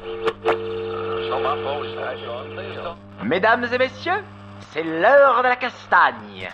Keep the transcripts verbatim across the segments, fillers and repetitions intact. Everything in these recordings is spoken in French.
Mesdames et messieurs, c'est l'heure de la castagne.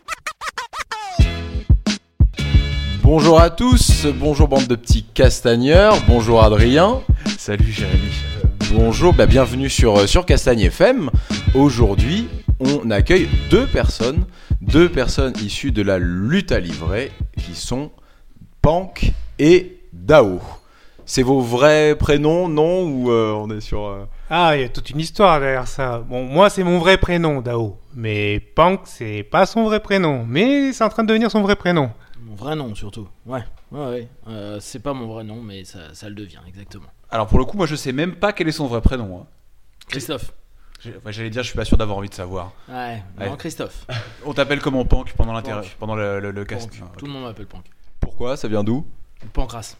Bonjour à tous, bonjour bande de petits castagneurs, bonjour Adrien. Salut Jérémy. Bonjour, bah bienvenue sur, sur Castagne F M. Aujourd'hui, on accueille deux personnes, deux personnes issues de la lutte à livrer, qui sont Pank et Dao. C'est vos vrais prénoms, non, ou euh, on est sur... Euh... Ah, il y a toute une histoire derrière ça. Bon, moi, c'est mon vrai prénom, Dao. Mais Pank, c'est pas son vrai prénom. Mais c'est en train de devenir son vrai prénom. Mon vrai nom, surtout. Ouais, ouais, ouais. Euh, c'est pas mon vrai nom, mais ça, ça le devient, exactement. Alors, pour le coup, moi, je sais même pas quel est son vrai prénom. Hein. Christophe. J'ai, ouais, j'allais dire, je suis pas sûr d'avoir envie de savoir. Ouais, non, ouais. Christophe. On t'appelle comment Pank pendant, l'intérêt, Pank. pendant le, le, le cast. Ah, okay. Tout le monde m'appelle Pank. Pourquoi ? Ça vient d'où ? Pancras.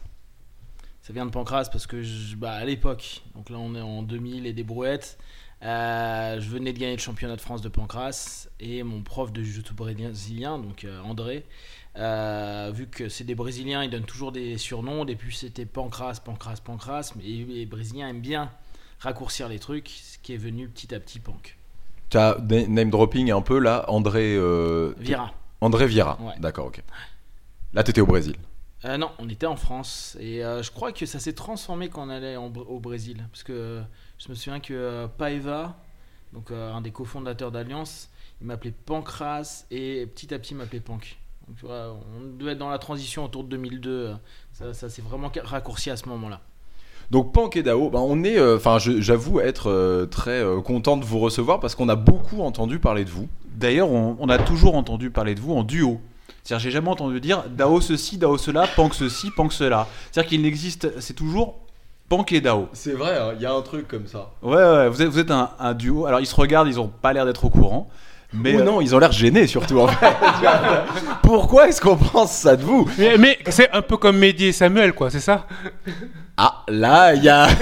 Ça vient de Pancras parce que je, bah, à l'époque, donc là on est en deux mille et des brouettes, euh, je venais de gagner le championnat de France de Pancras et mon prof de jiu-jitsu brésilien, donc euh, André, euh, vu que c'est des Brésiliens, ils donnent toujours des surnoms. Au début c'était Pancras, Pancras, Pancras, mais les Brésiliens aiment bien raccourcir les trucs, ce qui est venu petit à petit Pank. Tu as name dropping un peu là, André euh, Vieira. André Vieira, ouais. D'accord, ok. Là t'étais au Brésil. Euh, non, on était en France et euh, je crois que ça s'est transformé quand on allait en, au Brésil parce que euh, je me souviens que euh, Paiva, donc euh, un des cofondateurs d'Alliance, il m'appelait Pancras et petit à petit il m'appelait Pank. Donc tu vois, on devait être dans la transition autour de deux mille deux, euh, ça, ça s'est vraiment raccourci à ce moment-là. Donc Pank et Dao, ben on est, enfin euh, j'avoue être euh, très euh, content de vous recevoir parce qu'on a beaucoup entendu parler de vous. D'ailleurs, on, on a toujours entendu parler de vous en duo. C'est-à-dire, j'ai jamais entendu dire Dao ceci, Dao cela, Pank ceci, Pank cela. C'est-à-dire qu'il n'existe, c'est toujours Pank et Dao. C'est vrai, il hein, y a un truc comme ça. Ouais, ouais, vous êtes, vous êtes un, un duo. Alors, ils se regardent, ils ont pas l'air d'être au courant. Mais Ou euh... non, ils ont l'air gênés surtout en fait. Pourquoi est-ce qu'on pense ça de vous ? mais, mais c'est un peu comme Mehdi et Samuel, quoi, c'est ça ? Ah, là, il y a...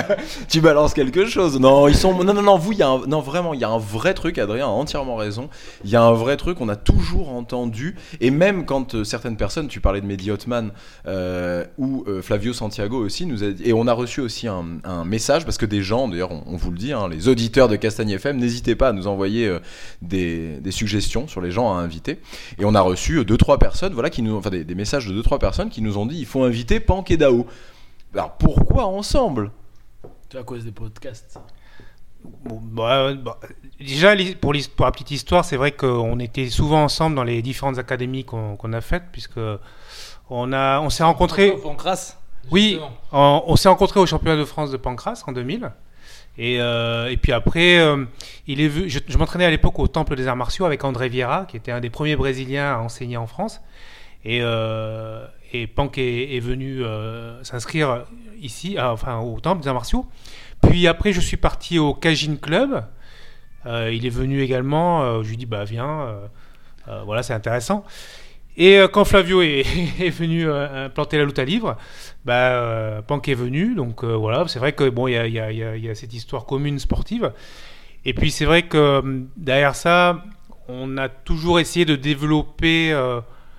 tu balances quelque chose. Non, ils sont... Non, non, non, vous, il y a un... Non, vraiment, il y a un vrai truc, Adrien a entièrement raison. Il y a un vrai truc, on a toujours entendu, et même quand euh, certaines personnes, tu parlais de Mehdi Hotman, euh, ou euh, Flavio Santiago aussi, nous a dit... et on a reçu aussi un, un message, parce que des gens, d'ailleurs, on, on vous le dit, hein, les auditeurs de Castagne F M, n'hésitez pas à nous envoyer euh, des, des suggestions sur les gens à inviter. Et on a reçu deux, trois personnes, voilà, qui nous... enfin des, des messages de deux, trois personnes qui nous ont dit, il faut inviter Pank et Dao. Alors pourquoi ensemble ? C'est à cause des podcasts. Bon, bah, bah, déjà, pour, pour la petite histoire, c'est vrai qu'on était souvent ensemble dans les différentes académies qu'on, qu'on a faites, puisque on, a, on s'est rencontrés... Pancras. Oui, on, on s'est rencontrés au championnat de France de Pancras en deux mille. Et, euh, et puis après, euh, il est vu, je, je m'entraînais à l'époque au Temple des Arts Martiaux avec André Vieira, qui était un des premiers Brésiliens à enseigner en France. Et, euh, et Pank est, est venu euh, s'inscrire ici, à, enfin au Temple des Arts Martiaux. Puis après, je suis parti au Kajin Club. Euh, il est venu également. Euh, je lui ai dit, bah viens, euh, euh, voilà, c'est intéressant. Et euh, quand Flavio est, est venu euh, planter la lutte à livre, bah, euh, Pank est venu. Donc euh, voilà, c'est vrai que bon, il y a, y, a, y, a, y a cette histoire commune sportive. Et puis c'est vrai que derrière ça, on a toujours essayé de développer euh,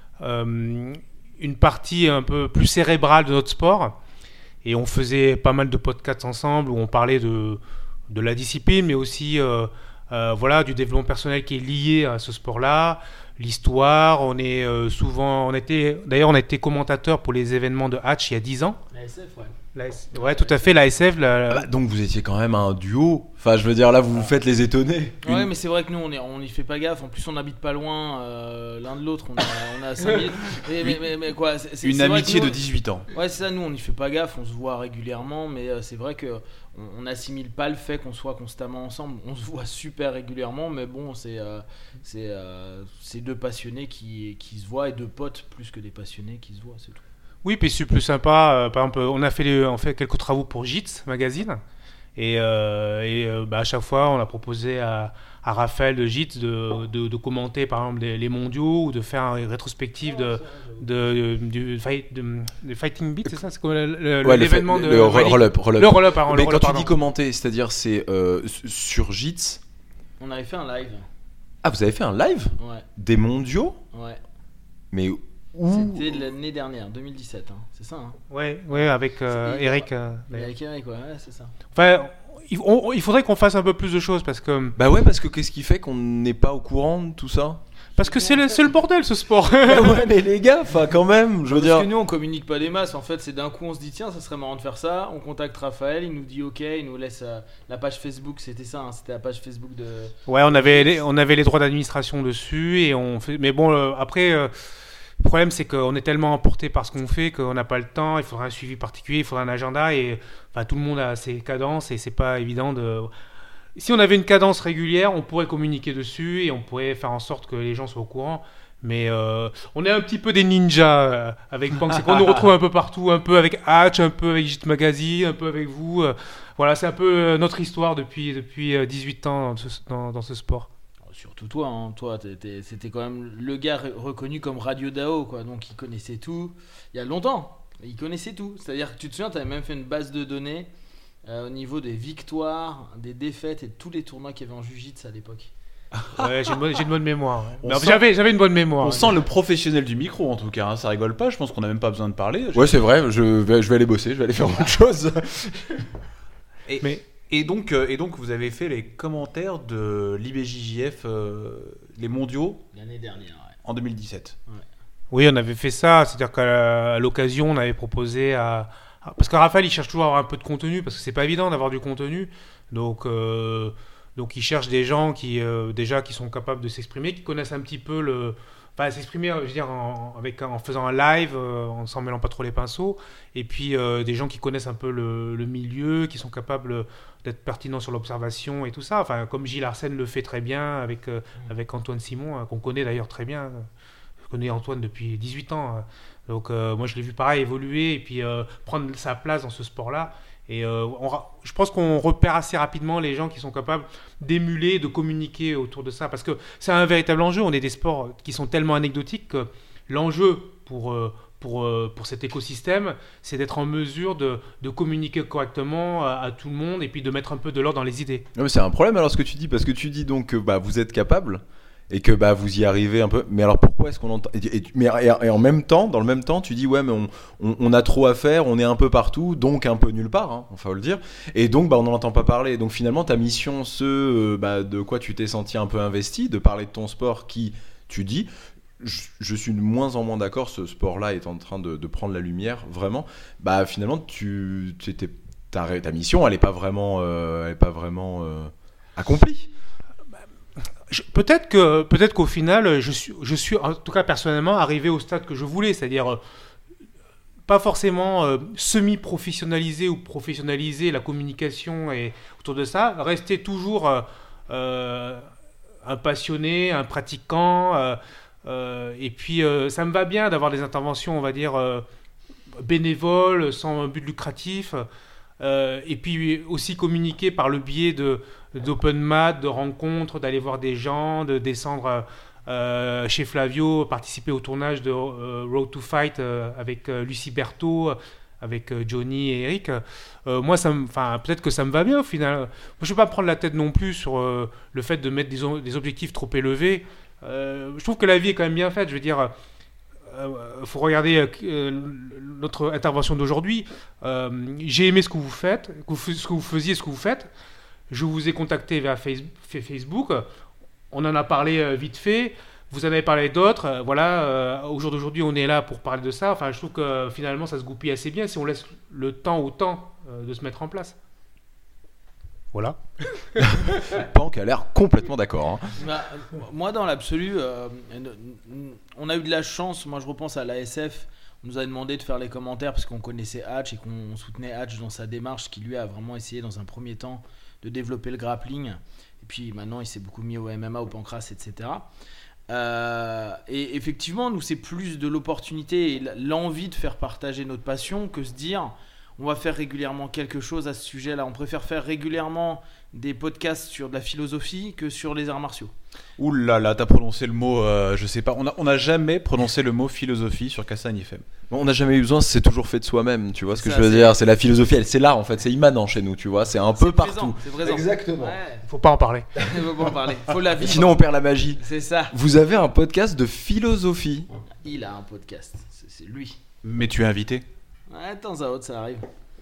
euh, une partie un peu plus cérébrale de notre sport. Et on faisait pas mal de podcasts ensemble où on parlait de, de la discipline, mais aussi euh, euh, voilà, du développement personnel qui est lié à ce sport-là. L'histoire, on est euh, souvent, on était, d'ailleurs, on a été commentateur pour les événements de Hatch il y a dix ans. La S F, ouais. La S... Ouais, tout à fait, la S F. La... Ah bah, donc vous étiez quand même un duo. Enfin, je veux dire, là, vous vous faites les étonnés. Ouais, Une... mais c'est vrai que nous, on est, on y fait pas gaffe. En plus, on n'habite pas loin euh, l'un de l'autre. On a, on a cinq minutes. Mais, mais, mais, mais quoi c'est, c'est, Une c'est amitié nous, de dix-huit ans. Ouais, c'est ça. Nous, on n'y fait pas gaffe. On se voit régulièrement, mais euh, c'est vrai que on n'assimile pas le fait qu'on soit constamment ensemble. On se voit super régulièrement, mais bon, c'est, euh, c'est, euh, c'est deux passionnés qui, qui se voient et deux potes plus que des passionnés qui se voient, c'est tout. Oui, puis c'est plus sympa. Euh, par exemple, on a fait, les, on fait quelques travaux pour J I T S Magazine. Et, euh, et euh, bah, à chaque fois, on a proposé à, à Raphaël de J I T S de, de, de commenter par exemple les, les mondiaux ou de faire une rétrospective de, de, de, de, de, de Fighting Beat, c'est ça, c'est comme le, le, ouais, l'événement le, de le roll-up, roll-up. Le roll-up, pardon. Mais le quand roll-up, tu pardon. dis commenter, c'est-à-dire c'est euh, sur J I T S. On avait fait un live. Ah, vous avez fait un live ? Ouais. Des mondiaux ? Ouais. Mais Ou... C'était l'année dernière, deux mille dix-sept, hein. C'est ça, hein. Ouais, ouais, avec euh, C'est- Eric. euh, Mais d'ailleurs. avec Eric, ouais, ouais, c'est ça. Enfin, il, on- il faudrait qu'on fasse un peu plus de choses parce que Bah ouais, parce que qu'est-ce qui fait qu'on n'est pas au courant de tout ça? parce que c'est le, c'est le bordel ce sport. Bah ouais, mais les gars, enfin quand même, je veux Parce dire... que nous, on communique pas des masses. En fait, c'est d'un coup, on se dit tiens, ça serait marrant de faire ça. On contacte Raphaël, il nous dit ok, il nous laisse euh, la page Facebook. C'était ça, hein, c'était la page Facebook de. Ouais, on avait les, on avait les droits d'administration dessus et on fait. Mais bon, euh, après, euh, le problème c'est qu'on est tellement emporté par ce qu'on fait qu'on n'a pas le temps. Il faudra un suivi particulier, il faudra un agenda et enfin tout le monde a ses cadences et c'est pas évident de. Si on avait une cadence régulière, on pourrait communiquer dessus et on pourrait faire en sorte que les gens soient au courant. Mais euh, on est un petit peu des ninjas euh, avec Punk, c'est qu'on nous retrouve un peu partout, un peu avec Hatch, un peu avec Gite Magazine, un peu avec vous. euh, voilà, c'est un peu euh, notre histoire depuis, depuis euh, dix-huit ans dans ce, dans, dans ce sport. Surtout toi, hein. Toi, t'étais- c'était quand même le gars re- reconnu comme Radio Dao, quoi. Donc, il connaissait tout. Il y a longtemps, il connaissait tout. C'est-à-dire que tu te souviens, tu avais même fait une base de données euh, au niveau des victoires, des défaites et de tous les tournois qu'il y avait en Jiu-Jitsu à l'époque. Ouais, j'ai une bonne, j'ai une bonne mémoire. ouais. On Mais sent- j'avais, j'avais une bonne mémoire. On sent le professionnel du micro en tout cas, hein, ça rigole pas, je pense qu'on a même pas besoin de parler. Ouais, c'est vrai, je vais, je vais aller bosser, je vais aller faire autre chose. Et, Mais- et, donc, euh, et donc vous avez fait les commentaires de l'I B J J F, euh, les mondiaux, L'année dernière, ouais. en deux mille dix-sept. Oui, on avait fait ça. C'est-à-dire qu'à l'occasion, on avait proposé à. à- Parce que Raphaël, il cherche toujours à avoir un peu de contenu, parce que c'est pas évident d'avoir du contenu. Donc, euh, donc il cherche des gens qui, euh, déjà, qui sont capables de s'exprimer, qui connaissent un petit peu le. Enfin, s'exprimer, je veux dire, en, avec, en faisant un live, euh, en s'en mêlant pas trop les pinceaux. Et puis, euh, des gens qui connaissent un peu le, le milieu, qui sont capables d'être pertinents sur l'observation et tout ça. Enfin, comme Gilles Arsène le fait très bien avec, euh, avec Antoine Simon, hein, qu'on connaît d'ailleurs très bien. Je connais Antoine depuis dix-huit ans. hein. Donc, euh, moi, je l'ai vu pareil évoluer et puis euh, prendre sa place dans ce sport-là. Et euh, on ra- je pense qu'on repère assez rapidement les gens qui sont capables d'émuler, de communiquer autour de ça. Parce que c'est un véritable enjeu. On est des sports qui sont tellement anecdotiques que l'enjeu pour, euh, pour, euh, pour cet écosystème, c'est d'être en mesure de, de communiquer correctement à, à tout le monde et puis de mettre un peu de l'ordre dans les idées. Non, mais c'est un problème alors ce que tu dis, parce que tu dis donc que bah, vous êtes capable et que bah, vous y arrivez un peu. Mais alors pourquoi est-ce qu'on entend et, et- mais, et, et en même temps, dans le même temps, tu dis ouais, mais on, on, on a trop à faire, on est un peu partout, donc un peu nulle part, hein, enfin faut le dire. Et donc bah, on n'en entend pas parler. Donc finalement, ta mission, ce euh, bah, de quoi tu t'es senti un peu investi, de parler de ton sport qui, tu dis. Je, je suis de moins en moins d'accord, ce sport-là est en train de, de prendre la lumière, vraiment. Bah finalement, tu, tu étais- ta, ta mission, elle est pas vraiment, euh, elle est pas vraiment euh, accomplie. Je- Peut-être que peut-être qu'au final, je suis, je suis en tout cas personnellement arrivé au stade que je voulais, c'est-à-dire euh, pas forcément euh, semi-professionnaliser ou professionnaliser la communication et autour de ça, rester toujours euh, euh, un passionné, un pratiquant, euh, euh, et puis euh, ça me va bien d'avoir des interventions, on va dire, euh, bénévoles, sans but lucratif. Euh, et puis aussi communiquer par le biais de, d'open mat, de rencontres, d'aller voir des gens, de descendre euh, chez Flavio, participer au tournage de euh, Road to Fight euh, avec euh, Lucie Berthaud, avec euh, Johnny et Eric. Euh, moi, ça me, 'fin, peut-être que ça me va bien au final. Moi, je ne vais pas me prendre la tête non plus sur euh, le fait de mettre des, o- des objectifs trop élevés. Euh, je trouve que la vie est quand même bien faite. Je veux dire, il euh, faut regarder euh, notre intervention d'aujourd'hui. Euh, j'ai aimé ce que vous faites, que vous fais- ce que vous faisiez, ce que vous faites. Je vous ai contacté via face- fait Facebook. On en a parlé euh, vite fait. Vous en avez parlé d'autres. Euh, voilà. euh, au jour d'aujourd'hui, on est là pour parler de ça. Enfin, je trouve que euh, finalement, ça se goupille assez bien si on laisse le temps au temps euh, de se mettre en place. Voilà. Pank a l'air complètement d'accord. hein. Bah, moi, dans l'absolu, euh, on a eu de la chance. Moi, je repense à l'A S F. On nous a demandé de faire les commentaires parce qu'on connaissait Hatch et qu'on soutenait Hatch dans sa démarche, qui lui a vraiment essayé dans un premier temps de développer le grappling. Et puis maintenant, il s'est beaucoup mis au M M A, au pancras, et cetera. Euh, et effectivement, nous, c'est plus de l'opportunité et l'envie de faire partager notre passion que se dire on va faire régulièrement quelque chose à ce sujet-là. On préfère faire régulièrement des podcasts sur de la philosophie que sur les arts martiaux. Ouh là là, t'as prononcé le mot, euh, je sais pas, on a, on a jamais prononcé le mot philosophie sur Kassan F M. Bon, on n'a jamais eu besoin, c'est toujours fait de soi-même, tu vois ce que Ça, je veux c'est- dire. C'est la philosophie, elle, c'est là en fait, c'est immanent chez nous, tu vois, c'est un peu C'est partout. présent, c'est présent. Exactement. Ouais, Faut pas en parler. il faut pas en parler. Faut la vivre. Sinon, on perd la magie. C'est ça. Vous avez un podcast de philosophie. il a un podcast. C'est, c'est lui. Mais tu es invité. Ouais, de temps à autre, ça arrive.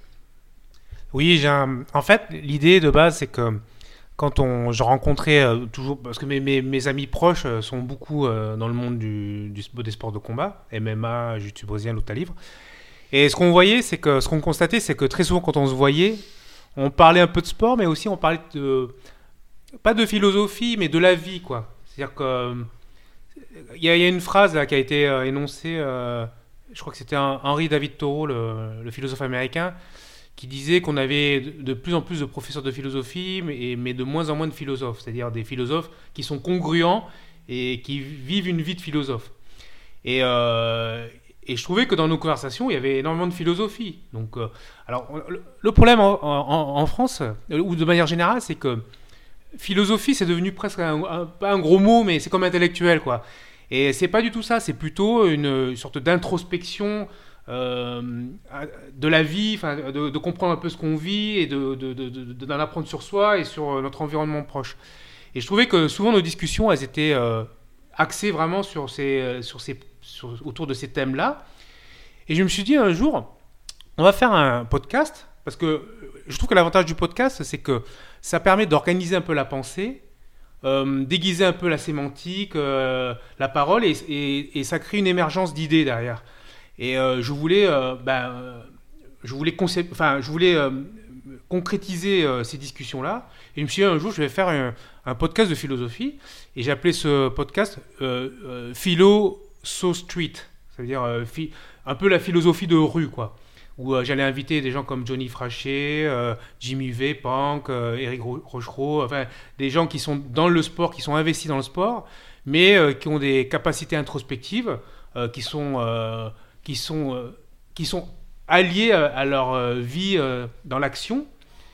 Oui, j'ai un... en fait, l'idée de base, c'est que quand on, je rencontrais euh, toujours, parce que mes, mes, mes amis proches euh, sont beaucoup euh, dans le monde du, du, des sports de combat, M M A, jiu-jitsu brésilien, lutte à livre. Et ce qu'on voyait, c'est que, ce qu'on constatait, c'est que très souvent, quand on se voyait, on parlait un peu de sport, mais aussi on parlait de, pas de philosophie, mais de la vie, quoi. C'est-à-dire que, il y, y a une phrase là qui a été euh, énoncée, euh, je crois que c'était un, Henry David Thoreau, le, le philosophe américain, qui disait qu'on avait de, de plus en plus de professeurs de philosophie, mais, mais de moins en moins de philosophes, c'est-à-dire des philosophes qui sont congruents et qui vivent une vie de philosophe. Et, euh, et je trouvais que dans nos conversations, il y avait énormément de philosophie. Donc, euh, alors, le, le problème en, en, en France, ou de manière générale, c'est que philosophie, c'est devenu presque un, un, pas un gros mot, mais c'est comme intellectuel, quoi. Et c'est pas du tout ça, c'est plutôt une, une sorte d'introspection euh, de la vie, de, de comprendre un peu ce qu'on vit et de, de, de, de, d'en apprendre sur soi et sur notre environnement proche. Et je trouvais que souvent nos discussions, elles étaient euh, axées vraiment sur ces, sur ces, sur, autour de ces thèmes-là. Et je me suis dit un jour, on va faire un podcast, parce que je trouve que l'avantage du podcast, c'est que ça permet d'organiser un peu la pensée, euh, déguiser un peu la sémantique, euh, la parole, et, et, et ça crée une émergence d'idées derrière. Et euh, je voulais, euh, ben, euh, je voulais, concep- enfin, je voulais euh, concrétiser euh, ces discussions-là. Et je me suis dit un jour, je vais faire un, un podcast de philosophie. Et j'ai appelé ce podcast euh, euh, Philo So Street. Ça veut dire euh, fi- un peu la philosophie de rue, quoi. Où euh, j'allais inviter des gens comme Johnny Frachet, euh, Jimmy V, Punk, euh, Eric Ro- Rochereau, enfin des gens qui sont dans le sport, qui sont investis dans le sport, mais euh, qui ont des capacités introspectives, euh, qui sont, euh, qui sont, euh, qui sont alliés à, à leur euh, vie euh, dans l'action,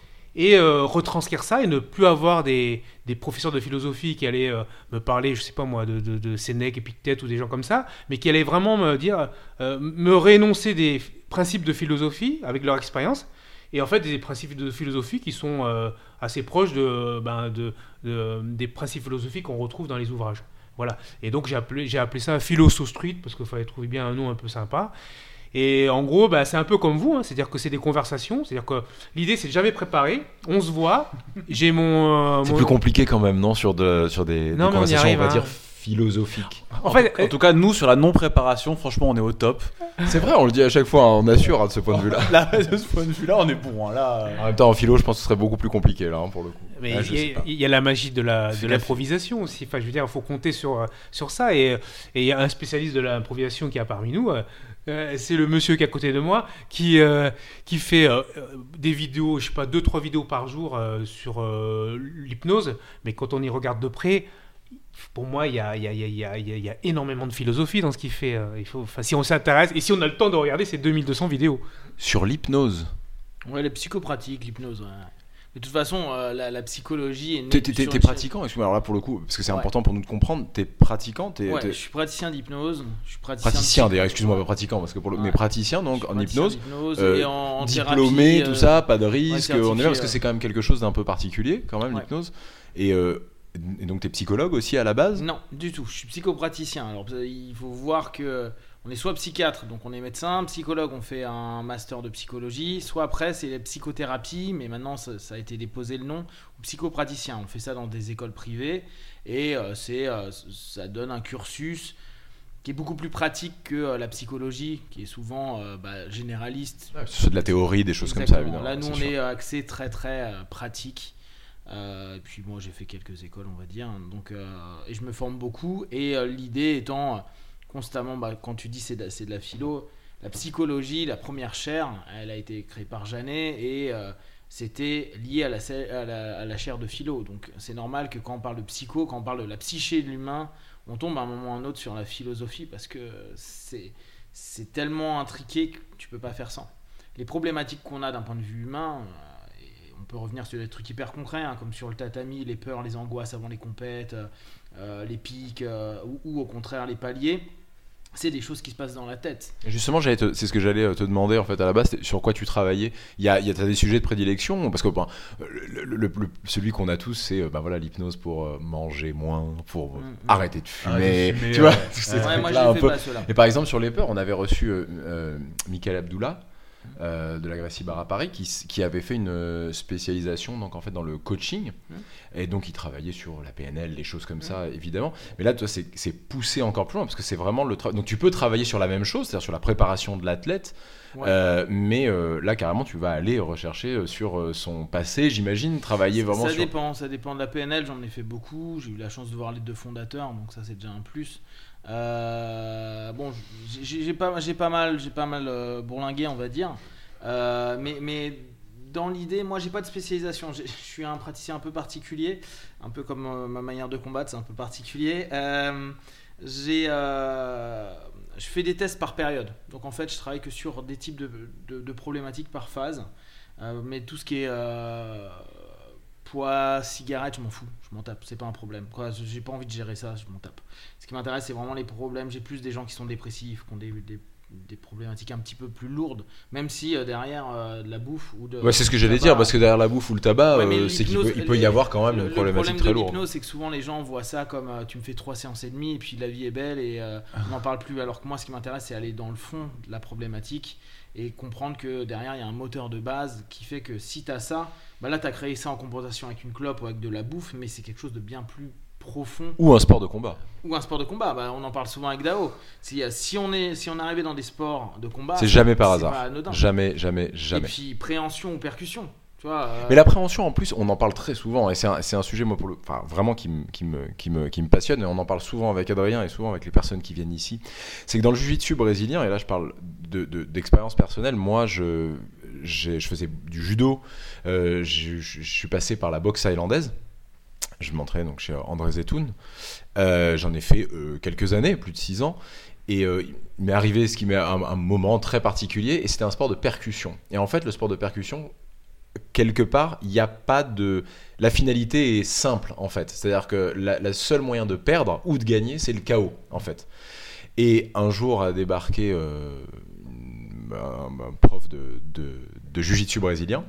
et euh, retranscrire ça et ne plus avoir des, des professeurs de philosophie qui allaient euh, me parler, je sais pas moi, de, de, de Sénèque, Épictète ou des gens comme ça, mais qui allaient vraiment me dire, euh, me réénoncer des principes de philosophie avec leur expérience, et en fait des principes de philosophie qui sont euh, assez proches de, ben, de, de, des principes philosophiques qu'on retrouve dans les ouvrages. Voilà. Et donc j'ai appelé, j'ai appelé ça Philo So Street parce qu'il fallait trouver bien un nom un peu sympa. Et en gros, bah, c'est un peu comme vous, hein, c'est-à-dire que c'est des conversations, c'est-à-dire que l'idée c'est de jamais préparer, on se voit, j'ai mon... Euh, C'est mon... plus compliqué quand même, non, sur, de, sur des, Non, des mais on y conversations, arrive, on va hein. dire, philosophiques. En fait, En tout cas, nous, sur la non-préparation, franchement, on est au top. C'est vrai, on le dit à chaque fois, hein, on assure hein, de ce point de vue-là. Là, de ce point de vue-là, on est bon. Hein, là, En même temps, en philo, je pense que ce serait beaucoup plus compliqué, là, hein, pour le coup. mais Ah, il je y, sais a- pas. il y a la magie de la Fais de gaffe. l'improvisation aussi. Enfin, je veux dire, il faut compter sur sur ça. Et et il y a un spécialiste de l'improvisation qui est parmi nous. euh, euh, c'est le monsieur qui est à côté de moi, qui euh, qui fait euh, euh, des vidéos, je sais pas, deux trois vidéos par jour euh, sur euh, l'hypnose. Mais quand on y regarde de près, pour moi, il y a, il y, a, il y, a, il y, a, il y a énormément de philosophie dans ce qu'il fait. euh, Il faut, enfin, si on s'intéresse et si on a le temps de regarder ces deux mille deux cents vidéos. Sur l'hypnose, Ouais, les psychopratiques, l'hypnose. Ouais. De toute façon, euh, la, la psychologie est née t'es, t'es, sur t'es, une t'es chaîne- pratiquant, excuse-moi, alors là, pour le coup, parce que c'est Ouais. important pour nous de comprendre, t'es pratiquant, t'es, Ouais, t'es je suis praticien d'hypnose. Je suis praticien, praticien de d'ailleurs, psycho- excuse-moi, Ouais. pas pratiquant, parce que pour le... Ouais. mais praticien Je donc suis en praticien hypnose, d'hypnose euh, et en, en diplômé, thérapie, tout euh, ça, pas de risque, ouais, on est bien parce que certifié, c'est quand même quelque chose d'un peu particulier, quand même, Ouais. l'hypnose. Et, euh, et donc t'es psychologue aussi à la base. Non, du tout. Je suis psychopraticien. Alors, il faut voir que on est soit psychiatre, donc on est médecin, psychologue, on fait un master de psychologie, soit après c'est la psychothérapie, mais maintenant ça, ça a été déposé le nom, ou psychopraticien. On fait ça dans des écoles privées et euh, c'est, euh, ça donne un cursus qui est beaucoup plus pratique que euh, la psychologie, qui est souvent euh, bah, généraliste. C'est de la théorie, des choses Exactement. comme ça, évidemment. Là, nous, c'est on sûr. est axé très très euh, pratique. Euh, et puis moi, j'ai fait quelques écoles, on va dire. Donc, euh, et je me forme beaucoup. Et euh, l'idée étant euh, constamment, bah, quand tu dis c'est de, c'est de la philo, la psychologie, la première chaire, elle a été créée par Janet et euh, c'était lié à la, à, la, à la chaire de philo. Donc c'est normal que quand on parle de psycho, quand on parle de la psyché de l'humain, on tombe à un moment ou à un autre sur la philosophie parce que c'est, c'est tellement intriqué que tu peux pas faire sans. Les problématiques qu'on a d'un point de vue humain, euh, et on peut revenir sur des trucs hyper concrets, hein, comme sur le tatami, les peurs, les angoisses avant les compètes, euh, les pics, euh, ou, ou au contraire les paliers. c'est des choses qui se passent dans la tête. Justement, j'allais te- c'est ce que j'allais te demander en fait à la base, c'était sur quoi tu travaillais. Il y a, il y a t'as des sujets de prédilection parce que ben, le, le- le- le- celui qu'on a tous, c'est euh, ben voilà l'hypnose pour euh, manger moins, pour euh, Mm, mm. arrêter de fumer. Arrêter de fumer, tu vois, ouais. tous ces Ouais, Ouais, moi, je trucs-là les un fais peu. pas, ceux-là. Et par exemple sur les peurs, on avait reçu euh, euh, Michael Abdullah euh, de la Gracie Bar à Paris qui, s- qui avait fait une euh, spécialisation donc en fait dans le coaching et donc il travaillait sur la P N L, les choses comme ça évidemment. Mais là toi c'est, c'est poussé encore plus loin parce que c'est vraiment le travail. Donc tu peux travailler sur la même chose, c'est-à-dire sur la préparation de l'athlète, Ouais. euh, mais euh, là carrément tu vas aller rechercher euh, sur euh, son passé, j'imagine, travailler vraiment ça sur. dépend, ça dépend de la P N L, j'en ai fait beaucoup, j'ai eu la chance de voir les deux fondateurs, donc ça c'est déjà un plus. Euh, bon, j'ai, j'ai pas, j'ai pas mal, j'ai pas mal euh, bourlingué, on va dire, Euh, mais, mais dans l'idée, moi j'ai pas de spécialisation, J'ai- je suis un praticien un peu particulier, un peu comme euh, ma manière de combattre, c'est un peu particulier. Euh, j'ai, euh, je fais des tests par période, donc en fait je travaille que sur des types de, de, de problématiques par phase. Euh, mais tout ce qui est euh, poids, cigarette, je m'en fous, je m'en tape, c'est pas un problème. Quoi, j'ai pas envie de gérer ça, je m'en tape. Ce qui m'intéresse, c'est vraiment les problèmes. J'ai plus des gens qui sont dépressifs, qui ont des, des, des problématiques un petit peu plus lourdes, même si euh, derrière euh, de la bouffe ou de. Ouais, c'est ce que du j'allais tabac- dire parce que derrière la bouffe ou le tabac, Ouais, mais euh, c'est qu'il l'hypnose- peut, il peut y avoir quand même le, une le problématique problème très de lourde. l'hypnose, c'est que souvent les gens voient ça comme euh, tu me fais trois séances et demie et puis la vie est belle et euh, on n'en parle plus. Alors que moi, ce qui m'intéresse, c'est aller dans le fond de la problématique et comprendre que derrière, il y a un moteur de base qui fait que si tu as ça, bah là, tu as créé ça en compensation avec une clope ou avec de la bouffe, mais c'est quelque chose de bien plus profond. Ou un sport de combat. Ou un sport de combat, bah, on en parle souvent avec Dao. Si, si on est si on est arrivé dans des sports de combat, C'est jamais par c'est hasard. pas anodin. Jamais, jamais, jamais. Et puis préhension ou percussion, tu vois. euh, Mais l'appréhension, en plus, on en parle très souvent, et c'est un, c'est un sujet, moi, pour le, enfin, vraiment qui me, qui, me, qui, me, qui me passionne, et on en parle souvent avec Adrien et souvent avec les personnes qui viennent ici. C'est que dans le jiu-jitsu brésilien, et là je parle de, de, d'expérience personnelle, moi je, j'ai, je faisais du judo, euh, je, je, je suis passé par la boxe thaïlandaise, je m'entraînais donc chez André Zetoun, euh, j'en ai fait euh, quelques années, plus de six ans. Et euh, il m'est arrivé ce qui m'est un, un moment très particulier, et c'était un sport de percussion. Et en fait, le sport de percussion, quelque part, il n'y a pas de. La finalité est simple, en fait. C'est-à-dire que la, la seule moyen de perdre ou de gagner, c'est le K O, en fait. Et un jour a débarqué euh, un, un prof de, de, de jiu-jitsu brésilien,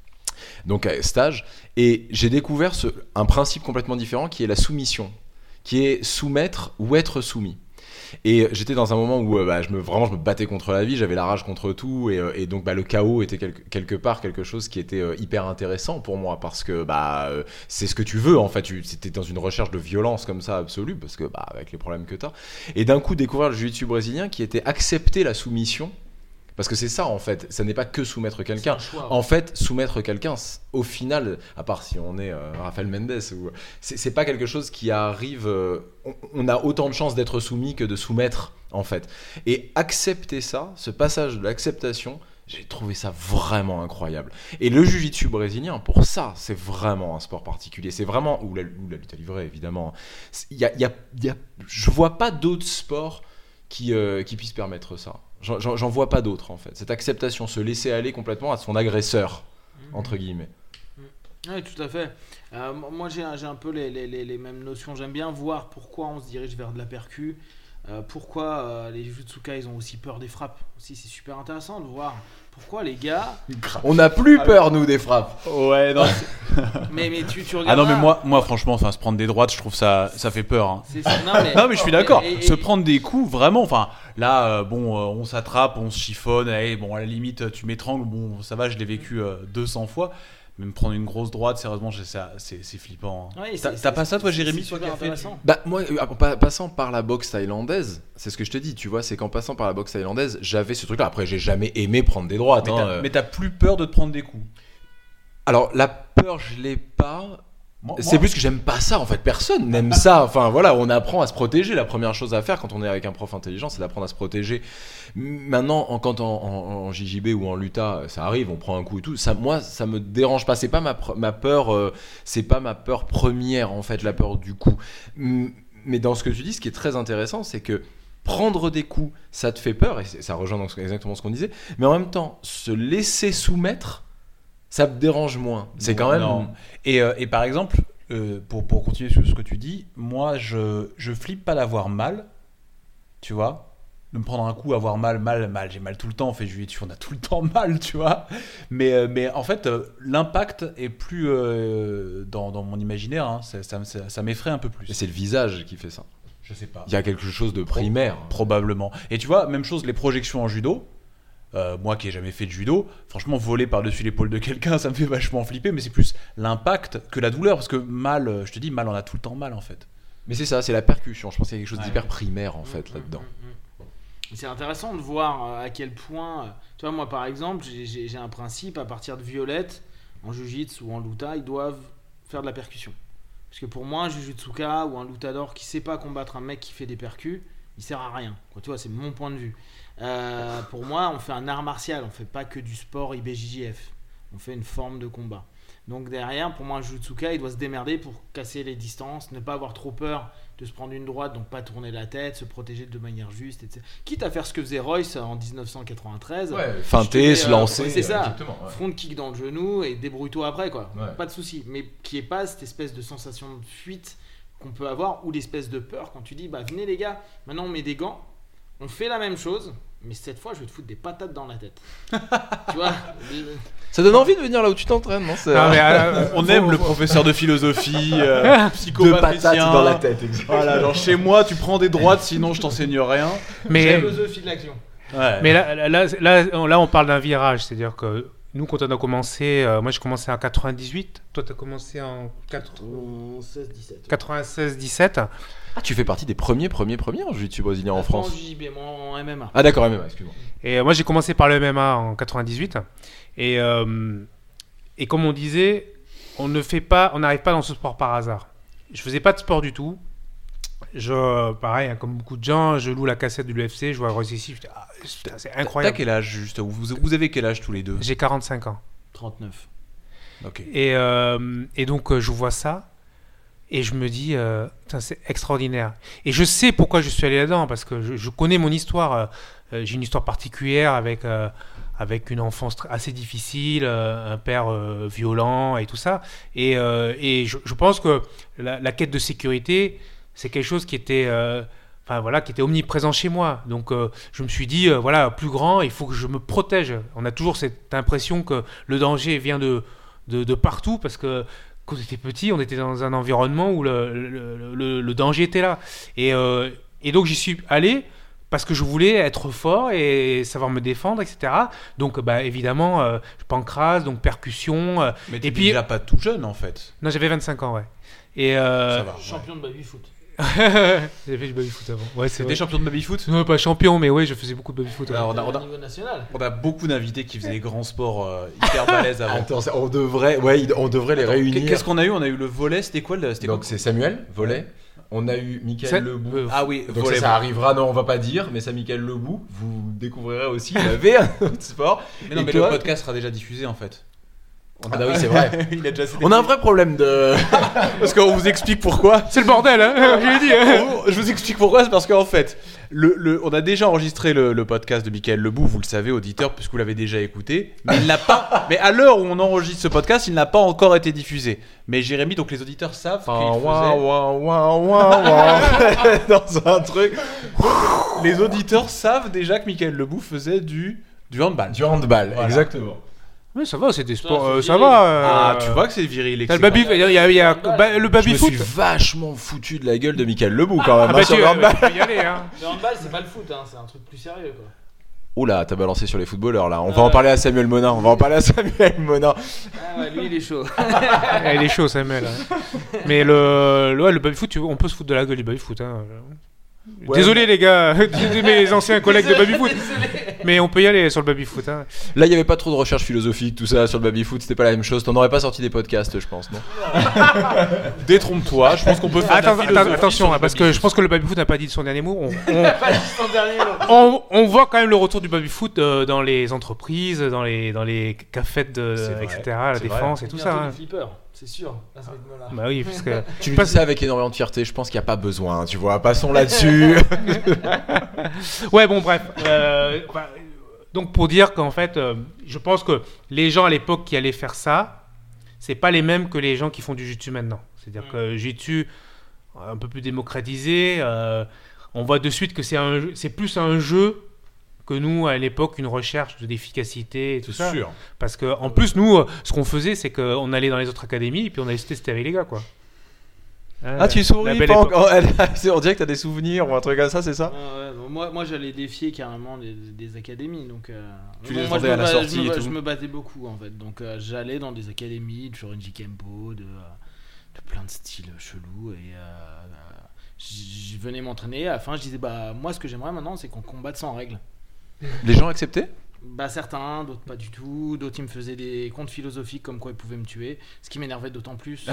donc à stage, et j'ai découvert ce, un principe complètement différent qui est la soumission, qui est soumettre ou être soumis. Et j'étais dans un moment où euh, bah, je me, vraiment je me battais contre la vie, j'avais la rage contre tout, et, euh, et donc bah, le K O était quelque, quelque part quelque chose qui était euh, hyper intéressant pour moi, parce que bah, euh, c'est ce que tu veux en fait, tu étais dans une recherche de violence comme ça absolue, parce que bah, avec les problèmes que tu as, et d'un coup découvrir le jiu-jitsu brésilien qui était accepter la soumission, parce que c'est ça en fait, ça n'est pas que soumettre quelqu'un. c'est un choix, ouais. En fait, soumettre quelqu'un, c- au final, à part si on est euh, Rafael Mendes, ou, c'est, c'est pas quelque chose qui arrive. euh, on, on a autant de chances d'être soumis que de soumettre, en fait. Et accepter ça, ce passage de l'acceptation, j'ai trouvé ça vraiment incroyable. Et le jiu-jitsu brésilien, pour ça, c'est vraiment un sport particulier. C'est vraiment. Ou la, ou la lutte à livrer, évidemment. Il y a, il y a, il y a, je vois pas d'autres sports qui, euh, qui puissent permettre ça. J'en, j'en, j'en vois pas d'autres, en fait. Cette acceptation, se laisser aller complètement à son agresseur, entre guillemets. Oui, tout à fait. Euh, moi, j'ai, un- j'ai un peu les, les, les, les mêmes notions. J'aime bien voir pourquoi on se dirige vers de la percu. Euh, pourquoi euh, les Jutsuka, ils ont aussi peur des frappes. Aussi, c'est super intéressant de voir pourquoi les gars. On n'a plus peur, nous, des frappes. Ouais, non. Mais, mais tu, tu Ah regardes. non, mais moi, moi franchement, enfin, se prendre des droites, je trouve ça, ça fait peur. Hein. C'est, c'est- non, mais, Non, mais je suis d'accord. Et- et- Se prendre des coups, vraiment. Enfin, là, euh, bon, euh, on s'attrape, on se chiffonne. Allez, bon, à la limite, tu m'étrangles. Bon, ça va, je l'ai vécu euh, deux cents fois. Mais me prendre une grosse droite, sérieusement, j'ai ça, c'est, c'est flippant. Hein. Ouais, T'as, c'est- t'as pas c'est- ça, toi, c'est- Jérémy, c'est toi qui super as fait intéressant. Bah, moi, euh, en pa- passant par la boxe thaïlandaise, c'est ce que je te dis, tu vois, c'est qu'en passant par la boxe thaïlandaise, j'avais ce truc-là. Après, j'ai jamais aimé prendre des droites. Mais, hein, t'as, euh. mais t'as plus peur de te prendre des coups. Alors, la peur, je l'ai pas. Moi- C'est moi- plus que j'aime pas ça, en fait. Personne n'aime ça. Enfin, voilà, on apprend à se protéger. La première chose à faire quand on est avec un prof intelligent, c'est d'apprendre à se protéger. Maintenant, en, quand en, en, en J J B ou en Luta, ça arrive, on prend un coup et tout. Ça, moi, ça me dérange pas. C'est pas ma, pr- ma peur. euh, c'est pas ma peur première, en fait, la peur du coup. Mm, Mais dans ce que tu dis, ce qui est très intéressant, c'est que prendre des coups, ça te fait peur, et c'est- ça rejoint donc exactement ce qu'on disait. Mais en même temps, se laisser soumettre, ça me dérange moins. C'est quand même. Non. Et, euh, et par exemple, euh, pour, pour continuer sur ce que tu dis, moi, je, je flippe pas d'avoir mal, tu vois. de me prendre un coup, avoir mal, mal, mal. J'ai mal tout le temps. On fait jiu-jitsu, on a tout le temps mal, tu vois. Mais, euh, mais en fait, euh, l'impact est plus euh, dans, dans mon imaginaire. Hein. Ça, ça, ça, ça m'effraie un peu plus. Et c'est le visage qui fait ça. Je sais pas. Il y a quelque chose de primaire. Probablement. Et tu vois, même chose, les projections en judo. Euh, moi qui ai jamais fait de judo, franchement, voler par-dessus l'épaule de quelqu'un, ça me fait vachement flipper. Mais c'est plus l'impact que la douleur. Parce que mal, euh, je te dis, mal, on a tout le temps mal en fait. Mais c'est ça, c'est la percussion. Je pense qu'il y a quelque chose Ouais. d'hyper primaire en fait Mmh, là-dedans. mmh, mmh. C'est intéressant de voir euh, à quel point, euh, tu vois, moi par exemple, j'ai, j'ai, j'ai un principe, à partir de violette, en jiu-jitsu ou en luta, ils doivent faire de la percussion. Parce que pour moi, un jujutsuka ou un lutador qui sait pas combattre un mec qui fait des percus, il sert à rien. Quoi, tu vois, c'est mon point de vue. Euh, pour moi, on fait un art martial, on fait pas que du sport I B J J F. On fait une forme de combat. Donc derrière, pour moi, un jujutsuka, il doit se démerder pour casser les distances, ne pas avoir trop peur de se prendre une droite, donc pas tourner la tête, se protéger de manière juste, et cetera. Quitte à faire ce que faisait Royce en dix-neuf cent quatre-vingt-treize. Ouais, feinter, se euh, lancer. c'est ça. Exactement, ouais. Front kick dans le genou et débrouille-toi après, quoi. Ouais. Pas de souci. Mais qui est pas cette espèce de sensation de fuite qu'on peut avoir ou l'espèce de peur quand tu dis, bah venez les gars, maintenant on met des gants, on fait la même chose, mais cette fois je vais te foutre des patates dans la tête. Tu vois le- Ça donne envie de venir là où tu t'entraînes, non c'est... Non, mais, euh, On faut- aime le faut- professeur de philosophie, euh, Deux patates psychopathicien. dans la tête, exactement. Voilà, genre chez moi, tu prends des droites, sinon je t'enseigne rien. Mais, philosophie de l'action. Ouais. mais là, là, là, là, on- là, on parle d'un virage, c'est-à-dire que nous, quand on a commencé, euh, moi j'ai commencé en quatre-vingt-dix-huit, toi tu as commencé en seize dix-sept. quatre-vingt-seize dix-sept. Ah, tu fais partie des premiers, premiers, premiers en jiu-jitsu brésilien en France. En J B, moi en M M A. Ah d'accord, M M A, excuse-moi. Et euh, moi j'ai commencé par le M M A en quatre-vingt-dix-huit. Et, euh, et comme on disait, on ne fait pas, on n'arrive pas dans ce sport par hasard. Je faisais pas de sport du tout. Je, pareil, hein, comme beaucoup de gens, je loue la cassette de l'U F C, je vois Royce ici, je dis, ah, putain, c'est T'as incroyable. quel âge juste vous, vous avez quel âge tous les deux? J'ai quarante-cinq ans. trente-neuf. Ok. Et, euh, et donc, euh, je vois ça et je me dis, euh, putain, c'est extraordinaire. Et je sais pourquoi je suis allé là-dedans, parce que je, je connais mon histoire. euh, euh, j'ai une histoire particulière avec, euh, avec une enfance tr- assez difficile, euh, un père euh, violent et tout ça. Et, euh, et je, je pense que la, la quête de sécurité, c'est quelque chose qui était... euh, Enfin voilà, qui était omniprésent chez moi. Donc euh, je me suis dit, euh, voilà, plus grand, il faut que je me protège. On a toujours cette impression que le danger vient de, de, de partout, parce que quand on était petit, on était dans un environnement où le, le, le, le danger était là. Et, euh, et donc j'y suis allé parce que je voulais être fort et savoir me défendre, et cetera. Donc bah, évidemment, euh, pancras, donc percussion. euh, Mais et t'es puis, déjà pas tout jeune en fait. non, j'avais vingt-cinq ans, ouais. Et euh, Ça va. Champion de baby-foot. j'avais fait du baby-foot avant. Ouais, c'est T'étais vrai. champion de baby-foot? Non, pas champion, mais ouais, je faisais beaucoup de baby-foot. ouais. Alors, on a, on a- Au niveau national. on a beaucoup d'invités qui faisaient des grands sports euh, hyper balèzes avant. Attends, c'est- on devrait, ouais, il- on devrait les Attends, réunir. Qu'est-ce qu'on a eu? On a eu le volley, c'était quoi le c'était Donc quoi c'est Samuel, volet. On a eu Ça- Michael Lebou. euh, Ah oui, Donc volley. ça, ça arrivera, non, on va pas dire, mais ça, Michael Lebou, vous découvrirez aussi, il avait un autre sport. Mais non, Et mais toi le podcast sera déjà diffusé en fait. Ah bah oui, c'est vrai. Il a déjà On a un vrai problème de... Parce qu'on vous explique pourquoi. C'est le bordel, hein. Je l'ai dit. hein. Je vous explique pourquoi, c'est parce qu'en fait, le, le- on a déjà enregistré le, le podcast de Michael Lebou, vous le savez, auditeur, puisque vous l'avez déjà écouté. Mais il n'a pas. Mais à l'heure où on enregistre ce podcast, il n'a pas encore été diffusé. Mais Jérémy, donc les auditeurs savent qu'il Ouah, faisait. ouah, ouah, ouah, ouah. Dans un truc. Les auditeurs savent déjà que Michael Lebou faisait du du handball. Du handball, Voilà. exactement. Mais ça va, c'est des sports. c'est euh, ça viril. va. euh, Ah, tu vois que c'est viril. T'as le excellent. baby, il y a, il y a- il y a- bah, le Je baby me foot. suis vachement foutu de la gueule de Michael Lebou quand même. Ah hein, bah sur tu, le euh, handball. tu peux y aller, hein. Le handball, c'est pas le foot, hein, c'est un truc plus sérieux, quoi. Oula, t'as balancé sur les footballeurs là. On va Ouais. en parler à Samuel Monin. On va en parler à Samuel Monin. Ah ouais, lui, il est chaud. Ah, il est chaud, Samuel. hein. Mais le, le, ouais, le baby foot, tu- on peut se foutre de la gueule du baby foot. Hein. Ouais, Désolé les gars, mes anciens collègues de baby foot. Désolé. Mais on peut y aller sur le baby foot. Hein. Là, il y avait pas trop de recherche philosophique, tout ça sur le baby foot. C'était pas la même chose. T'en aurais pas sorti des podcasts, je pense, non? Détrompe-toi, je pense qu'on peut faire. de la Attends, philosophie attends, attention, sur hein, le parce que baby je pense que le baby foot n'a pas dit son dernier mot. On, on, Pas dit son dernier mot. on, on voit quand même le retour du baby foot euh, dans les entreprises, dans les, dans les cafettes, de, C'est vrai, et cetera, la c'est défense et tout ça. Bientôt hein. les flippers, c'est sûr, à ce rythme-là. Bah oui, parce que Tu me dis ça avec énormément de fierté. Je pense qu'il n'y a pas besoin. Tu vois, passons là-dessus. ouais, bon, bref. Euh, bah, donc, pour dire qu'en fait, euh, je pense que les gens à l'époque qui allaient faire ça, c'est pas les mêmes que les gens qui font du jiu-jitsu maintenant. C'est-à-dire Mm. que jiu-jitsu, un peu plus démocratisé, euh, on voit de suite que c'est, un, jeu- c'est plus un jeu que nous, à l'époque, une recherche d'efficacité et tout C'est ça. sûr. Parce que en plus, nous, euh, ce qu'on faisait, c'est qu'on allait dans les autres académies et puis on allait se tester avec les gars, quoi. Ah, tu la souris belle pas époque. encore. C'est- On dirait que t'as des souvenirs ou un truc comme ça, c'est ça? Ah ouais, bon, moi, moi j'allais défier carrément des, des académies. Donc, euh, Tu bon, les moi, je attendais me à la ba- sortie je me, et ba- tout. je me battais beaucoup en fait. Donc euh, j'allais dans des académies de Shorinji Kempo, de, euh, de plein de styles chelous. Et euh, euh, je venais m'entraîner. À la fin, je disais bah, moi, ce que j'aimerais maintenant, c'est qu'on combatte sans règles. Les gens acceptaient? Bah certains, d'autres pas du tout, d'autres ils me faisaient des contes philosophiques comme quoi ils pouvaient me tuer, ce qui m'énervait d'autant plus.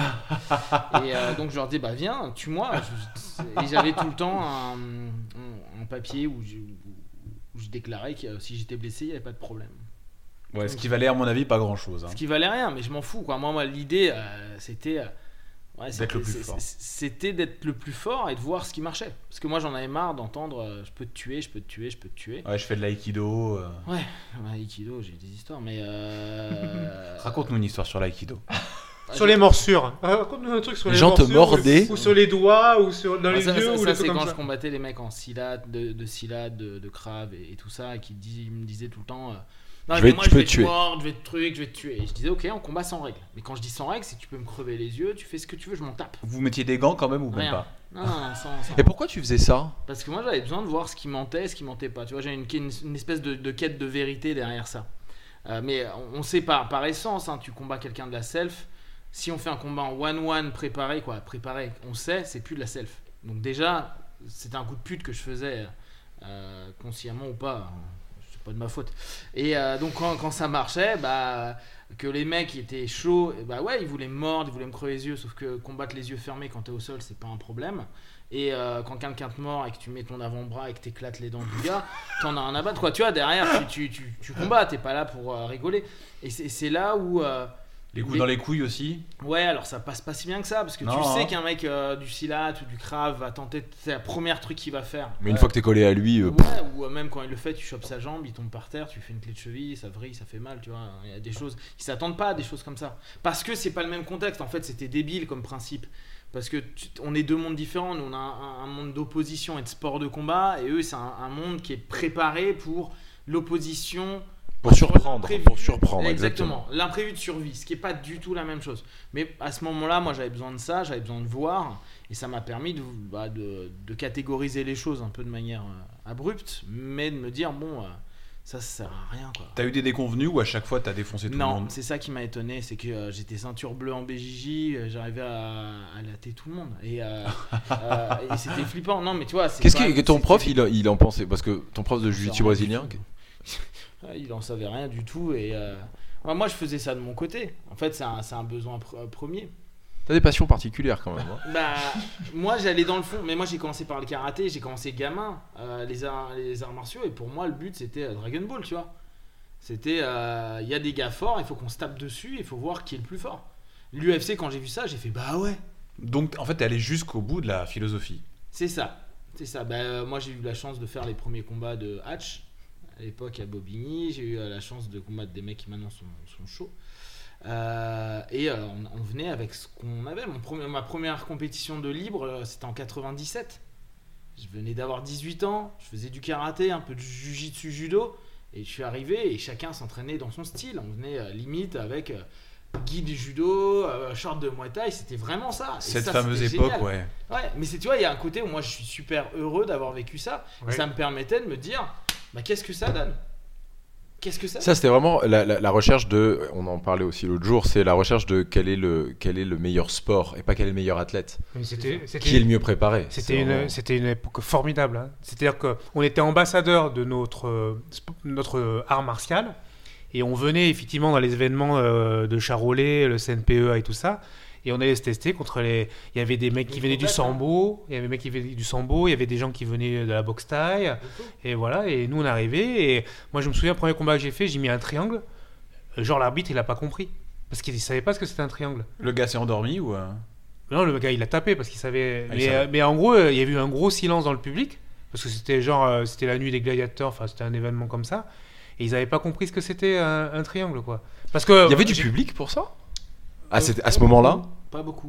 Et euh, donc je leur dis bah viens, tue-moi. Je- Et j'avais tout le temps un, un- un papier où je, où je déclarais que si j'étais blessé, il n'y avait pas de problème. Ouais, ce qui valait à mon avis pas grand chose. Ce qui valait rien, mais je m'en fous quoi. Moi, moi l'idée euh, c'était euh, ouais, D'être c'était- le plus c'est- fort. c'est- C'était d'être le plus fort et de voir ce qui marchait. Parce que moi j'en avais marre d'entendre euh, je peux te tuer, je peux te tuer, je peux te tuer. Ouais, je fais de l'aïkido. euh. Ouais, ouais, Aikido, j'ai des histoires, mais euh... Raconte-nous une histoire sur l'aïkido. Sur les morsures. Ah, raconte-nous un truc sur Les les, gens te morsures, mordaient. Ou, ou sur les doigts, ou sur, dans Ah, les ça, yeux, ça, ou ça, des c'est trucs comme quand ça. je combattais les mecs en silat, de, de silat, de, de crave et, et tout ça, et qui dis- ils me disaient tout le temps euh, non, Je mais vais- moi, je je peux vais te te tuer. mordre, je vais te truc, je vais te tuer. Et je disais ok, on combat sans règles. Mais quand je dis sans règles, c'est que tu peux me crever les yeux, tu fais ce que tu veux, je m'en tape. Vous mettiez des gants quand même ou même Rien. pas? Non, non, non, sans, sans- Et pourquoi tu faisais ça? Parce que moi j'avais besoin de voir ce qui mentait, ce qui mentait pas. Tu vois, j'avais une, une, une espèce de, de quête de vérité derrière ça. Euh, mais on, on sait pas, par essence, hein, tu combats quelqu'un de la self. Si on fait un combat en one-one préparé, quoi, préparé, on sait, c'est plus de la self. Donc déjà, c'était un coup de pute que je faisais, euh, consciemment ou pas, hein, c'est pas de ma faute. Et euh, donc quand, quand ça marchait, bah, que les mecs étaient chauds, et bah ouais, ils voulaient me mordre, ils voulaient me crever les yeux, sauf que combattre les yeux fermés quand t'es au sol, c'est pas un problème. Et euh, quand quelqu'un te mord et que tu mets ton avant-bras et que t'éclates les dents du gars, t'en as un à battre, quoi. Tu vois, derrière, tu, tu, tu, tu combats, t'es pas là pour euh, rigoler. Et c'est, c'est là où... euh, Les coups Les- dans les couilles aussi. Ouais, alors ça passe pas si bien que ça, parce que Non, tu sais hein. qu'un mec euh, du silat ou du crave va tenter, c'est la première truc qu'il va faire. Mais une Ouais. fois que t'es collé à lui, euh, Ouais, ou euh, même quand il le fait, tu chopes sa jambe, il tombe par terre, tu fais une clé de cheville, ça vrille, ça fait mal, tu vois. Il y a des choses, ils s'attendent pas à des choses comme ça. Parce que c'est pas le même contexte, en fait, c'était débile comme principe. Parce que tu- on est deux mondes différents, nous on a un, un monde d'opposition et de sport de combat, et eux c'est un, un monde qui est préparé pour l'opposition. pour surprendre, L'imprévu. pour surprendre, exactement. Exactement. L'imprévu de survie, ce qui est pas du tout la même chose. Mais à ce moment-là, moi j'avais besoin de ça, j'avais besoin de voir, et ça m'a permis de, bah, de, de catégoriser les choses un peu de manière euh, abrupte, mais de me dire bon, euh, ça, ça sert à rien quoi. T'as eu des déconvenus ou à chaque fois t'as défoncé tout le Non, monde? c'est ça qui m'a étonné, c'est que euh, j'étais ceinture bleue en B J J, euh, j'arrivais à, à latter tout le monde, et, euh, euh, et c'était flippant. Non, mais tu vois, c'est Qu'est-ce quand que même- ton c'est- prof c'est- il, il en pensait? Parce que ton prof de J'en jiu-jitsu sais rien brésilien. du tout. Ouais, il en savait rien du tout, et euh, ouais, moi je faisais ça de mon côté. En fait, c'est un, c'est un besoin pr- premier. T'as des passions particulières quand même. hein. Bah, moi j'allais dans le fond, mais moi j'ai commencé par le karaté, j'ai commencé gamin, euh, les, arts, les arts martiaux, et pour moi le but c'était euh, Dragon Ball, tu vois. C'était, il euh, y a des gars forts, il faut qu'on se tape dessus, il faut voir qui est le plus fort. L'U F C, quand j'ai vu ça, j'ai fait bah ouais, Donc en fait t'es allé jusqu'au bout de la philosophie. c'est ça. C'est ça. Bah, euh, moi j'ai eu la chance de faire les premiers combats de Hatch, à l'époque à Bobigny, j'ai eu euh, la chance de combattre des mecs qui maintenant sont, sont chauds. Euh, et euh, on, on venait avec ce qu'on avait. Mon premier, ma première compétition de libre, euh, c'était en quatre-vingt-dix-sept. Je venais d'avoir dix-huit ans, je faisais du karaté, un peu de jujitsu judo, et je suis arrivé et chacun s'entraînait dans son style. On venait euh, limite avec euh, guide judo, euh, short de Muay Thai, c'était vraiment ça. Et Cette ça, fameuse c'était époque, génial. ouais. Ouais, mais c'est, tu vois, il y a un côté où moi je suis super heureux d'avoir vécu ça. Ouais. Et ça me permettait de me dire, bah qu'est-ce que ça donne? Qu'est-ce que ça Ça, c'était vraiment la, la- la recherche de. On en parlait aussi l'autre jour. C'est la recherche de quel est le quel est le meilleur sport et pas quel est le meilleur athlète. Mais C'était, c'était, Qui est le mieux préparé. c'était C'est une, vraiment- c'était une époque formidable. hein. C'est-à-dire qu'on était ambassadeur de notre, euh, sp- notre euh, art martial et on venait effectivement dans les événements euh, de Charolais, le C N P E A et tout ça. Et on allait se tester contre les. Il y avait des mecs qui Les venaient du compètes, hein. sambo, il y avait des mecs qui venaient du sambo, il y avait des gens qui venaient de la boxe thaï. Et voilà, et nous on arrivait. Et moi je me souviens, le premier combat que j'ai fait, j'ai mis un triangle. Genre l'arbitre il a pas compris. Parce qu'il savait pas ce que c'était un triangle. Le gars s'est endormi ou euh, Non, le gars il a tapé parce qu'il savait. Ah, il mais, savait. euh, mais en gros, euh, il y avait eu un gros silence dans le public. Parce que c'était genre. euh, c'était la nuit des gladiateurs, enfin c'était un événement comme ça. Et ils avaient pas compris ce que c'était un, un triangle quoi. Parce que. Il y avait du j'ai- public pour ça. Ah, c'était à ce moment-là. Pas beaucoup.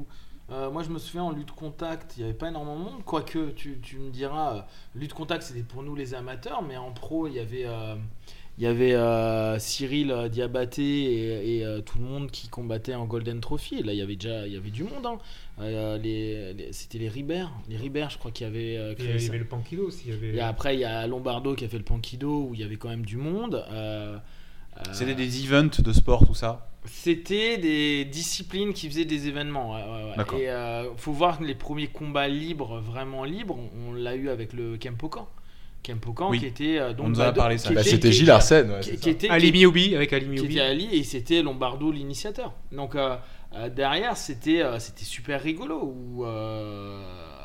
Euh, moi, je me souviens en lutte contact, il n'y avait pas énormément de monde. Quoique, tu, tu me diras, euh, lutte contact, c'était pour nous les amateurs, mais en pro, il y avait, euh, il y avait euh, Cyril euh, Diabaté et, et euh, tout le monde qui combattait en Golden Trophy. Et là, il y avait déjà il y avait du monde. Hein. Euh, les, les, c'était les Ribert. Les Ribert, je crois, qui avaient euh, créé Il y ça. avait le Pankido aussi. Il y avait... Et après, il y a Lombardo qui a fait le Pankido, où il y avait quand même du monde. Euh, euh, C'était des events de sport, tout ça. C'était des disciplines qui faisaient des événements. Ouais, ouais, ouais. D'accord. Et euh, faut voir que les premiers combats libres, vraiment libres, on, on l'a eu avec le Kempokan. Kempokan Oui. qui était euh, donc On nous en a bah, parlé, qui ça. était- Bah, c'était qui- Gilles Arsène. ouais, qui, c'est qui ça. était Ali qui- Mioubi, avec Ali qui Mioubi. était Ali et c'était Lombardo l'initiateur. Donc euh, euh, derrière c'était euh, c'était super rigolo où euh,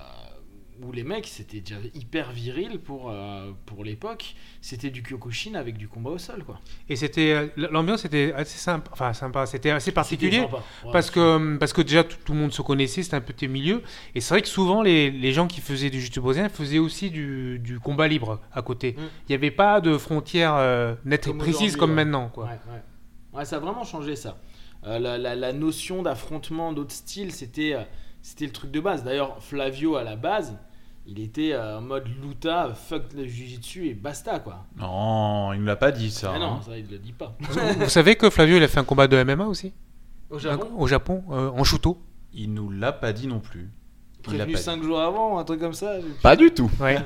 où les mecs c'était déjà hyper viril pour euh, pour l'époque. C'était du Kyokushin avec du combat au sol quoi. Et c'était euh, l'ambiance était assez sympa, enfin sympa, c'était assez particulier. C'était sympa. Ouais. Parce que, parce que déjà tout, tout le monde se connaissait, c'était un petit milieu. Et c'est vrai que souvent les, les gens qui faisaient du jiu-jitsu brésilien faisaient aussi du, du combat libre à côté. Mm. Il n'y avait pas de frontières euh, nettes et Comme précises aujourd'hui, comme ouais. maintenant. Quoi. Ouais, ouais. Ouais, ça a vraiment changé ça. Euh, la, la, la notion d'affrontement d'autres styles, c'était, euh, c'était le truc de base. D'ailleurs, Flavio à la base, il était euh, en mode luta, fuck le jiu-jitsu et basta quoi. Non, il ne l'a pas dit ça. Ah non, hein. ça il le dit pas. Vous savez que Flavio il a fait un combat de M M A aussi Au Japon, Au Japon, euh, en shuto. Il nous l'a pas dit non plus. Il l'a prévenu pas cinq jours avant, un truc comme ça. Pas du tout. Ouais.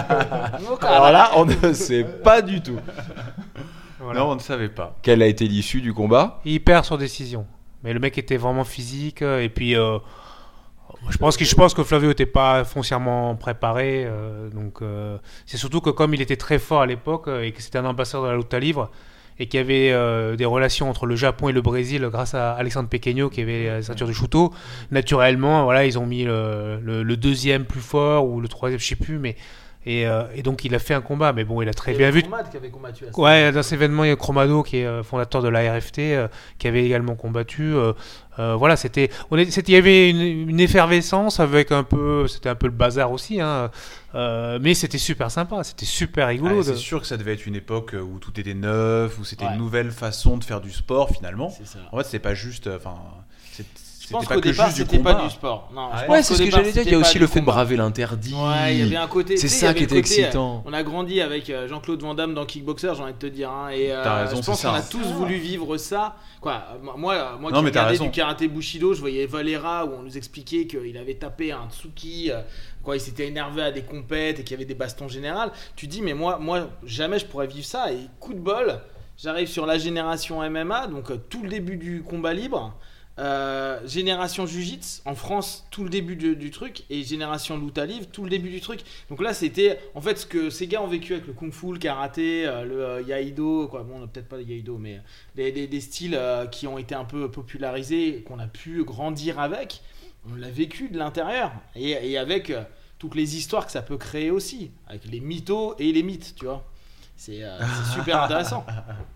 Alors là, on ne sait pas du tout. Voilà. Non, on ne savait pas. Quelle a été l'issue du combat? Il perd sur décision. Mais le mec était vraiment physique. euh, Et puis, euh, je, pense que, je pense que Flavio n'était pas foncièrement préparé. euh, donc, euh, c'est surtout que comme il était très fort à l'époque euh, et que c'était un ambassadeur de la lutte livre et qu'il y avait euh, des relations entre le Japon et le Brésil grâce à Alexandre Pequeño qui avait la ceinture du Shuto, naturellement, voilà, ils ont mis le, le- le deuxième plus fort ou le troisième, je sais plus. Mais, et, euh, et donc, il a fait un combat. Mais bon, il a très bien vu. Chromate qui avait combattu à ça. Ouais, dans cet événement, il y a Chromado qui est euh, fondateur de l'A R F T, euh, qui avait également combattu. euh, euh, voilà, c'était, on est, c'était, il y avait une, une effervescence avec un peu, c'était un peu le bazar aussi, hein, euh, mais c'était super sympa, c'était super rigolo. Ah, de- c'est sûr que ça devait être une époque où tout était neuf, où c'était Ouais. une nouvelle façon de faire du sport finalement. C'est ça. En fait, c'est pas juste. Enfin, c'est- Je c'était pense pas qu'au que départ, juste du c'était pas combat. du sport. Non, Ah je ouais. pense Ouais, qu'au c'est ce que départ, j'allais dire. Il y a c'était aussi pas le du fait de combat. braver l'interdit. Ouais, il y avait un côté. C'est tu sais, ça il y avait qui le était côté, euh, excitant. On a grandi avec euh, Jean-Claude Van Damme dans Kickboxer, j'ai envie de te dire. Hein, et euh, T'as raison, je pense c'est qu'on ça. a tous voulu vivre ça. Quoi, moi, moi, moi Non, qui mais t'as regardais raison. du karaté Bushido, je voyais Valera où on nous expliquait qu'il avait tapé un Tsuki, euh, quoi, il s'était énervé à des compètes et qu'il y avait des bastons générales. Tu dis, mais moi, moi, jamais je pourrais vivre ça. Et coup de bol, j'arrive sur la génération M M A, donc euh, tout le début du combat libre. Euh, génération Jiu-Jitsu en France, tout le début du, du truc, et génération Luta Livre, tout le début du truc. Donc là, c'était en fait ce que ces gars ont vécu avec le Kung Fu, le karaté, euh, le euh, Yaido, quoi. Bon, on a peut-être pas le Yaido, mais des, des, des styles euh, qui ont été un peu popularisés, qu'on a pu grandir avec. On l'a vécu de l'intérieur, et, et avec euh, toutes les histoires que ça peut créer aussi, avec les mythos et les mythes, tu vois. C'est euh, c'est super intéressant.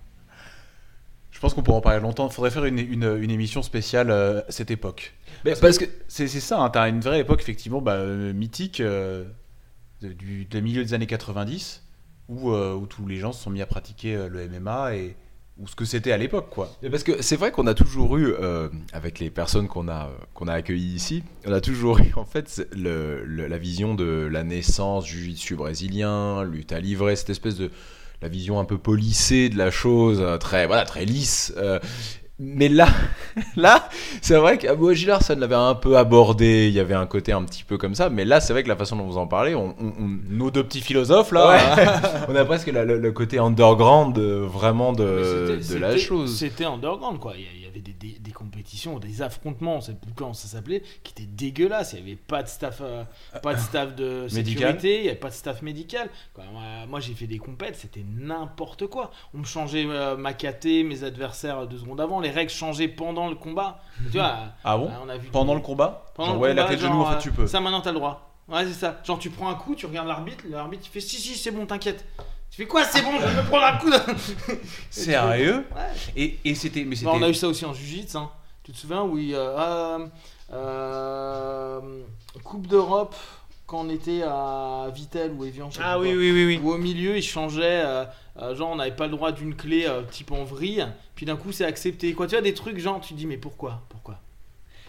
Je pense qu'on pourrait en parler longtemps. Il faudrait faire une, une, une émission spéciale euh, à cette époque. Mais parce que C'est c'est ça, hein, t'as une vraie époque effectivement bah, euh, mythique euh, de- du de milieu des années quatre-vingt-dix où, euh, où tous les gens se sont mis à pratiquer euh, le M M A et ou ce que c'était à l'époque quoi. Mais parce que c'est vrai qu'on a toujours eu, euh, avec les personnes qu'on a, euh, qu'on a accueillies ici, on a toujours eu en fait c'est le, le- la vision de la naissance du jiu-jitsu brésilien, lutte à livrer, cette espèce de la vision un peu polissée de la chose, euh, très voilà, très lisse. euh, mais là, là, c'est vrai que Abou Gilard, ça l'avait un peu abordé. Il y avait un côté un petit peu comme ça. Mais là, c'est vrai que la façon dont vous en parlez, on, on, on- Nos deux petits philosophes là. Ouais. on a presque la- le, le côté underground euh, vraiment Mais de, c'était- de la c'était- chose. C'était underground quoi. Il y a- il y avait des, des, des compétitions, des affrontements, on sait plus comment ça s'appelait, qui étaient dégueulasses. Il n'y avait pas de staff, euh, pas de staff de Médical. sécurité, il n'y avait pas de staff médical. Quoi, moi, moi, j'ai fait des compètes, c'était n'importe quoi. On me changeait euh, ma K T, mes adversaires euh, deux secondes avant. Les règles changeaient pendant le combat. Tu vois, Ah bon euh, on a vu Pendant des- le combat pendant Genre, le ouais, combat, la clé de genou genre, en fait tu euh, peux. Ça maintenant t'as le droit. Ouais, c'est ça. Genre tu prends un coup, tu regardes l'arbitre, l'arbitre il fait si si c'est bon, t'inquiète. Tu fais quoi, c'est bon, je vais me prendre un coup. de- Sérieux Ouais. Et, et c'était mais c'était Bah, on a eu ça aussi en Jiu-Jitsu. Hein. Tu te souviens où il, euh, euh, euh, Coupe d'Europe quand on était à Vittel ou Evian. je sais Ah plus oui, quoi. oui, oui, oui. Où au milieu ils changeaient, euh, euh, genre on n'avait pas le droit d'une clé euh, type en vrille, puis d'un coup c'est accepté. Quoi, tu vois des trucs genre tu te dis mais pourquoi, pourquoi, pourquoi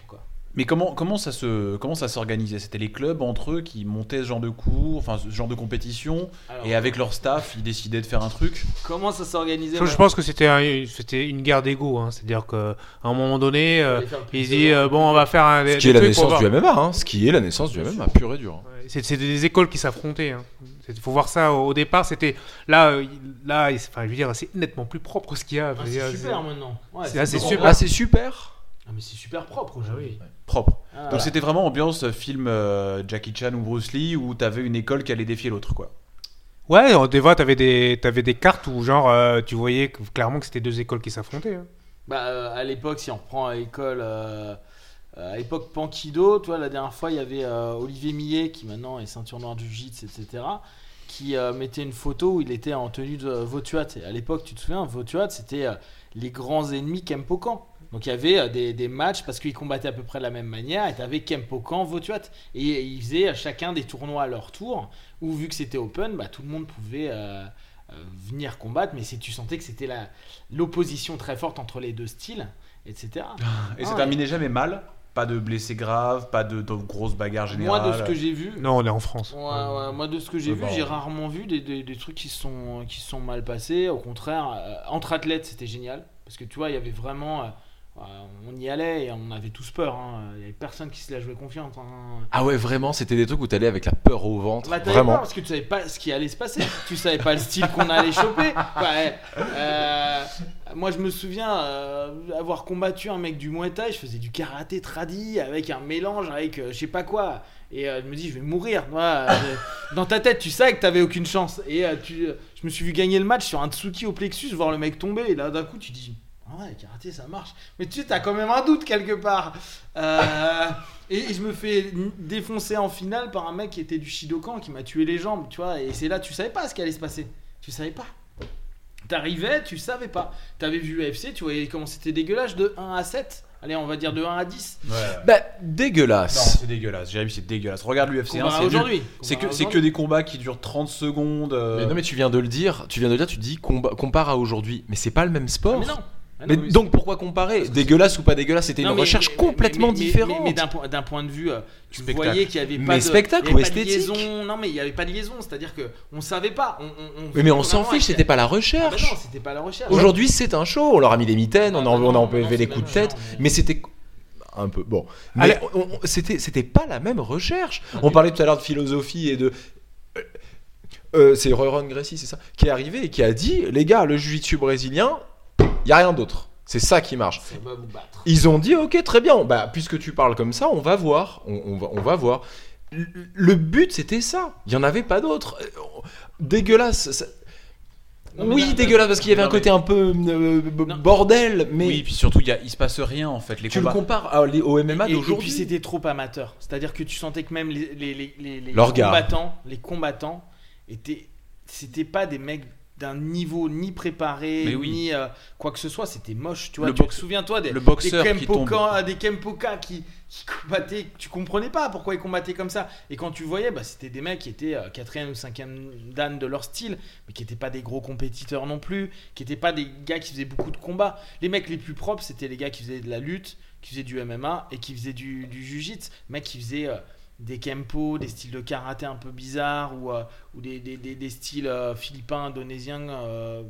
Mais comment, comment ça se, comment ça s'organisait? C'était les clubs entre eux qui montaient ce genre de cours, enfin ce genre de compétition, Alors, et avec leur staff, ils décidaient de faire un truc. Comment ça s'organisait? Je, je pense que c'était un- c'était une guerre d'ego, hein. C'est-à-dire qu'à un moment donné, euh, ils disent euh, bon, on va faire un. Ce des qui est la trucs pour naissance voir. du M M A, hein. Ce qui est la naissance du M M A, pur et dur. hein. Ouais, C'est c'est des écoles qui s'affrontaient. Hein. Il faut voir ça au, au départ. C'était là, euh, là, il- enfin, je veux dire, c'est nettement plus propre ce qu'il y a. Ah, Je veux dire, c'est super maintenant. Ouais, c'est- ah, c'est bon. super. Ah, c'est super. Ah, mais c'est super propre aujourd'hui. Propre. Ah, Donc voilà. c'était vraiment ambiance film euh, Jackie Chan ou Bruce Lee où t'avais une école qui allait défier l'autre, quoi. Ouais, en- des fois, t'avais des, t'avais des cartes où genre, euh, tu voyais que- clairement que c'était deux écoles qui s'affrontaient. Hein. Bah, euh, à l'époque, si on reprend à l'école, euh, euh, à l'époque Pankido, tu vois, la dernière fois, il y avait euh, Olivier Millet, qui maintenant est ceinture noire du jiu-jitsu, et cetera, qui euh, mettait une photo où il était en tenue de Votuat. Et à l'époque, tu te souviens, Votuat, c'était euh, les grands ennemis Kempokan. Donc il y avait euh, des, des matchs parce qu'ils combattaient à peu près de la même manière. Et tu avais Kempokan, Votuat. Et, et ils faisaient euh, chacun des tournois à leur tour. Où vu que c'était open, bah, tout le monde pouvait euh, euh, venir combattre. Mais si tu sentais que c'était la, l'opposition très forte entre les deux styles, et cetera. Et ça Ah, terminait jamais mal. Pas de blessés graves, pas de, de grosses bagarres Moi, générales. de ce que j'ai vu, Non, on est en France. ouais, ouais, moi de ce que j'ai Euh, vu, bon. j'ai rarement vu des, des, des trucs qui se sont qui se sont mal passés. Au contraire, euh, entre athlètes, c'était génial parce que tu vois, il y avait vraiment, euh, euh, on y allait et on avait tous peur. hein. Il y avait personne qui se la jouait confiante. hein. Ah ouais, vraiment, c'était des trucs où t'allais avec la peur au ventre. Bah, t'avais Vraiment. peur parce que tu savais pas ce qui allait se passer. Tu savais pas le style qu'on allait choper. Ouais, euh, moi, je me souviens euh, avoir combattu un mec du Muay Thai. Je faisais du karaté tradi avec un mélange avec euh, je sais pas quoi. Et euh, je me dis, je vais mourir. Moi, euh, dans ta tête, tu savais que t'avais aucune chance. Et euh, tu, je me suis vu gagner le match sur un Tsuki au plexus, voir le mec tomber. Et là, d'un coup, tu dis, ah ouais, karaté, ça marche. Mais tu sais, t'as quand même un doute quelque part. Euh, et, et je me fais défoncer en finale par un mec qui était du Shidokan, qui m'a tué les jambes, tu vois. Et c'est là, tu savais pas ce qui allait se passer. Tu savais pas. T'arrivais, tu savais pas. T'avais vu l'U F C, tu voyais comment c'était dégueulasse de un à sept. Allez, on va dire de un à dix. Ouais. Bah, Non, dégueulasse. c'est dégueulasse. Jérémy, c'est dégueulasse. Regarde l'U F C un, Comparé à c'est nul. aujourd'hui. C'est que, Comparé à c'est que aujourd'hui. des combats qui durent trente secondes. euh, Mais non, mais tu viens de le dire. Tu viens de le dire. Tu dis comba- compare à aujourd'hui. Mais c'est pas le même Ah, sport. mais non. Ah, Mais non, mais donc pourquoi comparer? Dégueulasse ou pas dégueulasse? C'était Non, une mais- recherche mais- complètement mais- mais- différente. Mais, mais d'un point, d'un point de vue, euh, tu Spectacle. voyais qu'il y avait pas Mais de spectacle il y ou avait pas de esthétique? liaison. Non, mais il y avait pas de liaison. C'est-à-dire que on savait pas. On, on, on- Oui, mais on s'en vraiment, fiche. C'était pas la Ah bah recherche. non, c'était pas la recherche. Aujourd'hui, c'est un show. On leur a mis des mitaines. On a, Ah bah on a non, enlevé non, les c'est coups de pas tête. chiant, mais- Mais c'était un peu bon. Mais Allez. on- on- c'était c'était pas la même recherche. Ah, On mais- parlait tout à l'heure de philosophie et de. Euh, euh, c'est Roy Gracie, c'est ça, qui est arrivé et qui a dit, les gars, le jiu-jitsu brésilien, il y a rien d'autre. C'est ça qui marche. Ça va vous battre. Ils ont dit, ok, très bien. Bah, puisque tu parles comme ça, on va voir. On, on va, on va voir. Le, le but, c'était ça. Il y en avait pas d'autre. Euh, Dégueulasse. ça- Non, mais Oui, là- dégueulasse parce qu'il y avait Non, un côté un peu euh, b- Non. bordel, mais Oui, puis surtout, il y a- il se passe rien en fait. Les tu combats. le compares à- au M M A Et, et d'aujourd'hui. puis c'était trop amateur. C'est-à-dire que tu sentais que même les, les, les, les, les Leurs gars. combattants, les combattants étaient, c'était pas des mecs d'un niveau ni préparé, Mais oui. ni euh, quoi que ce soit. C'était moche. Tu vois, Le tu box- te souviens-toi des, le boxeur des qui tombe. Kempoka, des Kempoka qui, qui combattaient. Tu comprenais pas pourquoi ils combattaient comme ça. Et quand tu voyais, bah, c'était des mecs qui étaient euh, quatrième ou cinquième dan de leur style, mais qui étaient pas des gros compétiteurs non plus, qui étaient pas des gars qui faisaient beaucoup de combats. Les mecs les plus propres, c'était les gars qui faisaient de la lutte, qui faisaient du M M A et qui faisaient du, du jiu-jitsu. Mecs qui faisaient euh, des kempo, des styles de karaté un peu bizarres ou, euh, ou des, des, des, des styles euh, philippins, indonésiens, euh,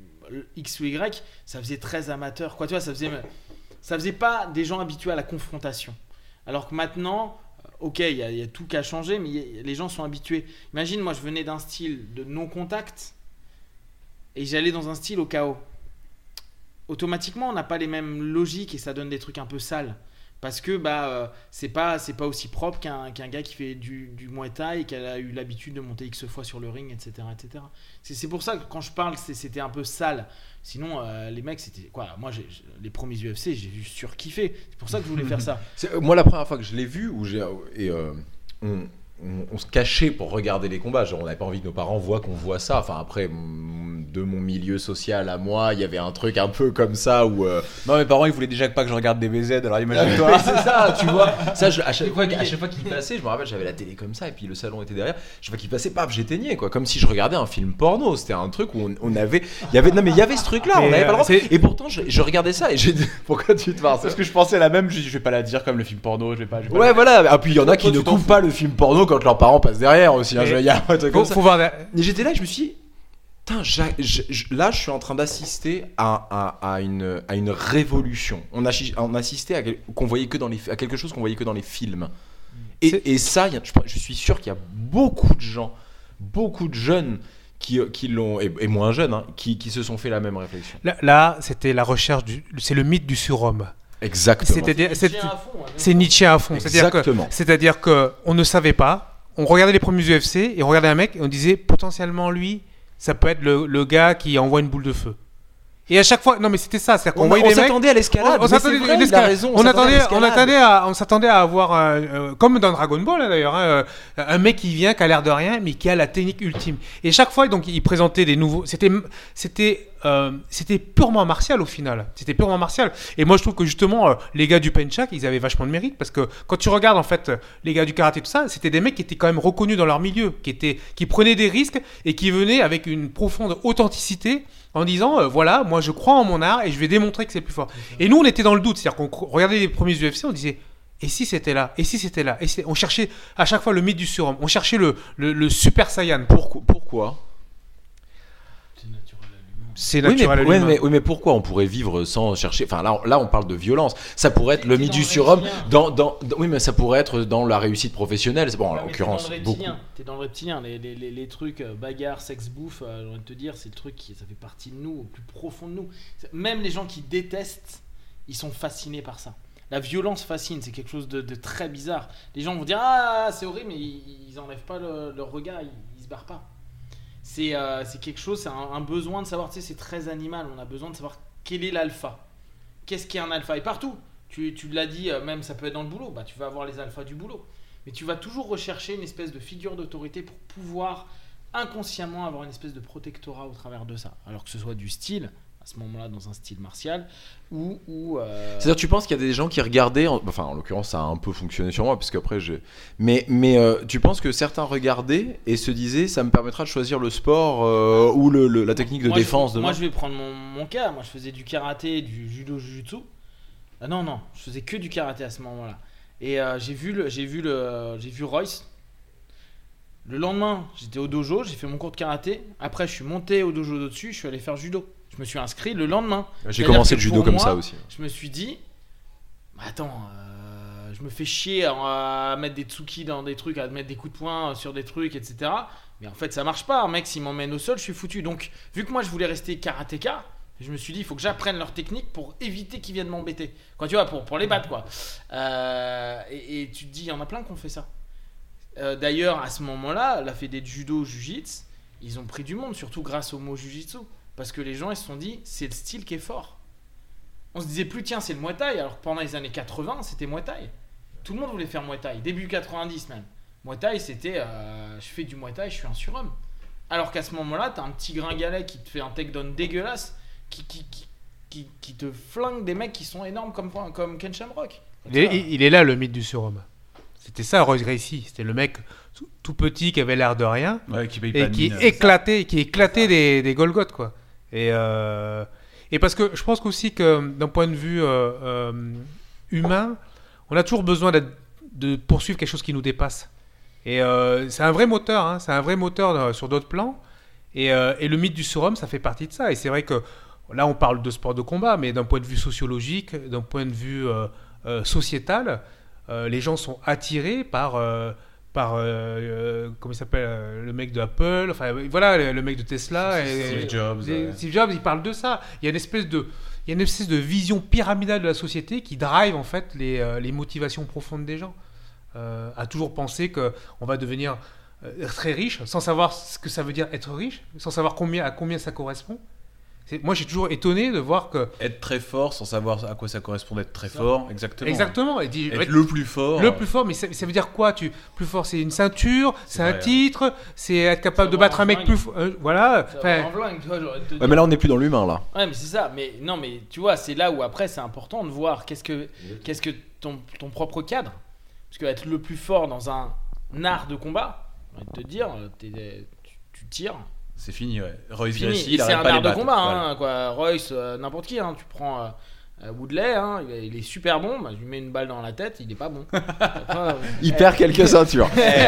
X ou Y. Ça faisait très amateur. Quoi, tu vois, ça faisait, ça faisait pas des gens habitués à la confrontation. Alors que maintenant, euh, ok, il y, a- il y a tout qui a changé, mais il y a- les gens sont habitués. Imagine, moi, je venais d'un style de non-contact et j'allais dans un style au K O. Automatiquement, on n'a pas les mêmes logiques et ça donne des trucs un peu sales. Parce que bah, euh, c'est pas, c'est pas aussi propre qu'un, qu'un gars qui fait du, du Muay Thai et qui a eu l'habitude de monter X fois sur le ring, et cetera et cetera. C'est, c'est pour ça que quand je parle, c'est- c'était un peu sale. Sinon, euh, les mecs, c'était quoi? Moi, j'ai, j'ai- les premiers U F C, j'ai juste surkiffé. C'est pour ça que je voulais faire ça. C'est- euh, moi, la première fois que je l'ai vu, où j'ai et euh, on- on, on se cachait pour regarder les combats. Genre, on n'avait pas envie que nos parents voient qu'on voit ça. Enfin, après, m- de mon milieu social à moi, il y avait un truc un peu comme ça où. Euh... Non, mes parents ils voulaient déjà pas que je regarde des B Z, alors imagine-toi. Ouais, c'est ça, tu vois. Ça, je- à chaque fois, à chaque fois qu'il passait, je me rappelle, j'avais la télé comme ça et puis le salon était derrière. Chaque fois qu'il passait, paf, j'éteignais quoi, comme si je regardais un film porno. C'était un truc où on, on avait, il y avait, non mais il y avait ce truc-là, on Et, n'avait pas le droit. c'est- Et pourtant, je, je regardais ça et j'ai dit, pourquoi tu te marres ça Parce que je pensais la même, je, je vais pas la dire comme le film porno, je vais pas. Je vais pas Ouais, la- voilà. Ah, puis il y en a qui Toi, ne tu t'en coupent fous. pas le film porno quand leurs parents passent derrière aussi. Hein, Et- je- il y a un truc Faut, comme ça. faut voir. Et j'étais là et je me suis dit, putain, j'a- je- je- là je suis en train d'assister à, à, à, une, à une révolution. On, a, chi- on assistait à, quel- qu'on voyait que dans les, à quelque chose qu'on voyait que dans les films. C'est- Et, et ça, il y a- je, je suis sûr qu'il y a beaucoup de gens, beaucoup de jeunes qui, qui l'ont, et, et moins jeunes, hein, qui, qui se sont fait la même réflexion. Là, là, c'était la recherche du. C'est le mythe du surhomme. Exactement. C'est-à-dire, c'est, Tiens à fond, hein, c'est Nietzsche à fond. C'est-à-dire que, Exactement. c'est-à-dire que on ne savait pas. On regardait les premiers U F C et on regardait un mec et on disait potentiellement lui, ça peut être le, le gars qui envoie une boule de feu. Et à chaque fois, non mais c'était ça, c'est-à-dire qu'on On, voyait on des mecs. s'attendait à l'escalade. On, on mais s'attendait c'est vrai, une il a escalade. raison, on, s'attendait à attendait, on l'escalade. attendait à, on s'attendait à avoir un, euh, comme dans Dragon Ball hein, d'ailleurs, hein, euh, un mec qui vient, qui a l'air de rien, mais qui a la technique ultime. Et chaque fois, donc, il présentait des nouveaux. C'était, c'était, euh, c'était purement martial au final. C'était purement martial. Et moi, je trouve que justement, euh, les gars du Penchak, ils avaient vachement de mérite parce que quand tu regardes en fait les gars du karaté tout ça, c'était des mecs qui étaient quand même reconnus dans leur milieu, qui étaient, qui prenaient des risques et qui venaient avec une profonde authenticité. En disant, euh, voilà, moi je crois en mon art et je vais démontrer que c'est plus fort. Et nous, on était dans le doute. C'est-à-dire qu'on cro- regardait les premiers U F C, on disait, et si c'était là Et si c'était là et si... On cherchait à chaque fois le mythe du surhomme. On cherchait le, le, le super saiyan. Pourquoi, pourquoi C'est naturel à l'humain. C'est Oui mais, naturel à oui, l'humain. mais, oui, mais pourquoi on pourrait vivre sans chercher. Enfin, là, on- là, on parle de violence. Ça pourrait être le T'es mythe dans du le surhomme. reptilien. Dans, dans, dans- oui, mais ça pourrait être dans la réussite professionnelle. C'est bon, en Ouais, mais l'occurrence, t'es dans le beaucoup. reptilien. T'es dans le reptilien. Les, les, les, les trucs euh, bagarre, sexe, bouffe, euh, j'ai envie de te dire, c'est le truc qui ça fait partie de nous, au plus profond de nous. C'est- Même les gens qui détestent, ils sont fascinés par ça. La violence fascine, c'est quelque chose de, de très bizarre. Les gens vont dire ah c'est horrible, mais ils, ils enlèvent pas le- leur regard, ils, ils se barrent pas. C'est euh, c'est quelque chose, c'est un, un besoin de savoir. Tu sais, c'est très animal. On a besoin de savoir quel est l'alpha. Qu'est-ce qu'est un alpha? Et partout. Tu, tu l'as dit, euh, même ça peut être dans le boulot. Bah, tu vas avoir les alphas du boulot. Mais tu vas toujours rechercher une espèce de figure d'autorité pour pouvoir inconsciemment avoir une espèce de protectorat au travers de ça. Alors que ce soit du style, à ce moment-là, dans un style martial, ou. ou euh, C'est-à-dire, tu penses qu'il y a des gens qui regardaient, en- enfin, en l'occurrence, ça a un peu fonctionné sur moi, parce qu'après, j'ai. Mais, mais euh, tu penses que certains regardaient et se disaient, ça me permettra de choisir le sport euh, ou le, le- la technique de moi, je- défense demain. Moi, je vais prendre mon, mon cas. Moi, je faisais du karaté, du judo, jujutsu. Ah non, non, je faisais que du karaté à ce moment-là. Et euh, j'ai vu le, j'ai vu le, j'ai vu Royce. Le lendemain, j'étais au dojo, j'ai fait mon cours de karaté. Après, je suis monté au dojo d'au-dessus, je suis allé faire judo. Je me suis inscrit le lendemain. J'ai C'est-à-dire commencé que le judo pour comme moi, ça aussi. Je me suis dit, bah attends, euh, je me fais chier à, à mettre des tsuki dans des trucs, à mettre des coups de poing sur des trucs, et cetera. Mais en fait, ça marche pas. Un mec, s'il m'emmène au sol, je suis foutu. Donc, vu que moi, je voulais rester karatéka, je me suis dit, il faut que j'apprenne leur technique pour éviter qu'ils viennent m'embêter. Quoi, tu vois, pour, pour les battre, quoi. Euh, et, et tu te dis, il y en a plein qui ont fait ça. Euh, D'ailleurs, à ce moment-là, la fédé de judo, jujitsu, ils ont pris du monde, surtout grâce au mot jujitsu. Parce que les gens, ils se sont dit, c'est le style qui est fort. On se disait plus, tiens, c'est le Muay Thai, alors que pendant les années quatre-vingts, c'était Muay Thai. Tout le monde voulait faire Muay Thai, début quatre-vingt-dix même. Muay Thai, c'était, euh, je fais du Muay Thai, je suis un surhomme. Alors qu'à ce moment-là, t'as un petit gringalet qui te fait un takedown dégueulasse, qui, qui, qui, qui, qui te flingue des mecs qui sont énormes comme, comme Ken Shamrock. Il est, il- il est là le mythe du surhomme. C'était ça, Royce Gracie. C'était le mec tout, tout petit qui avait l'air de rien Ouais, qui paye pas et de qui mine. éclatait, qui éclatait des, des Golgoth, quoi. Et, euh, et parce que je pense qu'aussi que d'un point de vue euh, euh, humain, on a toujours besoin d'être- de poursuivre quelque chose qui nous dépasse. Et euh, c'est un vrai moteur, hein, c'est un vrai moteur euh, sur d'autres plans. Et, euh, et le mythe du surhomme, ça fait partie de ça. Et c'est vrai que là, on parle de sport de combat, mais d'un point de vue sociologique, d'un point de vue euh, euh, sociétal, euh, les gens sont attirés par, euh, par euh, euh, comment il s'appelle, euh, le mec de Apple, enfin voilà, le, le mec de Tesla. Et, Steve Jobs, et- ouais. Steve Jobs, il parle de ça. Il y a une espèce de, il y a une espèce de vision pyramidale de la société qui drive en fait les, euh, les motivations profondes des gens. Euh, à toujours penser que on va devenir euh, très riche sans savoir ce que ça veut dire être riche, sans savoir combien, à combien ça correspond. C'est, moi, j'ai toujours étonné de voir que. Être très fort sans savoir à quoi ça correspond d'être très fort, exactement. Exactement. Et dit, Être le plus fort. Le plus fort, mais ça, ça veut dire quoi tu, plus fort, c'est une ceinture, c'est, C'est un vrai. titre, c'est être capable C'est de avoir battre un un mec flingue. plus fort. Euh, voilà. Ça Enfin, va en flingue, tu vois, j'aurais te Ouais, dire. mais là, on n'est plus dans l'humain, là. Ouais, mais c'est ça. Mais non, mais tu vois, c'est là où après, c'est important de voir qu'est-ce que, qu'est-ce que ton, ton propre cadre. Parce que être le plus fort dans un art de combat, j'ai envie de te dire, t'es- tu, tu tires. C'est fini, ouais. Royce Fini. Gracie, Et il c'est arrête un pas art les de battre. combat, Voilà. hein, quoi. Royce, euh, n'importe qui. Hein. Tu prends euh, euh, Woodley, hein, il, est- il est super bon. Bah, je lui mets une balle dans la tête, il est pas bon. Après, euh, Il perd quelques ceintures.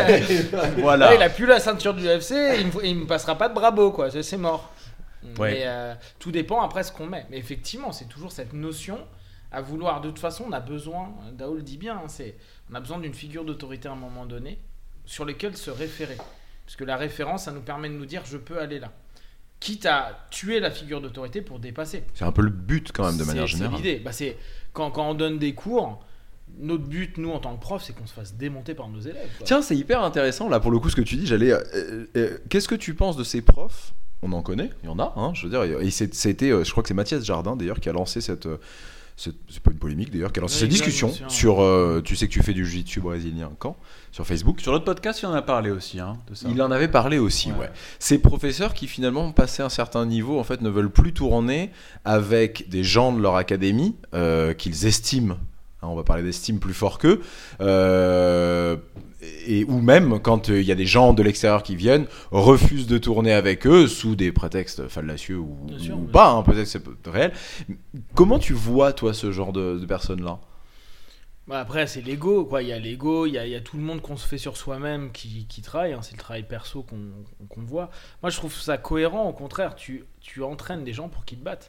Voilà. là, il a plus la ceinture du U F C, il me, il me passera pas de Bravo, quoi. C'est, c'est mort. Ouais. Mais euh, tout dépend après ce qu'on met. Mais effectivement, c'est toujours cette notion à vouloir. De toute façon, on a besoin, Dao le dit bien, hein, c'est, on a besoin d'une figure d'autorité à un moment donné sur laquelle se référer. Parce que la référence, ça nous permet de nous dire je peux aller là. Quitte à tuer la figure d'autorité pour dépasser. C'est un peu le but, quand même, de C'est- manière générale. C'est l'idée. Bah, c'est, quand, quand on donne des cours, notre but, nous, en tant que prof, c'est qu'on se fasse démonter par nos élèves. quoi. Tiens, c'est hyper intéressant, là, pour le coup, ce que tu dis. J'allais. euh, euh, qu'est-ce que tu penses de ces profs? On en connaît, il y en a, hein, je veux dire. Et c'est- c'était, euh, je crois que c'est Mathias Jardin, d'ailleurs, qui a lancé cette. euh, cette- c'est pas une polémique, d'ailleurs, qui a lancé Oui, cette bien discussion sûr. sur. euh, tu sais que tu fais du jiu-jitsu brésilien quand? Sur Facebook. Sur notre podcast, il en a parlé aussi, hein, de ça. Il en avait parlé aussi, ouais. Ouais. Ces professeurs qui finalement passé un certain niveau, en fait, ne veulent plus tourner avec des gens de leur académie euh, qu'ils estiment. Hein, on va parler d'estime plus fort qu'eux. Euh, et ou même quand il euh, y a des gens de l'extérieur qui viennent, refusent de tourner avec eux sous des prétextes fallacieux ou, Bien sûr, ou bien pas. Hein, peut-être que c'est réel. Comment tu vois toi ce genre de, de personnes-là? Bah après, c'est l'ego, quoi. Il y a l'ego, il y a, il y a tout le monde qu'on se fait sur soi-même qui, qui travaille. Hein. C'est le travail perso qu'on, qu'on voit. Moi, je trouve ça cohérent. Au contraire, tu, tu entraînes des gens pour qu'ils te battent.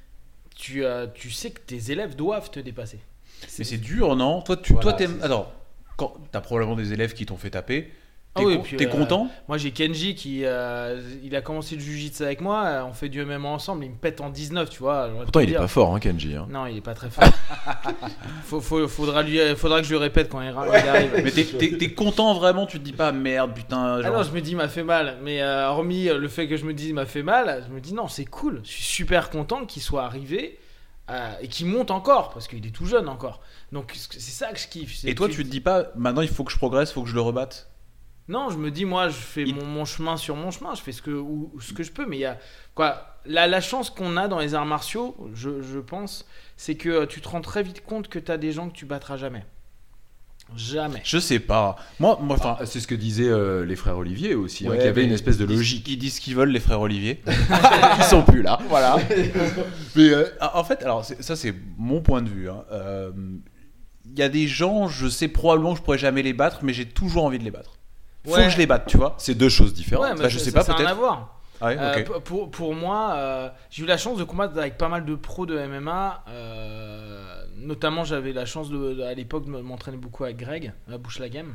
Tu, euh, tu sais que tes élèves doivent te dépasser. Mais c'est dur, non? Toi, tu, Voilà, toi, t'aimes. c'est- Alors, quand t'as probablement des élèves qui t'ont fait taper. Ah T'es, oui, con- puis, t'es euh, content? Moi, j'ai Kenji qui euh, il a commencé le jiu-jitsu avec moi. euh, On fait du M M A ensemble. Il me pète en dix-neuf, tu vois. j'aurais Pourtant, pu il est dire. pas fort, hein, Kenji. Hein. Non, il est pas très fort. faut, faut- faudra, lui, faudra que je lui répète quand il, il arrive. Mais t'es, t'es- t'es content vraiment? Tu te dis pas merde, putain. Ah Genre... non, je me dis, il m'a fait mal. Mais euh, hormis le fait que je me dise, il m'a fait mal, je me dis, non, c'est cool. Je suis super content qu'il soit arrivé euh, et qu'il monte encore, parce qu'il est tout jeune encore. Donc, c'est ça que je kiffe. C'est Et toi, que tu te dis pas maintenant il faut que je progresse, faut que je le rebatte? Non, je me dis, moi, je fais Il- mon, mon chemin sur mon chemin. Je fais ce que, ou, ou ce que je peux. Mais il y a. Quoi, la, la chance qu'on a dans les arts martiaux, je, je pense, c'est que tu te rends très vite compte que tu as des gens que tu battras jamais. Jamais. Je sais pas. Moi, moi, enfin. Ah, c'est ce que disaient euh, les frères Olivier aussi, hein, Ouais, qu'il y avait mais une espèce de ils disent- logique. Ils disent ce qu'ils veulent, les frères Olivier. Ils sont plus là. Voilà. Mais euh, en fait, alors c'est- ça c'est mon point de vue. hein. Euh, Il y a des gens, je sais probablement que je pourrais jamais les battre, mais j'ai toujours envie de les battre. Faut Ouais. que je les batte, tu vois. C'est deux choses différentes. Ouais, mais bah, je ça- sais ça- pas, ça a rien peut-être. à voir. Ah ouais, Euh, ok. p- pour, pour moi, euh, j'ai eu la chance de combattre avec pas mal de pros de M M A. euh, notamment, j'avais la chance de, de- à l'époque de m'entraîner beaucoup avec Greg, à Bush la Game.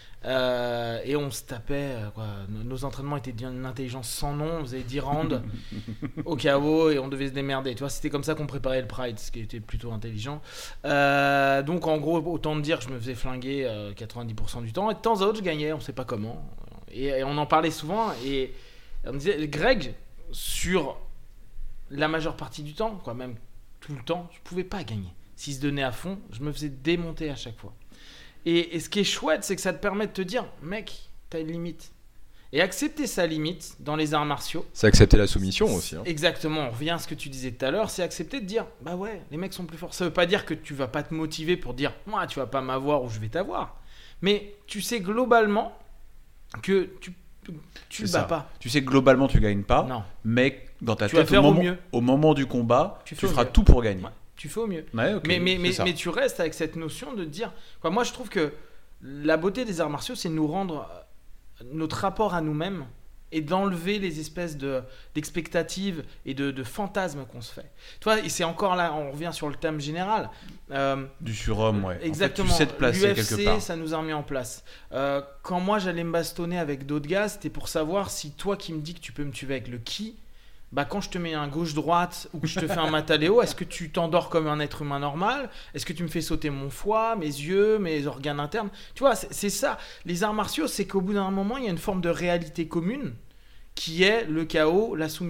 Euh, et on se tapait, euh, quoi. Nos, nos entraînements étaient d'une intelligence sans nom. On faisait dix rounds au K O et on devait se démerder. Tu vois, c'était comme ça qu'on préparait le Pride, ce qui était plutôt intelligent. Euh, donc, en gros, autant te dire que je me faisais flinguer euh, quatre-vingt-dix pour cent du temps. Et de temps à autre, je gagnais, on sait pas comment. Et, et on en parlait souvent. Et on me disait, Greg, sur la majeure partie du temps, quoi, même tout le temps, je pouvais pas gagner. S'il se donnait à fond, je me faisais démonter à chaque fois. Et, et ce qui est chouette, c'est que ça te permet de te dire, mec, t'as une limite. Et accepter sa limite dans les arts martiaux. C'est accepter la soumission aussi. Hein. Exactement, on revient à ce que tu disais tout à l'heure, c'est accepter de dire, bah ouais, les mecs sont plus forts. Ça veut pas dire que tu vas pas te motiver pour dire, moi, tu vas pas m'avoir ou je vais t'avoir. Mais tu sais globalement que tu, tu le C'est bats ça. pas. Tu sais que globalement tu gagnes pas, Non, mais dans ta Tu vas tête, faire au au moment, mieux. au moment du combat, Tu tu, fais au feras mieux. tout pour gagner. Ouais. tu fais au mieux. Ouais, ok, mais, mais, c'est mais, ça. mais tu restes avec cette notion de dire. Quoi, moi, je trouve que la beauté des arts martiaux, c'est de nous rendre euh, notre rapport à nous-mêmes et d'enlever les espèces de, d'expectatives et de, de fantasmes qu'on se fait. Toi, et c'est encore là, on revient sur le thème général. Euh, Du surhomme, ouais. Exactement. En fait, tu sais te placer L'U F C, quelque part. ça nous a remis en place. Euh, quand moi j'allais me bastonner avec d'autres gars, c'était pour savoir si toi qui me dis que tu peux me tuer avec le ki, bah quand je te mets un gauche-droite ou que je te fais un mataleo, est-ce que tu t'endors comme un être humain normal? Est-ce que tu me fais sauter mon foie, mes yeux, mes organes internes? Tu vois, c'est, c'est ça. Les arts martiaux, c'est qu'au bout d'un moment, il y a une forme de réalité commune qui est le chaos, la soumission.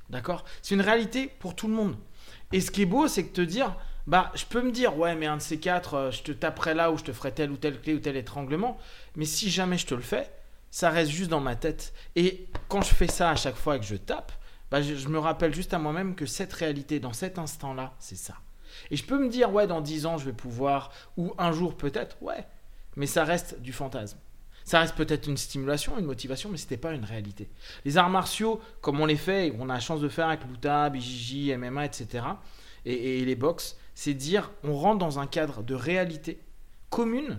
D'accord ? C'est une réalité pour tout le monde. Et ce qui est beau, c'est que te dire, bah, je peux me dire, ouais, mais un de ces quatre, euh, je te taperai là ou je te ferai telle ou telle clé ou tel étranglement. Mais si jamais je te le fais, ça reste juste dans ma tête. Et quand je fais ça à chaque fois que je tape, bah, je, je me rappelle juste à moi-même que cette réalité, dans cet instant-là, c'est ça. Et je peux me dire, ouais, dans dix ans, je vais pouvoir, ou un jour peut-être, ouais. Mais ça reste du fantasme. Ça reste peut-être une stimulation, une motivation, mais ce n'était pas une réalité. Les arts martiaux, comme on les fait, on a la chance de faire avec l'Uta, B J J, M M A, et cetera, et, et les box, c'est dire, on rentre dans un cadre de réalité commune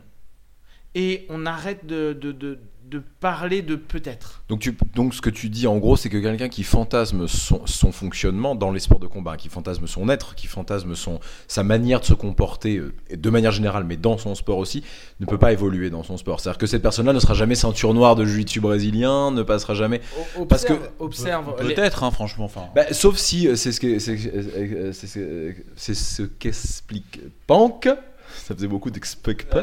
et on arrête de, de, de, de parler de peut-être. Donc, tu, donc ce que tu dis en gros, c'est que quelqu'un qui fantasme son, son fonctionnement dans les sports de combat, qui fantasme son être, qui fantasme son, sa manière de se comporter euh, de manière générale, mais dans son sport aussi, ne peut pas évoluer dans son sport. C'est-à-dire que cette personne-là ne sera jamais ceinture noire de jiu-jitsu brésilien, ne passera jamais... O- Parce que- observe, observe les- Peut-être, hein, franchement. Enfin, Bah, sauf si euh, c'est ce que c'est, euh, c'est, c'est, c'est ce qu'explique Pank. Ça faisait beaucoup d'explique pas.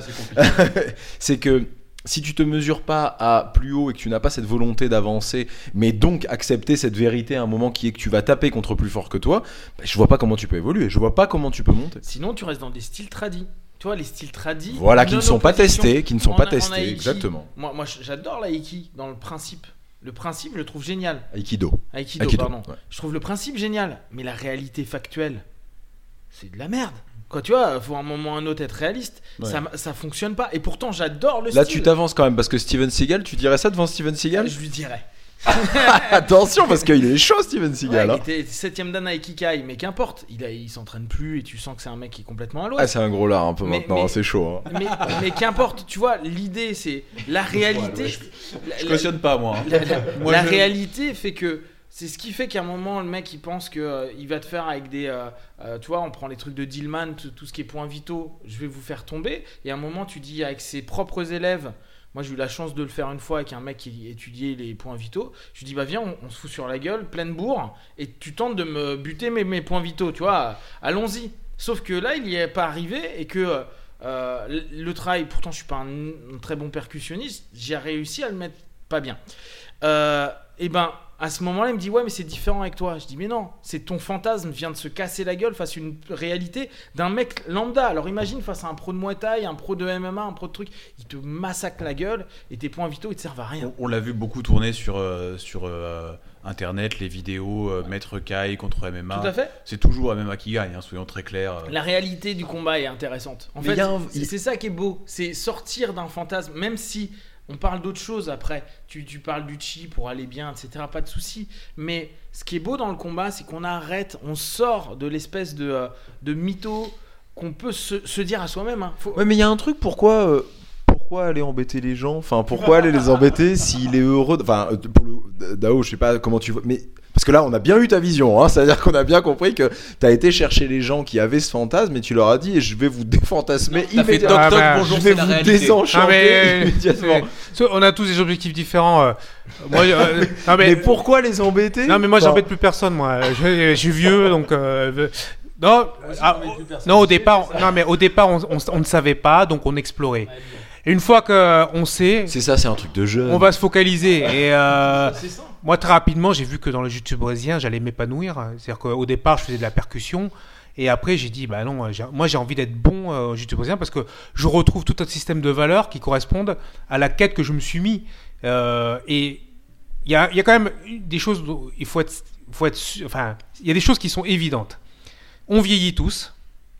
C'est que si tu te mesures pas à plus haut et que tu n'as pas cette volonté d'avancer, mais donc accepter cette vérité à un moment qui est que tu vas taper contre plus fort que toi, bah, je vois pas comment tu peux évoluer. Je vois pas comment tu peux monter. Sinon, tu restes dans des styles tradis. Tu vois, les styles tradis. Voilà, qui ne sont pas non-opposition. testés, qui ne sont En- pas en testés, Aiki, exactement. Moi, moi, j'adore l'aiki dans le principe. Le principe, je le trouve génial. Aikido. Aikido, Aikido, pardon. ouais. Je trouve le principe génial, mais la réalité factuelle, c'est de la merde. Quoi, tu vois, faut à un moment ou un autre être réaliste. Ouais. Ça, ça fonctionne pas. Et pourtant, j'adore le Là, style. tu t'avances quand même parce que Steven Seagal, tu dirais ça devant Steven Seagal? Je lui dirais. Attention, parce qu'il est chaud, Steven Seagal. Ouais, hein. il était septième dan à Ikikai, mais qu'importe. Il, a, il s'entraîne plus et tu sens que c'est un mec qui est complètement à l'ouest. Ah, c'est un gros lard un peu Mais- maintenant, mais- hein, c'est chaud. hein. mais mais qu'importe, tu vois, l'idée, c'est la réalité. la- je la- cautionne pas, moi. hein. La, la- Moi, la je- réalité fait que c'est ce qui fait qu'à un moment le mec il pense que euh, il va te faire avec des euh, euh, tu vois, on prend les trucs de Dillman, tout, tout ce qui est points vitaux, je vais vous faire tomber, et à un moment tu dis avec ses propres élèves. Moi j'ai eu la chance de le faire une fois avec un mec qui étudiait les points vitaux. Je lui dis bah viens, on, on se fout sur la gueule, pleine bourre, et tu tentes de me buter mes, mes points vitaux, tu vois, allons-y. Sauf que là il n'y est pas arrivé et que euh, le, le travail, pourtant je suis pas un, un très bon percussionniste, j'ai réussi à le mettre pas bien. Euh, et ben à ce moment-là, il me dit ouais mais c'est différent avec toi. Je dis mais non, c'est ton fantasme vient de se casser la gueule face à une réalité d'un mec lambda. Alors imagine face à un pro de Muay Thai, un pro de M M A, un pro de truc, il te massacre la gueule et tes points vitaux ils te servent à rien. On, on l'a vu beaucoup tourner sur, euh, sur euh, internet, les vidéos, euh, Maître Kai contre M M A. Tout à fait. C'est toujours M M A qui gagne, hein, soyons très clairs. La réalité du combat est intéressante. En Mais fait, y a un- c'est, c'est ça qui est beau, c'est sortir d'un fantasme, même si on parle d'autre chose après. Tu, tu parles du chi pour aller bien, et cetera. Pas de souci. Mais ce qui est beau dans le combat, c'est qu'on arrête, on sort de l'espèce de, euh, de mytho qu'on peut se, se dire à soi-même. hein. Faut- Ouais, mais il y a un truc, pourquoi, euh, pourquoi aller embêter les gens? Enfin, pourquoi aller les embêter s'il est heureux? Enfin, euh, pour le Dao, je sais pas comment tu vois, mais parce que là, on a bien eu ta vision, hein, c'est-à-dire qu'on a bien compris que t'as été chercher les gens qui avaient ce fantasme et tu leur as dit, je vais vous défantasmer T'as fait immédiatement. toc toc, Ah bah, bonjour, je vais c'est la vous réalité. désenchanter Non, mais- immédiatement. C'est- On a tous des objectifs différents. euh. Moi, euh, non, Mais, mais, pourquoi les embêter? non, mais moi, Enfin, j'embête plus personne, moi. Je, je suis vieux, donc. euh, non, ah, non, au départ, non, mais au départ, on, on- on ne savait pas, donc on explorait. Et une fois qu'on sait, C'est ça, c'est un truc de jeune. on va se focaliser. Et euh, C'est ça. moi, très rapidement, j'ai vu que dans le jiu-jitsu brésilien, j'allais m'épanouir. C'est-à-dire qu'au départ, je faisais de la percussion. Et après, j'ai dit, bah non, j'ai- moi, j'ai envie d'être bon euh, au jiu-jitsu brésilien parce que je retrouve tout un système de valeurs qui correspondent à la quête que je me suis mis. Euh, et il y a, il y a quand même des choses, dont il faut être, faut être, su- enfin, il y a des choses qui sont évidentes. On vieillit tous.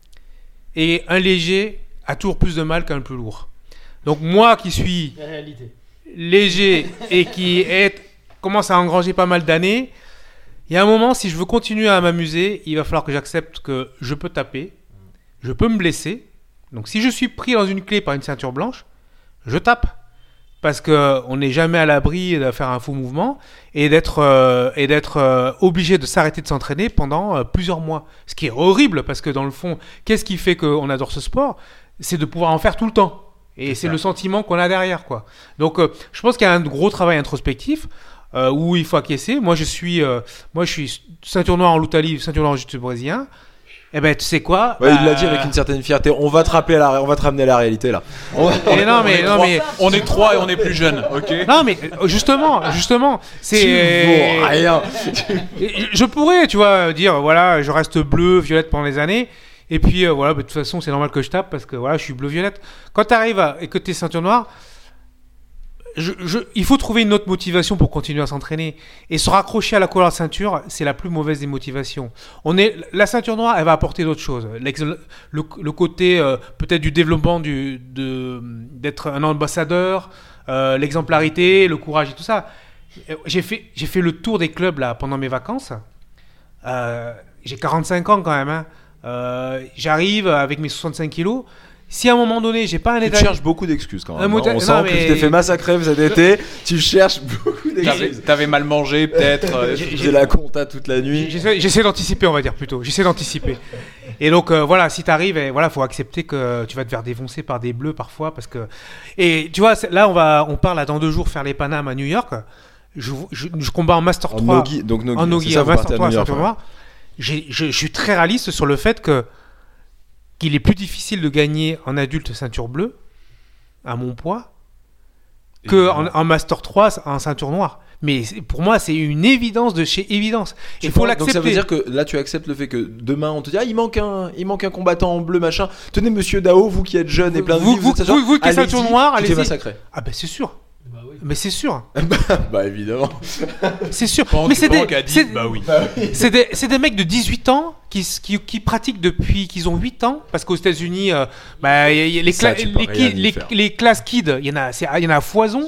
Et un léger a toujours plus de mal qu'un plus lourd. Donc moi qui suis La réalité. léger et qui est, commence à engranger pas mal d'années, il y a un moment, si je veux continuer à m'amuser, il va falloir que j'accepte que je peux taper, je peux me blesser. Donc si je suis pris dans une clé par une ceinture blanche, je tape. Parce qu'on n'est jamais à l'abri de faire un faux mouvement et d'être, euh, et d'être euh, obligé de s'arrêter de s'entraîner pendant euh, plusieurs mois. Ce qui est horrible parce que dans le fond, qu'est-ce qui fait qu'on adore ce sport? C'est de pouvoir en faire tout le temps. Et c'est, c'est le sentiment qu'on a derrière, quoi. Donc, euh, je pense qu'il y a un gros travail introspectif euh, où il faut acquiescer. Moi, je suis, euh, moi, je suis ceinture noire en lutte livre, ceinture noire en jiu-jitsu brésilien. Eh ben, tu sais quoi Ouais, il l'a euh, dit avec une certaine fierté. On va te rappeler à la, on va te ramener à la réalité là. On va- et non, mais, non, mais, On est trois et on est plus jeunes, ok. non, mais euh, justement, justement, c'est. Tu vaux rien. Et Je pourrais, tu vois, dire voilà, je reste bleu, violette pendant les années. Et puis euh, voilà, bah, de toute façon, c'est normal que je tape parce que voilà, je suis bleu-violette. Quand tu arrives à, et que tu es ceinture noire, je, je, il faut trouver une autre motivation pour continuer à s'entraîner. Et se raccrocher à la couleur de ceinture, c'est la plus mauvaise des motivations. On est, la ceinture noire, elle va apporter d'autres choses. L'ex- Le, le côté euh, peut-être du développement du, de, d'être un ambassadeur, euh, l'exemplarité, le courage et tout ça. J'ai fait, j'ai fait le tour des clubs là, pendant mes vacances. Euh, j'ai quarante-cinq ans quand même. Hein. Euh, j'arrive avec mes soixante-cinq kilos. Si à un moment donné, j'ai pas un Tu état. cherches beaucoup d'excuses quand Un même. mota- hein. On non, sent mais- que tu t'es fait massacrer cet été. Tu cherches beaucoup T'avais, d'excuses. t'avais mal mangé, peut-être. euh, J'ai- J'ai la compta toute la nuit. J'essaie, j'essaie d'anticiper, on va dire plutôt. J'essaie d'anticiper. Et donc euh, voilà, si t'arrives, et voilà, faut accepter que tu vas te faire défoncer par des bleus parfois, parce que. Et tu vois, c'est- là, on va, on part là dans deux jours faire les Panames à New York. Je, je, je combats en Master En trois. Nogi, donc Nogi. En c'est Nogi, ça, en vous Master partez à trois, New York, ceinture ouais. noire. J'ai- je, je suis très réaliste sur le fait que qu'il est plus difficile de gagner en adulte ceinture bleue à mon poids que en, en Master trois en ceinture noire. Mais c'est- pour moi, c'est une évidence de chez évidence. Tu Il faut penses- l'accepter. Donc ça veut dire que là tu acceptes le fait que demain on te dit ah il manque un il manque un combattant en bleu machin. Tenez monsieur Dao, vous qui êtes jeune et plein de Vous- vie, vous- êtes ça, vous- genre, vous qui êtes allez-y, ceinture noire, tu t'es allez-y. massacré. Ah ben c'est sûr. Bah oui. Mais c'est sûr. Bah évidemment. C'est sûr. Pank- Mais c'est des, Pank a dit, c'est- bah oui. c'est des, c'est des mecs de dix-huit ans qui, s- qui, qui pratiquent depuis qu'ils ont huit ans. Parce qu'aux États-Unis, euh, bah, y a- y a les, Ça, cla- tu peux les, rien ki- y les, faire. les classes kids, il y en a, c'est- il y en a à foison.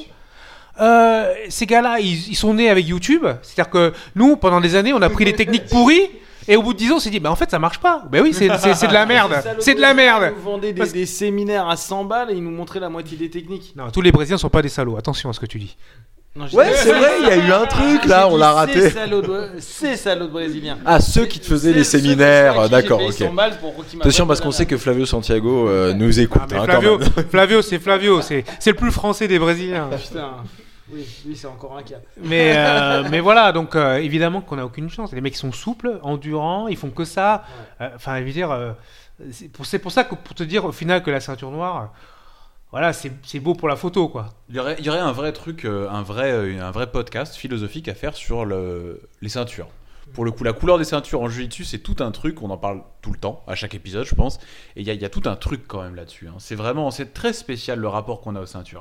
Euh, ces gars-là, ils, ils sont nés avec YouTube. C'est-à-dire que nous, pendant des années, on a pris les techniques pourries. Et au bout de dix ans, on s'est dit, bah en fait, ça marche pas. Ben oui, c'est, c'est, c'est de la merde. C'est de la merde. Ils nous vendaient des, Parce- des séminaires à cent balles et ils nous montraient la moitié des techniques. Non, tous les Brésiliens sont pas des salauds. Attention à ce que tu dis. Non, j'ai Ouais, dit- c'est vrai, il y a eu un truc là, J'ai on dit, l'a raté. Ces salauds de, ces salauds de Brésiliens. Ah ceux qui te faisaient C'est les ceux- ceux séminaires, à qui d'accord, j'ai ok. payé cent balles pour Rocky Attention Mamadou parce qu'on Lala. sait que Flavio Santiago euh, nous écoute. Ah, mais hein, quand Flavio, même. Flavio, c'est Flavio. C'est, c'est le plus français des Brésiliens. Putain, oui, lui c'est encore un cas. Mais, euh, mais voilà, donc euh, évidemment qu'on n'a aucune chance. Les mecs qui sont souples, endurants, ils font que ça. Euh, Enfin, je veux dire, euh, c'est, pour, c'est pour ça que pour te dire au final que la ceinture noire, euh, voilà, c'est, c'est beau pour la photo, quoi. Il y aurait, il y aurait un vrai truc, euh, un vrai, euh, un vrai podcast philosophique à faire sur le, les ceintures. Pour le coup, la couleur des ceintures en jiu-jitsu, c'est tout un truc. On en parle tout le temps, à chaque épisode, je pense. Et il y, a- il y a tout un truc quand même là-dessus. hein. C'est vraiment, c'est très spécial le rapport qu'on a aux ceintures.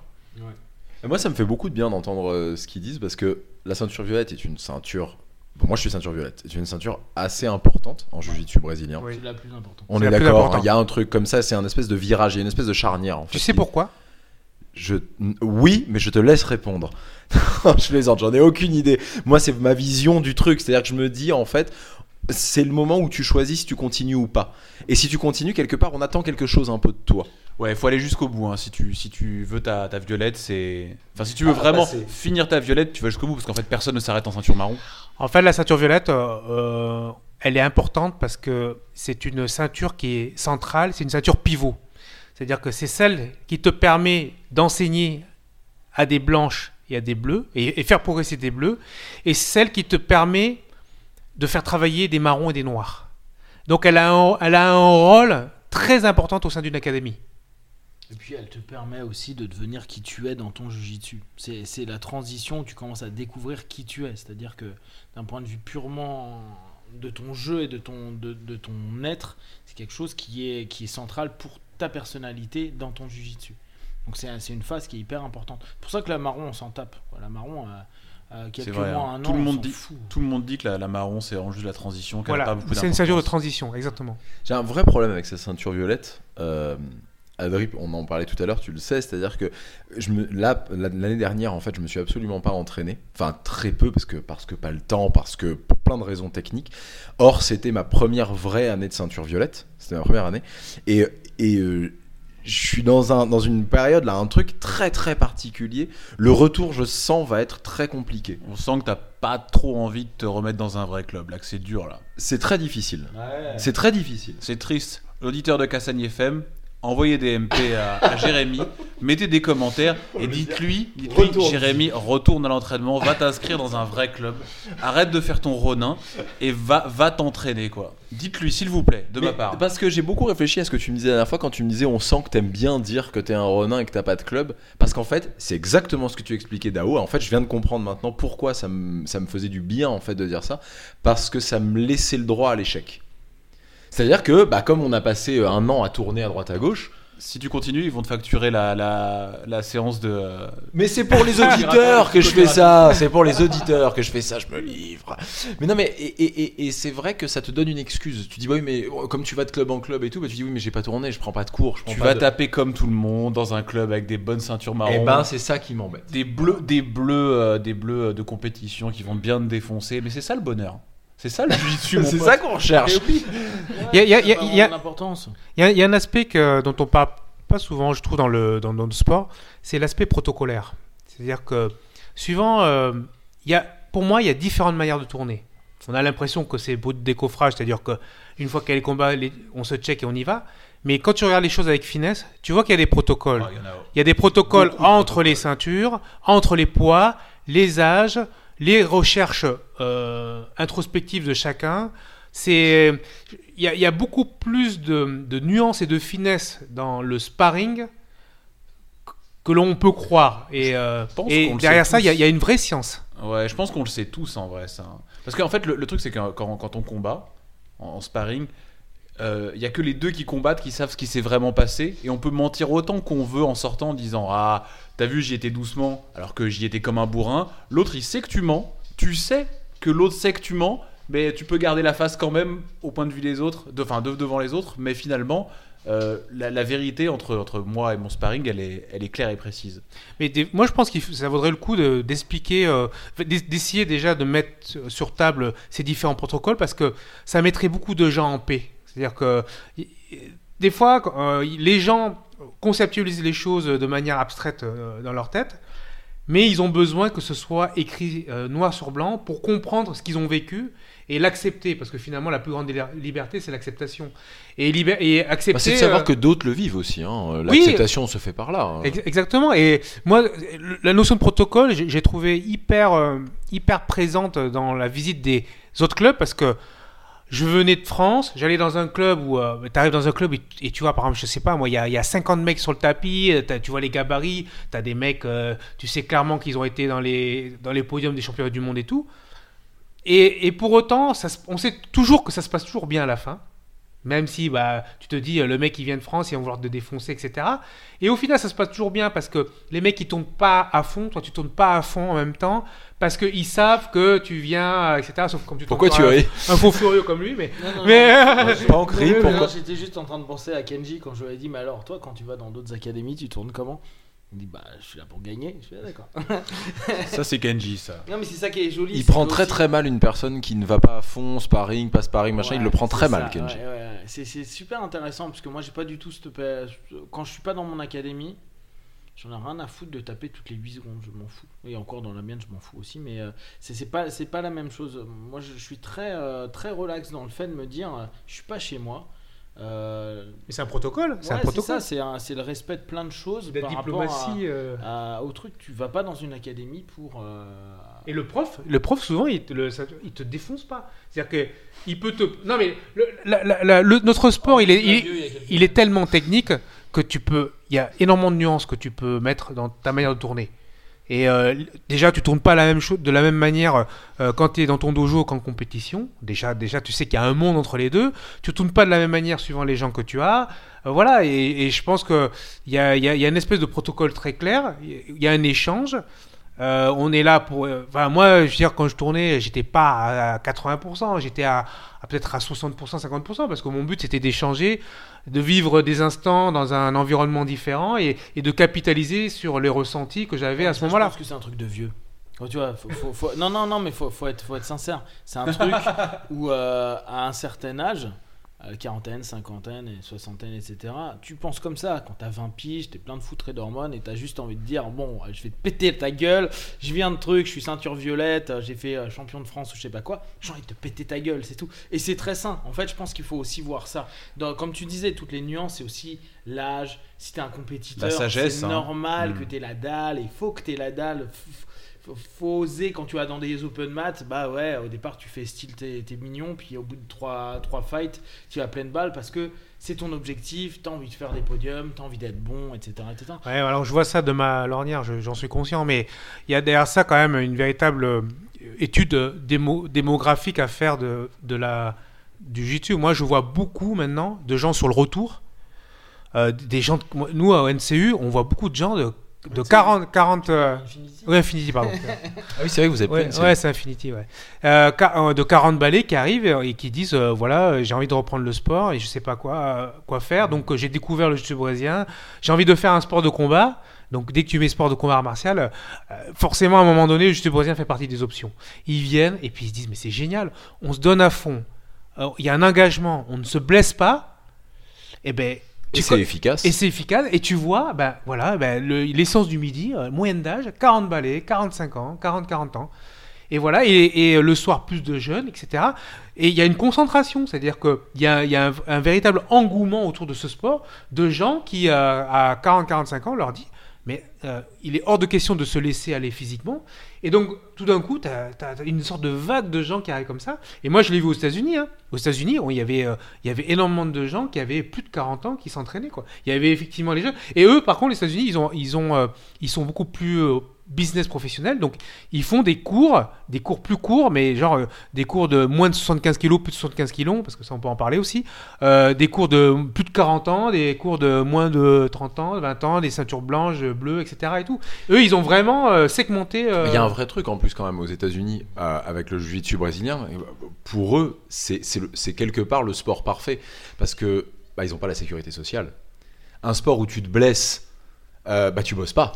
Et moi ça me fait beaucoup de bien d'entendre euh, ce qu'ils disent parce que la ceinture violette est une ceinture. Bon, moi je suis ceinture violette. C'est une ceinture assez importante en jiu-jitsu brésilien. Oui. C'est la plus importante. On C'est est la plus d'accord. importante. Il y a un truc comme ça, c'est un espèce de virage, il y a une espèce de charnière en fait. Tu sais qui- pourquoi? Je... Oui, mais je te laisse répondre. Je plaisante, j'en ai aucune idée. Moi, c'est ma vision du truc. C'est-à-dire que je me dis, en fait, c'est le moment où tu choisis si tu continues ou pas. Et si tu continues, quelque part, on attend quelque chose un peu de toi. Ouais, il faut aller jusqu'au bout. hein. Si, tu, si tu veux ta, ta violette, c'est. Enfin, si tu veux Ah, vraiment bah, c'est- finir ta violette, tu vas jusqu'au bout parce qu'en fait, personne ne s'arrête en ceinture marron. En fait, la ceinture violette, euh, euh, elle est importante parce que c'est une ceinture qui est centrale, c'est une ceinture pivot. C'est-à-dire que c'est celle qui te permet d'enseigner à des blanches et à des bleus, et, et faire progresser des bleus, et celle qui te permet de faire travailler des marrons et des noirs. Donc elle a un, elle a un rôle très important au sein d'une académie. Et puis elle te permet aussi de devenir qui tu es dans ton jiu-jitsu. C'est, c'est la transition où tu commences à découvrir qui tu es. C'est-à-dire que d'un point de vue purement de ton jeu et de ton, de, de ton être, c'est quelque chose qui est, qui est central pour ta personnalité dans ton jiu-jitsu. Donc c'est, c'est une phase qui est hyper importante. C'est pour ça que la marron, on s'en tape. La marron, euh, euh, quelques C'est vrai, mois, hein. un Tout an, le on monde s'en dit- fout. Tout le monde dit que la, la marron, c'est vraiment juste la transition. qu'elle a Voilà, pas beaucoup c'est une ceinture de d'importance. transition, exactement. J'ai un vrai problème avec cette ceinture violette. Euh, Adrip, on en parlait tout à l'heure, tu le sais, c'est-à-dire que je me, là, l'année dernière, en fait, je me suis absolument pas entraîné, enfin très peu parce que parce que pas le temps, parce que pour plein de raisons techniques. Or, c'était ma première vraie année de ceinture violette, c'était ma première année, et et euh, je suis dans un dans une période là, un truc très très particulier. Le retour, je sens, va être très compliqué. On sent que t'as pas trop envie de te remettre dans un vrai club, là, que c'est dur, là. C'est très difficile. Ouais. C'est très difficile. C'est triste. L'auditeur de Cassagne F M, envoyez des M P à, à Jérémy, mettez des commentaires et dites-lui, dites-lui Retourne. Jérémy, retourne à l'entraînement, va t'inscrire dans un vrai club, arrête de faire ton Ronin et va, va t'entraîner quoi. Dites-lui s'il vous plaît, de Mais ma part. Parce que j'ai beaucoup réfléchi à ce que tu me disais la dernière fois quand tu me disais on sent que t'aimes bien dire que t'es un Ronin et que t'as pas de club. Parce qu'en fait, c'est exactement ce que tu expliquais Dao. En fait, je viens de comprendre maintenant pourquoi ça me, ça me faisait du bien en fait de dire ça. Parce que ça me laissait le droit à l'échec. C'est-à-dire que, bah, comme on a passé un an à tourner à droite à gauche. Si tu continues, ils vont te facturer la, la, la séance de. euh, Mais c'est pour les auditeurs que je fais ça. C'est pour les auditeurs que je fais ça. Je me livre. Mais non, mais et, et, et, et c'est vrai que ça te donne une excuse. Tu dis bah oui, mais comme tu vas de club en club et tout, bah tu dis oui, mais j'ai pas tourné, je prends pas de cours. Je prends Tu pas vas de... taper comme tout le monde dans un club avec des bonnes ceintures marron. Eh ben, c'est ça qui m'embête. des bleus, des bleus, euh, des bleus de compétition qui vont bien te défoncer. Mais c'est ça le bonheur. C'est ça le jiu-jitsu, mon C'est pote. ça qu'on recherche. Il y a, il y a- il y a- il y a- d'importance. il y a- il y a un aspect que, dont on parle pas souvent, je trouve, dans le, dans, dans le sport, c'est l'aspect protocolaire. C'est-à-dire que, suivant, euh, il y a, pour moi, il y a différentes manières de tourner. On a l'impression que c'est beau de décoffrage, c'est-à-dire qu'une fois qu'il y a les combats, les- on se check et on y va. Mais quand tu regardes les choses avec finesse, tu vois qu'il y a des protocoles. Ah, il y en a- Il y a des protocoles Beaucoup de entre protocoles. les ceintures, entre les poids, les âges, les recherches euh, introspectives de chacun. C'est, il y, a- il y a beaucoup plus de, de nuances et de finesse dans le sparring que l'on peut croire. Et, euh, pense et qu'on le derrière sait ça, il y, a- tous. il y a une vraie science. Ouais, je pense qu'on le sait tous en vrai ça. Parce qu'en fait, le, le truc c'est que quand, quand on combat en, en sparring, il y a que les deux qui combattent qui savent ce qui s'est vraiment passé et on peut mentir autant qu'on veut en sortant en disant ah t'as vu j'y étais doucement alors que j'y étais comme un bourrin. L'autre il sait que tu mens, tu sais que l'autre sait que tu mens, mais tu peux garder la face quand même au point de vue des autres, de, enfin de, devant les autres, mais finalement euh, la, la vérité entre, entre moi et mon sparring elle est, elle est claire et précise. Mais des- moi, je pense que ça vaudrait le coup de- d'expliquer, euh, d'ess- d'essayer déjà de mettre sur table ces différents protocoles parce que ça mettrait beaucoup de gens en paix. C'est-à-dire que y- des fois, quand, euh, les gens conceptualisent les choses de manière abstraite euh, dans leur tête, mais ils ont besoin que ce soit écrit euh, noir sur blanc pour comprendre ce qu'ils ont vécu et l'accepter, parce que finalement, la plus grande li- liberté, c'est l'acceptation. Et, liber- et accepter. Bah, c'est de savoir euh, que d'autres le vivent aussi. Hein. Oui. L'acceptation se fait par là. hein. Ex- Exactement. Et moi, le- la notion de protocole, j'ai j'ai trouvé hyper, euh, hyper présente dans la visite des autres clubs parce que je venais de France, j'allais dans un club où euh, tu arrives dans un club et, et tu vois, par exemple, je sais pas, moi, il y a, il y a cinquante mecs sur le tapis, euh, t'as- tu vois les gabarits, tu as des mecs, euh, tu sais clairement qu'ils ont été dans les, dans les podiums des championnats du monde et tout. Et, et pour autant, ça se- on sait toujours que ça se passe toujours bien à la fin. Même si bah, tu te dis, euh, le mec il vient de France, il va vouloir te défoncer, et cetera. Et au final, ça se passe toujours bien parce que les mecs ils tournent pas à fond, toi tu tournes pas à fond en même temps, parce qu'ils savent que tu viens, euh, et cetera. Sauf que comme tu Pourquoi tournes tu pas, ris Un faux furieux comme lui, mais. Non, non, mais non. euh, Pas en cri, Non, pourquoi j'étais juste en train de penser à Kenji quand je lui ai dit mais alors toi quand tu vas dans d'autres académies tu tournes comment? Il dit bah je suis là pour gagner. Je suis là d'accord. Ça c'est Kenji ça. Non mais c'est ça qui est joli. Il c'est prend que très aussi- très mal une personne qui ne va pas à fond, sparring, pas sparring, machin. Ouais, il le prend très c'est mal, ça, Kenji. ouais, ouais, ouais. C'est, c'est super intéressant parce que moi j'ai pas du tout cette pa- quand je suis pas dans mon académie, j'en ai rien à foutre de taper toutes les huit secondes, je m'en fous. Et encore dans la mienne, je m'en fous aussi, mais euh, c'est, c'est pas c'est pas la même chose. Moi je, je suis très euh, très relax dans le fait de me dire euh, je suis pas chez moi. Euh, Mais c'est un protocole, c'est ouais, un protocole. ça, c'est, un- c'est le respect de plein de choses La par rapport diplomatie. euh, à, à- au truc. Tu vas pas dans une académie pour euh, Et le prof, le prof souvent il te, le, ça- il te défonce pas. C'est-à-dire que il peut te. Non mais le- la- la- la- le- notre sport il est, il, est- il est tellement technique que tu peux. Il y a énormément de nuances que tu peux mettre dans ta manière de tourner. Et euh, déjà tu tournes pas la même chose de la même manière euh, quand tu es dans ton dojo qu'en compétition. Déjà, déjà tu sais qu'il y a un monde entre les deux. Tu tournes pas de la même manière suivant les gens que tu as. Euh, voilà. Et, et je pense que il y a, il y a- il y a une espèce de protocole très clair. Il y a un échange. Euh, on est là pour. Enfin, moi, je veux dire, quand je tournais, j'étais pas à quatre-vingts pour cent, j'étais à, à peut-être à soixante pour cent, cinquante pour cent, parce que mon but c'était d'échanger, de vivre des instants dans un environnement différent et, et de capitaliser sur les ressentis que j'avais à ce Je moment-là. pense que c'est un truc de vieux. Quand tu vois, faut, faut- faut- non, non, non, mais faut, faut être, faut être sincère. C'est un truc où, euh, à un certain âge, euh, quarantaine, cinquantaine, et soixantaine, et cetera. Tu penses comme ça quand t'as vingt piges, t'es plein de foutre et d'hormones et t'as juste envie de dire bon, je vais te péter ta gueule, je viens de truc, je suis ceinture violette, j'ai fait euh, champion de France ou je sais pas quoi, j'ai envie de te péter ta gueule, c'est tout. Et c'est très sain. En fait, je pense qu'il faut aussi voir ça. Dans, comme tu disais, toutes les nuances, c'est aussi l'âge. Si t'es un compétiteur, La sagesse, c'est hein. normal Mm. que t'aies la dalle. Il faut que t'aies la dalle. Faut, faut oser quand tu vas dans des open mat. Bah ouais, au départ tu fais style t'es, t'es mignon, puis au bout de trois trois fights, tu vas pleine balle parce que c'est ton objectif. T'as envie de faire des podiums, t'as envie d'être bon, et cetera, et cetera. Ouais, alors je vois ça de ma lorgnière, je- j'en suis conscient, mais il y a derrière ça quand même une véritable euh, étude euh, démo- démographique à faire de, de la, du jiu-jitsu. Moi, je vois beaucoup maintenant de gens sur le retour. Euh, des gens, moi, nous, à N C U, on voit beaucoup de gens de, de quarante... quarante euh, Infinity. oui, Infinity, pardon. Ah oui, c'est vrai que vous avez Ouais, pris une ouais, c'est Infinity, ouais. Euh, qua- euh, de quarante balais qui arrivent et qui disent euh, voilà, euh, j'ai envie de reprendre le sport et je sais pas quoi, euh, quoi faire. Donc, euh, j'ai découvert le jiu-jitsu brésilien. J'ai envie de faire un sport de combat. Donc, dès que tu mets sport de combat art martial, euh, forcément, à un moment donné, le jiu-jitsu brésilien fait partie des options. Ils viennent et puis ils se disent mais c'est génial, on se donne à fond. Euh, Il y a un engagement, on ne se blesse pas. Et ben. Et tu c'est co- efficace. et c'est efficace. Et tu vois, ben, voilà, ben, le- l'essence du midi, euh, moyenne d'âge, quarante balais, quarante-cinq ans, quarante quarante ans. Et voilà, et, et le soir, plus de jeunes, et cetera. Et il y a une concentration, c'est-à-dire qu'il y a, il y a un, un véritable engouement autour de ce sport de gens qui, euh, à quarante quarante-cinq ans, leur disent mais euh, il est hors de question de se laisser aller physiquement. Et donc, tout d'un coup, tu as une sorte de vague de gens qui arrivent comme ça. Et moi, je l'ai vu aux États-Unis. Hein. Aux États-Unis, on- il y avait, euh, il y avait énormément de gens qui avaient plus de quarante ans qui s'entraînaient, quoi. Il y avait effectivement les jeunes. Et eux, par contre, les États-Unis, ils, ont, ils, ont, euh, ils sont beaucoup plus euh, business professionnels. Donc, ils font des cours, des cours plus courts, mais genre euh, des cours de moins de soixante-quinze kilos, plus de soixante-quinze kilos, parce que ça, on peut en parler aussi. Euh, des cours de plus de quarante ans, des cours de moins de trente ans, vingt ans, des ceintures blanches, bleues, et cetera. Et tout. Eux, ils ont vraiment euh, segmenté. euh, Il y a un vrai truc en plus quand même aux États-Unis euh, avec le jiu-jitsu brésilien. Et, euh, Pour eux, c'est c'est le- c'est quelque part le sport parfait parce que bah, ils n'ont pas la sécurité sociale. Un sport où tu te blesses, euh, bah tu bosses pas.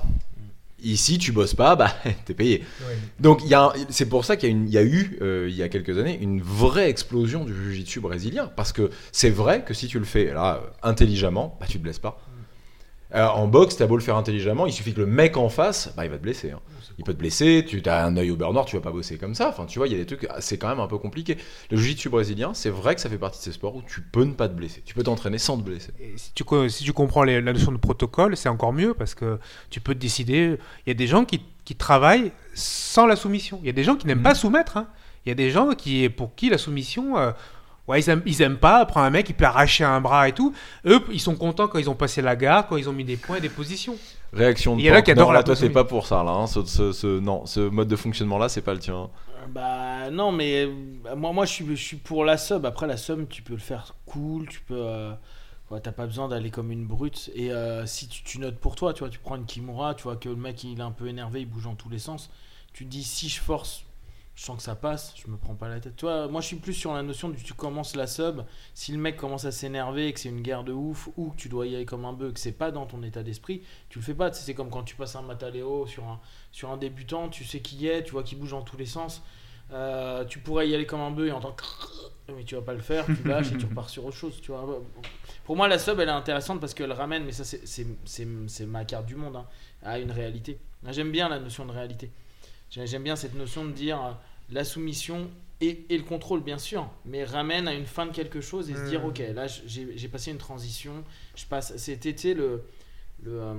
Ici, tu bosses pas, bah t'es payé. Donc il y a un- c'est pour ça qu'il y a, une- il y a eu euh, il y a quelques années une vraie explosion du jiu-jitsu brésilien parce que c'est vrai que si tu le fais là euh, intelligemment, bah tu te blesses pas. Euh, en boxe, t'as beau le faire intelligemment, il suffit que le mec en face, bah il va te blesser. hein. Il peut te blesser, tu as un œil au beurre noir, tu vas pas bosser comme ça. Enfin, tu vois, il y a des trucs, c'est quand même un peu compliqué. Le jiu-jitsu brésilien, c'est vrai que ça fait partie de ces sports où tu peux ne pas te blesser. Tu peux t'entraîner sans te blesser. Et si tu, co- si tu comprends les- la notion de protocole, c'est encore mieux parce que tu peux te décider. Il y a des gens qui, qui travaillent sans la soumission. Il y a des gens qui n'aiment Mhm. pas soumettre. hein. Il y a des gens qui, pour qui la soumission, euh, ouais, ils aiment, ils aiment pas. Prendre un mec qui peut arracher un bras et tout. Eux, ils sont contents quand ils ont passé la garde, quand ils ont mis des points et des positions. Réaction de Il y en a porte. qui adorent Non, la là, toi, c'est posomie. pas pour ça, là. hein. Ce, ce- ce- non, ce mode de fonctionnement-là, c'est pas le tien. Euh, Bah non, mais euh, moi, moi je, suis, je suis pour la sub. Après, la sub, tu peux le faire cool, tu peux. euh, ouais, t'as pas besoin d'aller comme une brute. Et euh, si tu, tu notes pour toi, tu vois, tu prends une Kimura, tu vois que le mec il est un peu énervé, il bouge dans tous les sens. Tu te dis si je force, je sens que ça passe, je me prends pas la tête. Tu vois, moi je suis plus sur la notion du tu commences la sub. Si le mec commence à s'énerver et que c'est une guerre de ouf ou que tu dois y aller comme un bœuf, que c'est pas dans ton état d'esprit, tu le fais pas. Tu sais, c'est comme quand tu passes un Mataleo sur un, sur un débutant, tu sais qui est, tu vois qu'il bouge dans tous les sens. Euh, tu pourrais y aller comme un bœuf et entendre mais tu vas pas le faire, tu lâches et tu repars sur autre chose, tu vois. Pour moi la sub elle est intéressante parce qu'elle ramène, mais ça c'est, c'est, c'est, c'est ma carte du monde, hein, à une réalité. J'aime bien la notion de réalité, j'aime bien cette notion de dire euh, la soumission et, et le contrôle bien sûr, mais ramène à une fin de quelque chose et se dire Mmh. ok là j'ai, j'ai passé une transition, je passe, c'était tu sais, le, le, euh,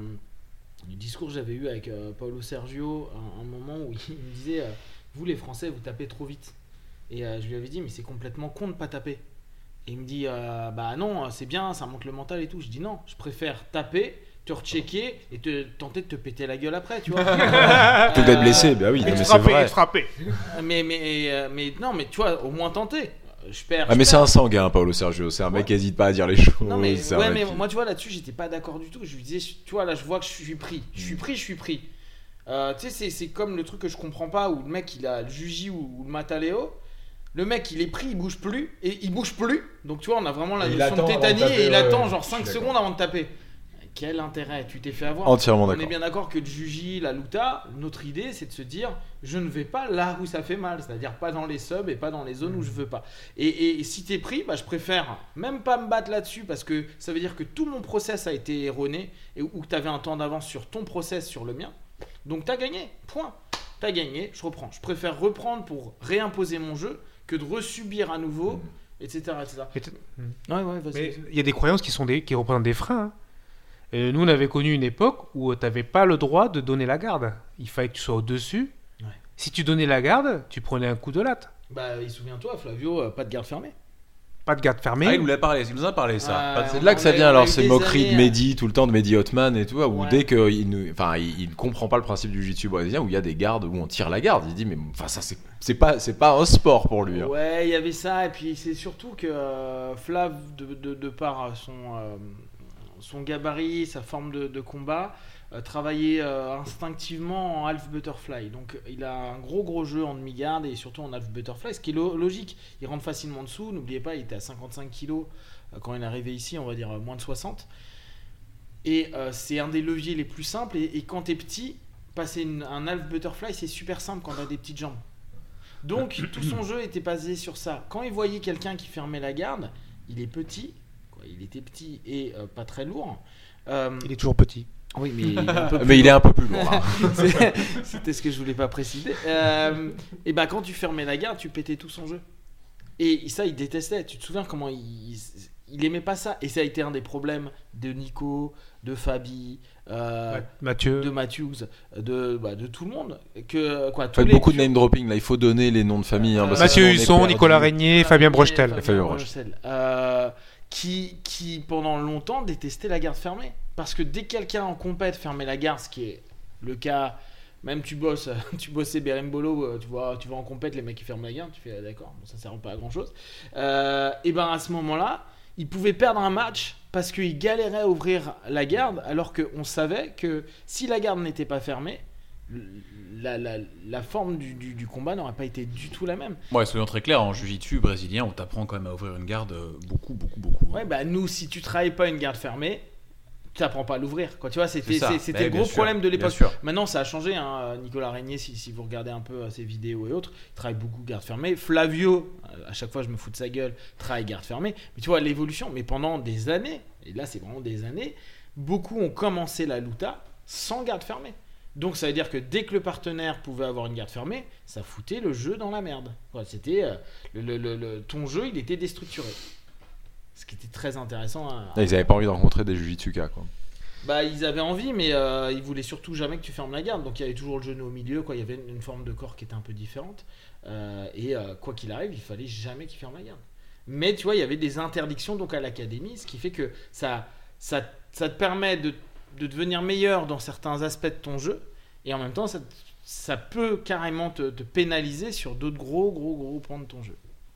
le discours que j'avais eu avec euh, Paulo Sergio un, un moment où il me disait euh, vous les Français vous tapez trop vite et euh, je lui avais dit mais c'est complètement con de pas taper et il me dit euh, bah non c'est bien ça monte le mental et tout. Je dis non, je préfère taper, te rechecker et te tenter de te péter la gueule après, tu vois. Plutôt que d'être blessé, bah oui, Et non, te mais c'est frapper, et vrai. te frapper. mais, mais, euh, mais non mais tu vois au moins tenter. Je perds. Ah, je mais c'est perds. un sanguin, Paolo Sergio. C'est un mec Ouais. qui hésite pas à dire les choses. Non mais, c'est un ouais, mec mais qui- moi tu vois là-dessus j'étais pas d'accord du tout. Je lui disais tu vois là je vois que je suis pris, je suis pris, je suis pris. Euh, tu sais c'est, c'est comme le truc que je comprends pas où le mec il a le Juji ou, ou le Mataleo. Le mec il est pris, il bouge plus et il bouge plus. Donc tu vois on a vraiment la Et il notion de attend avant de tétanie taper, et il ouais, attend ouais, genre je cinq suis secondes avant de taper. quel intérêt? Tu t'es fait avoir. Entièrement On d'accord. est bien d'accord que de Juji, la Luta, notre idée c'est de se dire je ne vais pas là où ça fait mal, c'est-à-dire pas dans les subs et pas dans les zones où je veux pas. Et, et, et si t'es pris, bah, je préfère même pas me battre là-dessus parce que ça veut dire que tout mon process a été erroné et ou que t'avais un temps d'avance sur ton process sur le mien. Donc t'as gagné, point. T'as gagné, je reprends. Je préfère reprendre pour réimposer mon jeu que de resubir à nouveau, et cetera et cetera. Mais t- Ouais, ouais, vas-y. Mais il y a des croyances qui, sont des, qui représentent des freins. hein. Et nous, on avait connu une époque où tu n'avais pas le droit de donner la garde. Il fallait que tu sois au-dessus. Ouais. Si tu donnais la garde, tu prenais un coup de latte. Bah, souviens-toi, Flavio, euh, pas de garde fermée. Pas de garde fermée. Ah, il nous l'a parlé, il nous en a parlé ça. Ah, Pas de- C'est on de là que en ça a- vient on a alors eu ces des moqueries années, de Mehdi tout le temps, de Mehdi Hotman et tout, où Ouais. dès qu'il ne, enfin, il, il ne comprend pas le principe du jiu-jitsu brésilien, où il y a des gardes où on tire la garde, il dit mais enfin ça c'est c'est pas c'est pas un sport pour lui. hein. Ouais, il y avait ça, et puis c'est surtout que euh, Flav, de, de, de par son, euh, son gabarit, sa forme de, de combat, euh, travaillait euh, instinctivement en half butterfly. Donc il a un gros gros jeu en demi-garde et surtout en half butterfly, ce qui est lo- logique. Il rentre facilement dessous, n'oubliez pas, il était à cinquante-cinq kilos euh, quand il est arrivé ici, on va dire euh, moins de soixante. Et euh, c'est un des leviers les plus simples, et, et quand t'es petit, passer une- un half butterfly, c'est super simple quand t'as des petites jambes. Donc tout son jeu était basé sur ça. Quand il voyait quelqu'un qui fermait la garde, il est petit, quoi, il était petit et euh, pas très lourd. Euh, Il est toujours petit. oui, mais il est un peu plus Mais il est un peu plus lourd. hein. C'est- C'était ce que je voulais pas préciser. Euh, et bah quand tu fermais la garde, tu pétais tout son jeu. Et ça, il détestait. Tu te souviens comment il, il, il aimait pas ça. Et ça a été un des problèmes de Nico, de Fabi, euh, Ouais, Mathieu. de Matthews, de, bah, de tout le monde. Que, quoi, tous Faites les beaucoup de purs- name dropping là, il faut donner les noms de famille. hein, Euh, parce que Mathieu sinon, on est Husson, perdu. Nicolas Régnier, Fabien Brochetel. Fabien Fabien Brochetel. Euh, qui, qui, pendant longtemps, détestait la garde fermée. Parce que dès que quelqu'un en compète fermait la garde, ce qui est le cas, même tu bosses, tu bossais Berimbolo, euh, tu vois, tu vas en compète, les mecs qui ferment la garde, tu fais ah, d'accord, bon, ça sert pas à grand chose. Euh, et ben à ce moment-là, il pouvait perdre un match parce qu'il galérait à ouvrir la garde, alors qu'on savait que si la garde n'était pas fermée, la, la, la forme du, du, du combat n'aurait pas été du tout la même. Ouais, soyons très clairs, en jiu-jitsu brésilien, on t'apprend quand même à ouvrir une garde euh, beaucoup, beaucoup, beaucoup. hein. Ouais, bah nous, si tu travailles pas une garde fermée, tu n'apprends pas à l'ouvrir. Quoi. Tu vois, c'était, C'est ça. c'est- c'était Ouais, le bien gros sûr, problème de bien l'époque. sûr. Maintenant, ça a changé. Hein. Nicolas Régnier, si, si vous regardez un peu euh, ses vidéos et autres, il travaille beaucoup garde fermée. Flavio, euh, à chaque fois je me fous de sa gueule, travaille garde fermée. Mais tu vois, l'évolution, mais pendant des années, et là c'est vraiment des années, beaucoup ont commencé la luta sans garde fermée. Donc ça veut dire que dès que le partenaire pouvait avoir une garde fermée, ça foutait le jeu dans la merde. Quoi, c'était, euh, le, le- le- le- ton jeu, il était déstructuré. Ce qui était très intéressant. à- Ah, Ils avaient pas envie de rencontrer des jujitsuka quoi. Bah, ils avaient envie, mais euh, ils voulaient surtout jamais que tu fermes la garde. Donc il y avait toujours le genou au milieu, quoi. Il y avait une, une forme de corps qui était un peu différente. Euh, et euh, quoi qu'il arrive, il fallait jamais qu'il ferme la garde. Mais tu vois, il y avait des interdictions donc à l'académie, ce qui fait que ça, ça, ça te permet de, de devenir meilleur dans certains aspects de ton jeu, et en même temps, ça, te- ça peut carrément te, te pénaliser sur d'autres gros, gros, gros points de ton jeu.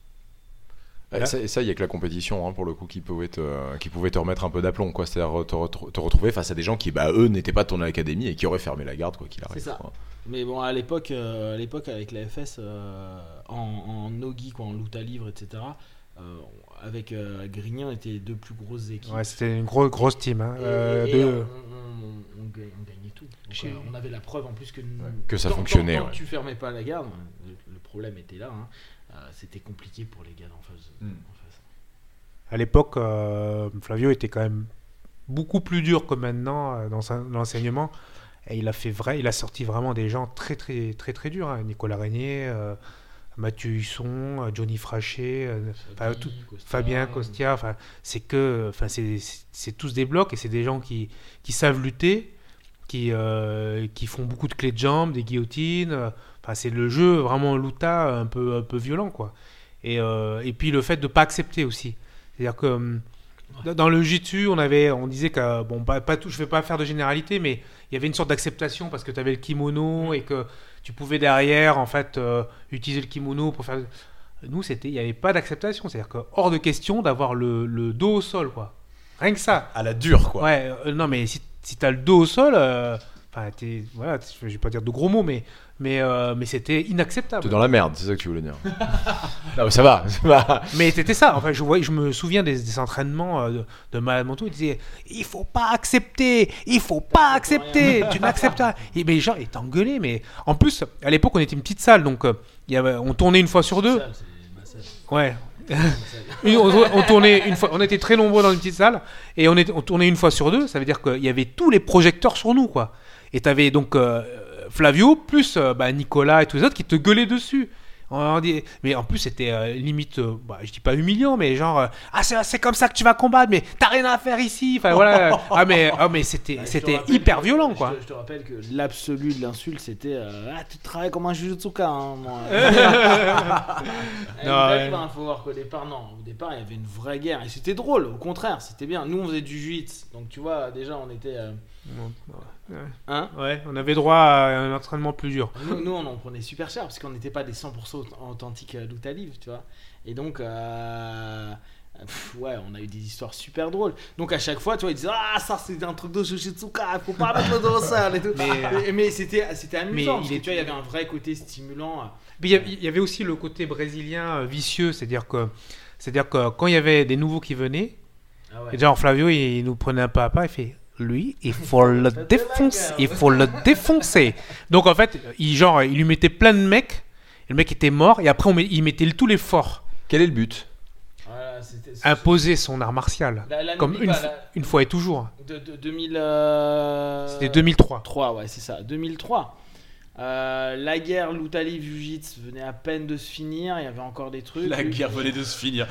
Et ça, et ça, il y a que la compétition hein, pour le coup qui pouvait te, qui pouvait te remettre un peu d'aplomb quoi. C'est-à-dire te, re- te retrouver face à des gens qui bah eux n'étaient pas de ton académie et qui auraient fermé la garde quoi qu'il arrive. C'est ça. quoi. Mais bon, à l'époque, euh, à l'époque avec la F S, euh, en, en nogi, quoi, en luta livre, et cetera, euh, avec euh, Grignon, on était les deux plus grosses équipes. Ouais, c'était une grosse, grosse team. hein. Et, Euh, et de- on, on- on- on gagnait- on gagnait tout. Donc, Chez- euh, on avait la preuve en plus que, Que ça tant- fonctionnait, Tant, tant ouais. que tu fermais pas la garde, le, le problème était là. hein. Euh, c'était compliqué pour les gars en face. Mm. en face. À l'époque, euh, Flavio était quand même beaucoup plus dur que maintenant euh, dans, sa- dans l'enseignement. Et il a fait vrai, il a sorti vraiment des gens très très très très durs. hein. Nicolas Régnier, euh, Mathieu Husson, euh, Johnny Frachet, euh, enfin, Fabi, tout- Costa, Fabien Costia. Enfin, c'est que, enfin, c'est, c'est- c'est tous des blocs et c'est des gens qui, qui savent lutter, qui euh, qui font beaucoup de clés de jambes, des guillotines. euh, Enfin, c'est le jeu vraiment luta un peu un peu violent quoi. Et euh, et puis le fait de pas accepter aussi. C'est-à-dire que hum, dans le jiu-jitsu, on avait, on disait que bon, pas, pas tout, je vais pas faire de généralité, mais il y avait une sorte d'acceptation parce que tu avais le kimono et que tu pouvais derrière en fait euh, utiliser le kimono pour faire. Nous, c'était, il n'y avait pas d'acceptation, c'est-à-dire que hors de question d'avoir le, le dos au sol, quoi. Rien que ça. À la dure, quoi. Ouais, euh, non mais si, si t'as le dos au sol, euh, Enfin, t'es, voilà, je vais pas dire de gros mots, mais, mais, euh, mais c'était inacceptable. T'es dans la merde, c'est ça que tu voulais dire. Non, mais ça va, ça va. Mais c'était ça. Enfin, je, voyais, je me souviens des, des entraînements euh, de, de malades mentaux. Ils disaient il faut pas accepter, il faut pas accepter, tu n'acceptes pas. Et mais les gens étaient engueulés. Mais en plus, à l'époque, on était une petite salle, donc euh, il y avait, on tournait une fois sur deux. Ça, c'est ma salle. Ouais. Une- on, on tournait une fois, on était très nombreux dans une petite salle et on, était, on tournait une fois sur deux. Ça veut dire qu'il y avait tous les projecteurs sur nous, quoi. Et t'avais donc euh, Flavio plus euh, bah, Nicolas et tous les autres qui te gueulaient dessus. On dit- Mais en plus, c'était euh, limite, euh, bah, je dis pas humiliant, mais genre, euh, ah, c'est, c'est comme ça que tu vas combattre, mais t'as rien à faire ici. Enfin, voilà. Ah, mais, ah, mais c'était, Ouais, je te c'était rappelle hyper que- violent, je quoi. te- Je te rappelle que l'absolu de l'insulte, c'était euh, ah, tu travailles comme un jujutsuka. Hein, moi. Eh, Non, bref, ouais. hein, faut voir qu'au départ, non. Au départ, il y avait une vraie guerre. Et c'était drôle, au contraire, c'était bien. Nous, on faisait du jiu-jitsu. Donc, tu vois, déjà, on était. euh, Hein Ouais, on avait droit à un entraînement plus dur. nous, nous, on en prenait super cher parce qu'on n'était pas des cent pour cent authentiques euh, Luta Livre, tu vois. Et donc, euh, pff, ouais, on a eu des histoires super drôles. Donc, à chaque fois, tu vois, ils disaient ah, ça, c'est un truc de Jujutsuka, faut pas mettre le dos au sol et tout. Mais, Mais, mais c'était, c'était amusant mais parce il que est- tu vois, il y avait un vrai côté stimulant. Puis il y a- il y avait aussi le côté brésilien euh, vicieux, c'est-à-dire que, c'est-à-dire que quand il y avait des nouveaux qui venaient, Ah ouais. et genre Flavio, il nous prenait un pas à pas, il fait lui, il faut le défoncer, il faut le défoncer. Donc en fait, il genre, il lui mettait plein de mecs, et le mec était mort, et après on met- il mettait tous les forts, Quel est le but? Voilà, c'était, c'est- imposer son art martial, La- la- comme n'oublie une, pas, fo- la- une fois et toujours. de, de deux mille. euh, C'était deux mille trois. trois, ouais, c'est ça, deux mille trois. Euh, la guerre Luta Livre Jiu-Jitsu venait à peine de se finir, il y avait encore des trucs. La guerre venait de se finir.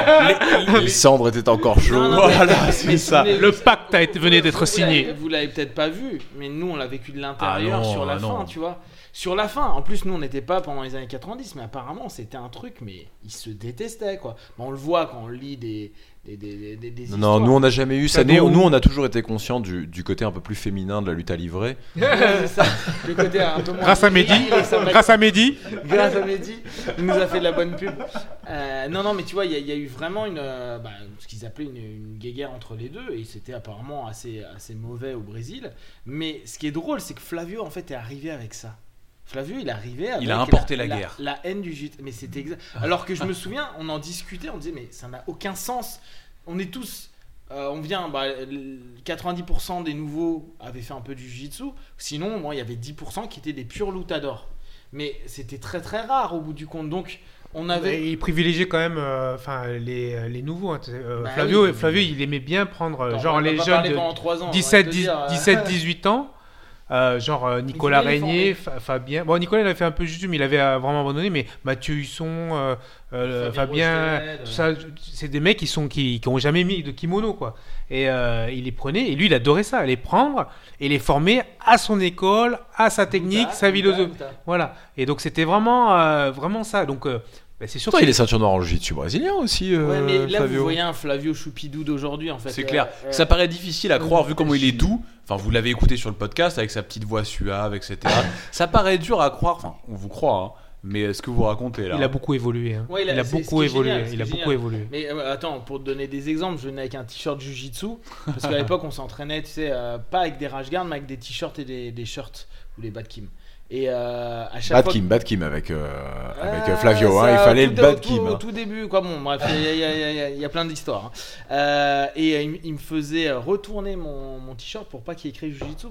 Les cendres étaient encore chaudes. Non, non, mais- Voilà, mais- c'est mais ça. si vous Le l'avez- pacte a été, venait d'être vous signé. l'avez- Vous l'avez peut-être pas vu, mais nous on l'a vécu de l'intérieur Ah non, sur la ah fin, non. tu vois. Sur la fin, en plus nous on n'était pas pendant les années quatre-vingt-dix, mais apparemment c'était un truc, mais ils se détestaient quoi. Bon, on le voit quand on lit des, des, des, des, des- des Non, histoires. non, nous on n'a jamais eu ça. Ça, Nous, nous- nous, on a toujours été conscients du, du côté un peu plus féminin de la lutte à livrer. C'est ça, le côté un peu moins Grâce à Mehdi, viril et sympathique. grâce à Mehdi, Grâce à Mehdi, il nous a fait de la bonne pub. Euh, non, non, mais tu vois, il y, a- il y a eu vraiment une, euh, bah, ce qu'ils appelaient une, une guéguerre entre les deux, et c'était apparemment assez, assez mauvais au Brésil. Mais ce qui est drôle, c'est que Flavio, en fait, est arrivé avec ça. Flavio, il est arrivé avec Il a importé la guerre. La, haine du jiu-jitsu. Mais c'était exact. Alors que je me souviens, on en discutait, on disait, mais ça n'a aucun sens. On est tous. euh, on vient, bah, le- quatre-vingt-dix pour cent des nouveaux avaient fait un peu du jiu-jitsu. Sinon, bon, il y avait dix pour cent qui étaient des purs lutadors. Mais c'était très très rare au bout du compte. Donc, on avait. il privilégiait quand même euh, enfin, les, les nouveaux. hein. Euh, Bah Flavio, oui. Flavio, il aimait bien prendre euh, Attends, genre on les va pas jeunes parler de pendant trois ans, on va dix-sept, te dix- dire, euh. dix-sept, dix-huit ans. Euh, genre euh, Nicolas voulait les Régnier, Fa- Fabien. Bon, Nicolas il avait fait un peu juste, mais il avait euh, vraiment abandonné. Mais Mathieu Husson, euh, euh, Fabien Fabien, Rochette, tout ça, c'est des mecs qui sont qui, qui ont jamais mis de kimono quoi. Et euh, il les prenait et lui il adorait ça, les prendre et les former à son école, à sa technique, Luta, sa Luta, philosophie. Luta. Voilà. Et donc c'était vraiment euh, vraiment ça. Donc euh, bah, c'est sûr Pourtant, que il est ceinture noire en jiu-jitsu brésilien aussi, euh, Ouais, mais là, Flavio. vous voyez un Flavio Choupidou d'aujourd'hui, en fait. C'est Euh, clair. euh, Ça paraît difficile à croire vu comment il est je- doux. Enfin, vous l'avez écouté sur le podcast avec sa petite voix suave, et cetera. Ça paraît dur à croire. Enfin, on vous croit, hein. Mais ce que vous racontez là. il a beaucoup évolué. hein. Ouais, il il a- a, c'est- ce beaucoup qui est évolué. génial, ce il qui a est beaucoup génial. évolué. Mais euh, attends, pour te donner des exemples, je venais avec un t-shirt Jiu-Jitsu. Parce qu'à l'époque, on s'entraînait, tu sais, euh, pas avec des rash guards, mais avec des t-shirts et des, des shirts ou les bad kim. Et euh, à chaque Bad fois. Kim, Bad Kim avec, euh, avec euh, Ah, Flavio, hein, ça, il fallait au le tout- Bad au tout- Kim. Au hein. tout début, quoi. Bon, bref, il y, a- il y a- il y a- il y a plein d'histoires. hein. Euh, et euh, il, il me faisait retourner mon, mon t-shirt pour pas qu'il y ait écrit Jiu-Jitsu.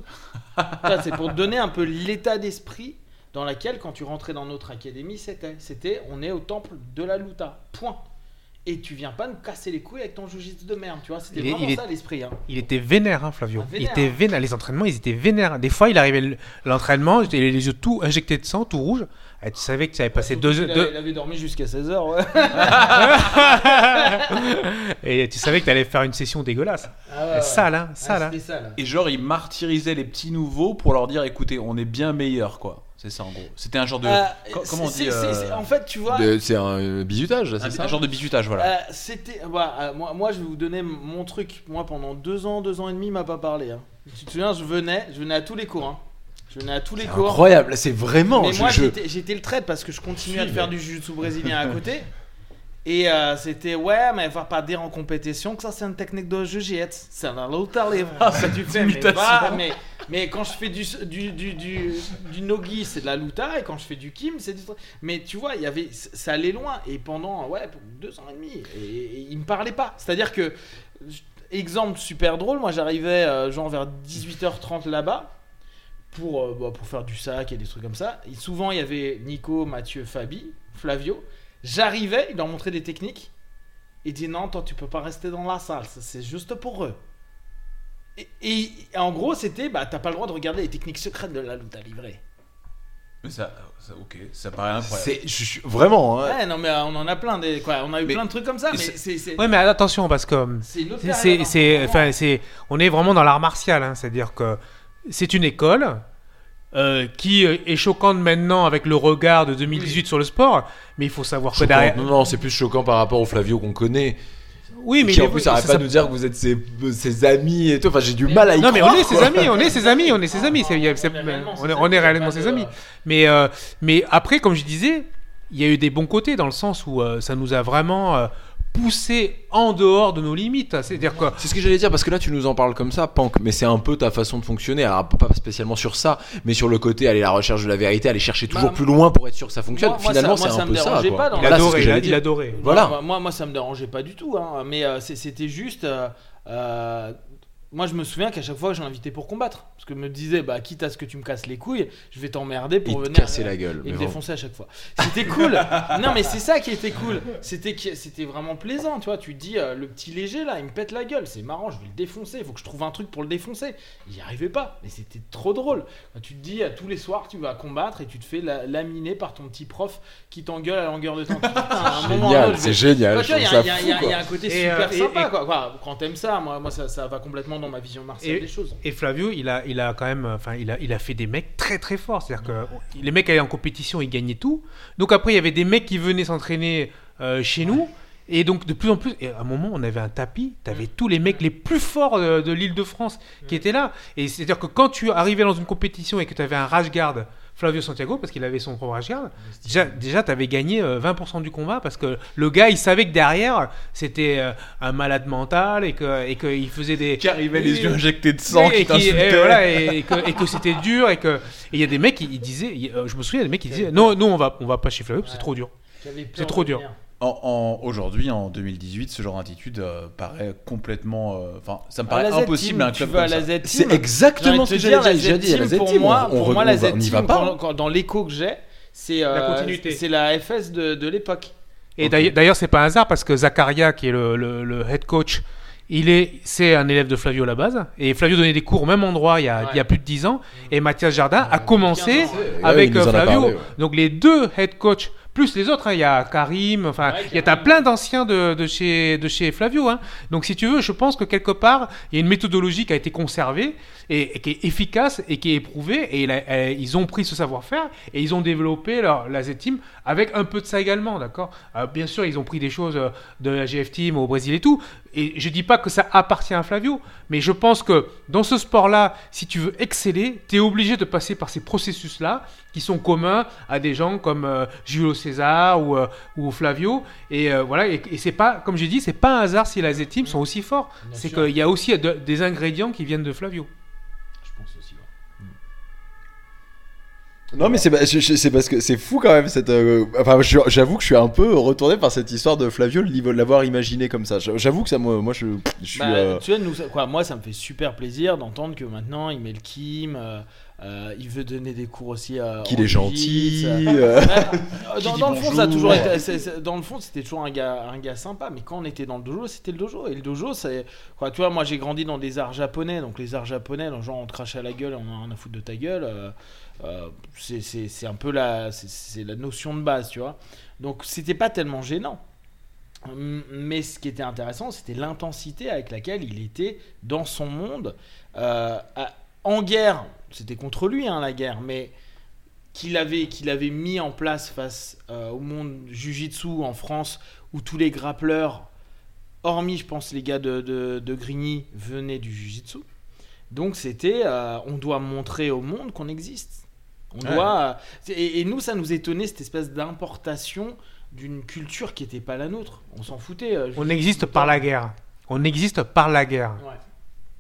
Ça, c'est pour te donner un peu l'état d'esprit dans lequel, quand tu rentrais dans notre académie, c'était, c'était on est au temple de la Luta. Point. Et tu viens pas nous casser les couilles avec ton Jiu-Jitsu de merde, tu vois. C'était Il est- vraiment il est- ça l'esprit. Hein. Il était vénère, hein, Flavio. Ah, il vénère, était hein. vénère. Les entraînements, ils étaient vénères. Des fois, il arrivait le- l'entraînement, il avait les yeux tout injectés de sang, tout rouge. Et tu savais que tu avais passé Surtout deux qu'il heures. avait- deux- Il avait dormi jusqu'à seize heures. Ouais. Et tu savais que tu allais faire une session dégueulasse. Ah ouais, ouais. Sale, hein, Ah, sale. hein. c'était ça, là. Et genre, il martyrisait les petits nouveaux pour leur dire écoutez, on est bien meilleurs, quoi. C'est ça en gros. C'était un genre de. Euh, co- comment on c'est- dit c'est- euh, c'est- En fait, tu vois. De- C'est un euh, bisutage, là, un, c'est ça un genre de bisutage, voilà. Euh, c'était bah, euh, moi, moi je vais vous donner mon truc. Moi pendant deux ans, deux ans et demi, il m'a pas parlé. Hein. Tu te souviens, je venais, je venais à tous les cours. Hein. Je venais à tous les cours. Incroyable, c'est vraiment. Mais je- moi je- j'étais, j'étais le traître parce que je continuais à Si, faire mais- du jiu-jitsu brésilien à côté. Et euh, c'était ouais, mais va pas dire en compétition que ça c'est une technique de jiu-jitsu. C'est la luta livre. Ah, ça tu fais, mais, imitation. va, mais, Mais quand je fais du, du, du, du, du nogi, c'est de la louta, et quand je fais du kim, c'est du. Mais tu vois, il y avait, ça allait loin, et pendant ouais, deux ans et demi, et, et il me parlait pas. C'est-à-dire que, exemple super drôle, moi j'arrivais euh, genre vers dix-huit heures trente là-bas. Pour, euh, bah, pour faire du sac et des trucs comme ça. Et souvent, il y avait Nico, Mathieu, Fabi, Flavio. J'arrivais, il leur montrait des techniques. Il dit non, toi, tu peux pas rester dans la salle. Ça, c'est juste pour eux. Et, et, et en gros, c'était bah, t'as pas le droit de regarder les techniques secrètes de la lutte à livrer. Mais ça, ça, ok, ça paraît incroyable. C'est je, je- vraiment. Hein. Ouais, non, mais euh, on en a plein. Des, quoi, on a eu Mais- plein de trucs comme ça. Mais c'est- c'est. c'est, Ouais, mais attention, parce que c'est une autre c'est, période, c'est, hein, c'est- vraiment. enfin, c'est, on est vraiment dans l'art martial, hein, c'est-à-dire que c'est une école euh, qui est choquante maintenant avec le regard de deux mille dix-huit sur le sport, mais il faut savoir que Choquant. derrière. Non, non, c'est plus choquant par rapport au Flavio qu'on connaît. Oui, mais qui il en est- plus arrête ça- pas ça- de nous dire que vous êtes ses, ses amis et tout. Enfin, j'ai du mal à y Non, mais croire. on est ses quoi. amis, on est ses amis, on est ses amis. C'est- il y a- c'est- On est réellement on est, ses on est amis, réellement pas ses de- amis. Mais, euh, mais après, comme je disais, il y a eu des bons côtés dans le sens où euh, ça nous a vraiment euh, poussé en dehors de nos limites. C'est-à-dire que C'est ce que j'allais dire parce que là tu nous en parles comme ça, Pank, mais c'est un peu ta façon de fonctionner. Alors pas spécialement sur ça, mais sur le côté aller à la recherche de la vérité, aller chercher toujours Bah, plus loin pour être sûr que ça fonctionne. moi- moi, Finalement, ça- moi, c'est ça un me peu ça. dérangeait quoi. pas dans il la- Voilà, c'est ce que adorait, il, a- j'allais il dire. adorait. Voilà. Moi, moi, moi, ça me dérangeait pas du tout. Hein, mais euh, c'est- c'était juste. euh, euh, moi, je me souviens qu'à chaque fois, je l'invitais pour combattre. Parce que me disait, bah, quitte à ce que tu me casses les couilles, je vais t'emmerder pour Il te venir. cassait euh, la gueule. Et mais me bon. défoncer à chaque fois. C'était cool. Non, mais c'est ça qui était cool. C'était, que- c'était vraiment plaisant, tu vois. Tu te dis, euh, le petit léger là, il me pète la gueule. C'est marrant, je vais le défoncer. Il faut que je trouve un truc pour le défoncer. Il n'y arrivait pas. Mais c'était trop drôle. Quand tu te dis, euh, tous les soirs, tu vas combattre et tu te fais la- laminer par ton petit prof qui t'engueule à longueur de temps. Tu te dis, putain, à un moment ou à un Génial, autre, je c'est vais- génial. Quoi, Je tu vois, il y, trouve a- ça il y a- fou, il y a- il y a quoi. un côté Et, super euh, et- sympa. et- quoi. Quoi, quand t'aimes ça, moi, moi ça, ça va complètement dans ma vision martiale Et- des choses. Et Flavio, il a, il a quand même, enfin, il a, il a fait des mecs très très forts. C'est-à-dire que les mecs allaient en compétition, ils gagnaient tout. Donc après, il y avait des mecs qui venaient s'entraîner euh, chez nous. Et donc de plus en plus, et à un moment, on avait un tapis. T'avais tous les mecs les plus forts de, de l'Île-de-France qui étaient là. Et c'est-à-dire que quand tu arrivais dans une compétition et que tu avais un rage guard, Flavio Santiago, parce qu'il avait son propre rage guard, déjà, déjà tu avais gagné euh, vingt pour cent du combat parce que le gars, il savait que derrière, c'était euh, un malade mental et que et qu'il faisait des Qui arrivait les Oui, yeux injectés de sang, oui, qui et, qui- et t'insultait. voilà, et, et que, et que c'était dur et que et il y a des mecs qui ils disaient, il- euh, je me souviens, il y a des mecs qui disaient non, non, on va on va pas chez Flavio, parce que c'est trop dur. J'avais peur C'est trop de dur. venir. En, en- aujourd'hui, en deux mille dix-huit, ce genre d'attitude euh, paraît complètement. euh, Enfin, ça me À paraît la impossible Z-Team, à un tu club vas à comme la ça. Z-Team. C'est J'ai exactement envie ce de que te dire, j'allais la dire. J'ai dit à la Z-Team, pour Z-Team, moi, on- pour on- moi, on la va- on y va Z-Team, pas. quand- quand- dans l'écho que j'ai, c'est euh, La continuité. c'est la F S de, de l'époque. Et Ok. d'ailleurs, d'ailleurs, c'est pas un hasard parce que Zakaria, qui est le, le- le head coach, il est, c'est un élève de Flavio à la base. Et Flavio donnait des cours au même endroit il y a, Ouais. il y a plus de dix ans. Et Mathias Jardin a commencé quinze ans, ouais. avec Ouais, il nous euh, en a Flavio. parlé, ouais. Donc les deux head coachs, plus les autres, hein, il y a Karim, enfin, Ouais, il y a t'as Karim. plein d'anciens de, de, chez, de chez Flavio. Hein. Donc si tu veux, je pense que quelque part, il y a une méthodologie qui a été conservée et, et qui est efficace et qui est éprouvée. Et il a- elle- ils ont pris ce savoir-faire et ils ont développé leur, la Z-Team avec un peu de ça également, d'accord. Euh, Bien sûr, ils ont pris des choses euh, de la G F Team au Brésil et tout. Et je dis pas que ça appartient à Flavio, mais je pense que dans ce sport-là, si tu veux exceller, tu es obligé de passer par ces processus-là qui sont communs à des gens comme euh, Julio César ou, euh, ou Flavio. Et euh, voilà, et, et c'est pas, comme j'ai dit, c'est pas un hasard si la Z-Team sont aussi forts. Bien C'est sûr. qu'il y a aussi de- des ingrédients qui viennent de Flavio. Je pense aussi. ouais. Non mais c'est pas- je- je- c'est parce que c'est fou quand même cette euh, enfin je- j'avoue que je suis un peu retourné par cette histoire de Flavio, de l'avoir imaginé comme ça. J'avoue que ça moi moi je, je suis Bah, euh, tu vois, nous, ça- quoi, moi, ça me fait super plaisir d'entendre que maintenant, il met le Kim, euh, euh, il veut donner des cours aussi. Euh, qu'il en est gentil. jiu-jitsu. euh. Ouais, dans, dit dans le fond, ça a bonjour. toujours été, c'est- c'est- dans le fond, c'était toujours un gars, un gars sympa. Mais quand on était dans le dojo, c'était le dojo. Et le dojo, c'est quoi, tu vois, moi, j'ai grandi dans des arts japonais. Donc les arts japonais, dans le genre, on te crache à la gueule, on a rien à foutre de ta gueule. euh, euh, c'est- c'est c'est un peu la, c'est- c'est la notion de base, tu vois. Donc c'était pas tellement gênant. Hum, Mais ce qui était intéressant, c'était l'intensité avec laquelle il était dans son monde, euh, à- en guerre. C'était contre lui, hein, la guerre, mais qu'il avait, qu'il avait mis en place face euh, au monde Jiu-Jitsu en France, où tous les grappleurs, hormis, je pense, les gars de, de, de Grigny, venaient du Jiu-Jitsu. Donc c'était, euh, on doit montrer au monde qu'on existe. On Ouais. doit, euh, et, et nous, ça nous étonnait, cette espèce d'importation d'une culture qui n'était pas la nôtre. On s'en foutait. euh, On juste- existe par la guerre. On existe par la guerre. Ouais.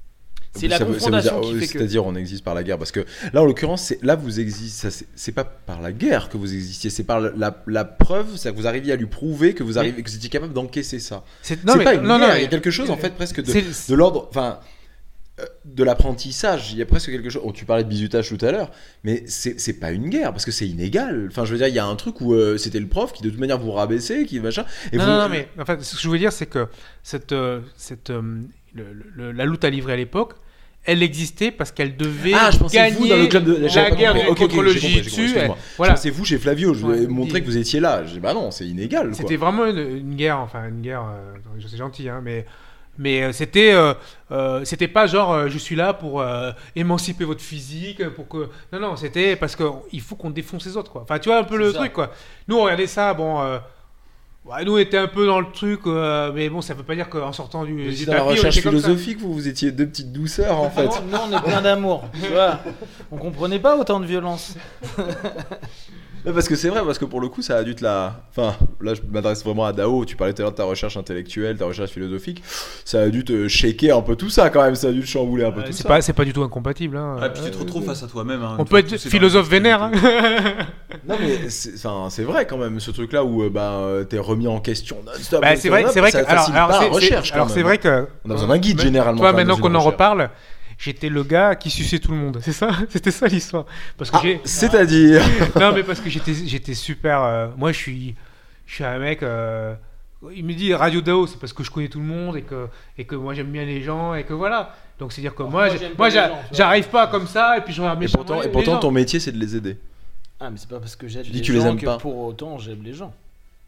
C'est la Ça veut- ça veut confrontation dire- qui euh, fait que. C'est-à-dire, on existe par la guerre. Parce que là, en l'occurrence, c'est, là, vous existez. ça, C'est, c'est pas par la guerre que vous existiez, c'est par la, la, la preuve, c'est que vous arriviez à lui prouver que vous, arrivez, que vous étiez capable d'encaisser ça. C'est, non, c'est mais, pas une non, guerre, non, il y a mais- quelque chose, en fait, presque de, c'est- de l'ordre. Enfin. euh, De l'apprentissage, il y a presque quelque chose. Oh, tu parlais de bizutage tout à l'heure, mais c'est, c'est pas une guerre parce que c'est inégal. Enfin, je veux dire, il y a un truc où euh, c'était le prof qui de toute manière vous rabaissait, qui machin. Et non, vous, non, non, mais en fait, ce que je veux dire, c'est que cette, euh, cette, euh, le- le- la lutte à livrer à l'époque, elle existait parce qu'elle devait Ah, je pensais gagner vous dans le club de la j'avais pas guerre compris. du- Ok, contre ok, le j'ai compris, j'ai compris, jiu-jitsu. excuse-moi. Voilà. Je pensais vous chez Flavio, je voulais Ouais, montrer dis- que vous étiez là. Je dis bah non, c'est inégal. Quoi. C'était vraiment une, une guerre, enfin une guerre, euh, je suis gentil, hein, mais, mais euh, c'était, euh, euh, c'était pas genre euh, je suis là pour euh, émanciper votre physique, pour que. Non, non, c'était parce qu'il faut qu'on défonce les autres, quoi. Enfin, tu vois un peu C'est le ça. truc, quoi. Nous, on regardait ça, bon. euh, ouais, nous, on était un peu dans le truc, euh, mais bon, ça veut pas dire qu'en sortant du, Vous du étiez tapis, dans la on recherche était comme ça. philosophique, vous, vous étiez deux petites douceurs en fait. Non, nous, on est plein d'amour. Tu vois, on comprenait pas autant de violence. Mais parce que c'est vrai, parce que pour le coup, ça a dû te la. Enfin, là, je m'adresse vraiment à Dao. Tu parlais tout à l'heure de ta recherche intellectuelle, ta recherche philosophique. Ça a dû te shaker un peu tout ça quand même. Ça a dû te chambouler un peu Euh, tout c'est ça. pas, c'est pas du tout incompatible. Hein. Ah, puis tu te retrouves face à toi-même. hein, On une peut fois être poussé dans philosophe la vénère. Hein. Non, mais c'est, enfin, c'est vrai quand même, ce truc-là où euh, bah, euh, t'es remis en question non-stop. Bah, c'est vrai, non-stop, c'est vrai ça que alors, facilite alors, pas la c'est, c'est- recherche. quand alors même. c'est vrai que On a besoin d'un guide Mais- généralement. Toi, quand même, maintenant dans qu'on une en recherche. reparle, j'étais le gars qui suçait tout le monde. C'est ça, c'était ça l'histoire. Parce que Ah, j'ai, c'est-à-dire. non mais parce que j'étais, j'étais super. euh, Moi, je suis, je suis un mec. euh, Il me dit Radio Dao, c'est parce que je connais tout le monde et que et que moi j'aime bien les gens et que voilà. Donc c'est dire que moi, moi, j'ai- j'aime pas moi les j'a- gens, tu vois. j'arrive pas comme ça et puis je regarde mes Et pourtant, et pourtant ton métier, c'est de les aider. Ah, mais c'est pas parce que j'aime Tu les dis que tu les gens aimes que pas. pour autant j'aime les gens.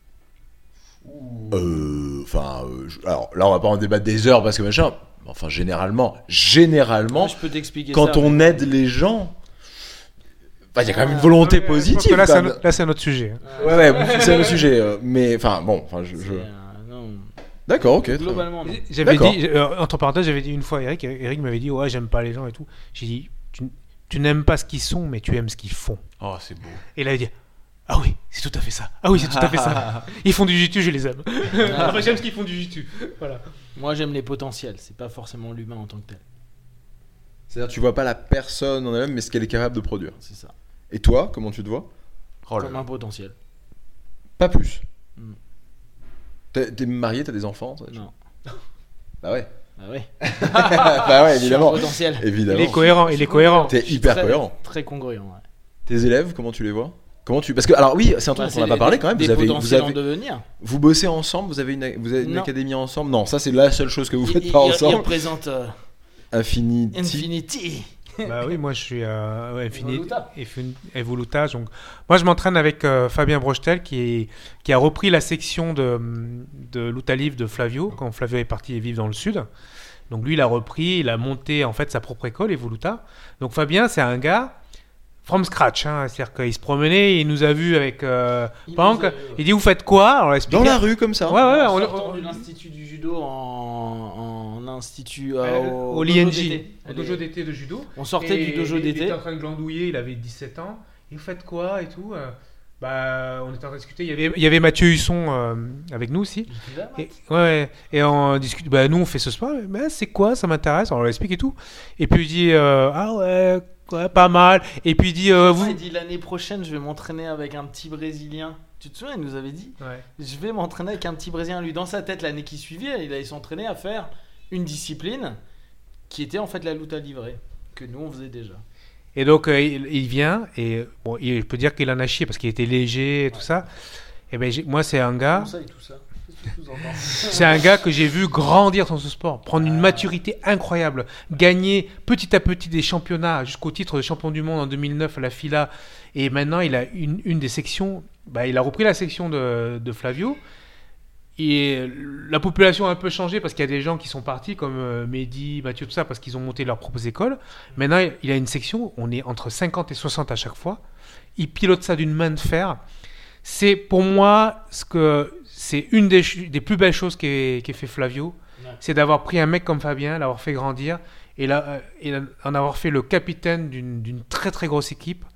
Euh, Enfin, euh, je- alors là, on va pas en débattre des heures parce que machin. Enfin, généralement, généralement, Moi, je peux t'expliquer quand ça. on aide les gens, enfin, il y a quand même une volonté Ouais, je pense positive. que là, c'est quand un, même. là, c'est un autre sujet. Ouais, ouais, c'est le sujet. euh, Mais enfin, bon, enfin, je. C'est, je- euh, non, D'accord, ok. très bien. globalement, non. J'avais D'accord. dit, euh, entre parenthèses, j'avais dit une fois à Eric, Eric m'avait dit ouais j'aime pas les gens et tout. J'ai dit tu, tu n'aimes pas ce qu'ils sont mais tu aimes ce qu'ils font. Oh, c'est beau. Et là il a dit ah oui c'est tout à fait ça. Ah oui c'est tout à fait ça. Ils font du jiu-jitsu, je les aime. Enfin, j'aime ce qu'ils font du jiu-jitsu. Voilà. Moi j'aime les potentiels, c'est pas forcément l'humain en tant que tel. C'est-à-dire, tu vois pas la personne en elle-même, mais ce qu'elle est capable de produire. C'est ça. Et toi, comment tu te vois? Oh là Comme là. un potentiel. Pas plus. Mm. T'es, t'es marié, t'as des enfants toi, Non. Bah ouais. Ah ouais. Bah ouais, Je suis un évidemment. potentiel. Il Évidemment. est cohérent, il est cohérent. T'es Je suis hyper très- cohérent. Très congruent. Ouais. Tes élèves, comment tu les vois? Comment tu... Parce que, alors oui, c'est un truc Bah, dont on n'a c'est pas des- parlé quand même. Des Vous avez, vous, potentiels en avez, devenir. vous bossez ensemble, vous avez une, vous avez une Non. académie ensemble? Non, ça c'est la seule chose que vous Il- faites il- pas il- Il ensemble. représente euh, Infinity. Infinity. Bah oui, moi je suis euh, ouais, Infini- Evoluta. Infin- Evoluta. Donc, moi je m'entraîne avec euh, Fabien Brochetel qui, est, qui a repris la section de, de Luta Livre de Flavio quand Flavio est parti vivre dans le sud. Donc lui il a repris, il a monté en fait sa propre école Evoluta. Donc Fabien c'est un gars from scratch, hein, c'est-à-dire qu'il se promenait, il nous a vus avec euh, Il Pank, nous a- il dit vous faites quoi? Alors on l'a expliqué. Dans la rue comme ça. Ouais ouais, ouais, En on, sortant on- de l'institut du judo en, en institut euh, euh, au, au dojo L I N J, d'été. au dojo d'été de judo. On sortait Et du dojo il- Il d'été. était en train de glandouiller, il avait dix-sept ans. Et vous faites quoi et tout euh, Bah, on était en train de discuter. Il y avait, il y avait Mathieu Husson euh, avec nous aussi. Et, ouais, et on discute. Bah, nous, on fait ce sport. Mais c'est quoi? Ça m'intéresse. Alors, on l'explique et tout. Et puis il dit euh, ah ouais, ouais, pas mal. Et puis il dit euh, vous. Il dit l'année prochaine, je vais m'entraîner avec un petit Brésilien. Tu te souviens, il nous avait dit Ouais. je vais m'entraîner avec un petit Brésilien. Lui, dans sa tête, l'année qui suivait, il allait s'entraîner à faire une discipline qui était en fait la lutte à livrer, que nous on faisait déjà. Et donc euh, il, il vient et bon, il, je peux dire qu'il en a chié parce qu'il était léger et tout ça. Et ben j'ai- moi c'est un gars. Tout ça et tout ça. Qu'est-ce que tu sous-entends C'est un gars que j'ai vu grandir dans ce sport, prendre une maturité incroyable, gagner petit à petit des championnats jusqu'au titre de champion du monde en deux mille neuf à la FILA. Et maintenant, il a une, une des sections, bah, il a repris la section de, de Flavio. Et la population a un peu changé parce qu'il y a des gens qui sont partis comme euh, Mehdi, Mathieu, tout ça, parce qu'ils ont monté leurs propres écoles. Maintenant, il a une section, on est entre cinquante et soixante à chaque fois. Il pilote ça d'une main de fer. C'est pour moi ce que c'est une des, ch- des plus belles choses qu'ait qu'ait fait Flavio, Ouais. c'est d'avoir pris un mec comme Fabien, l'avoir fait grandir et, là, euh, et en avoir fait le capitaine d'une d'une très très grosse équipe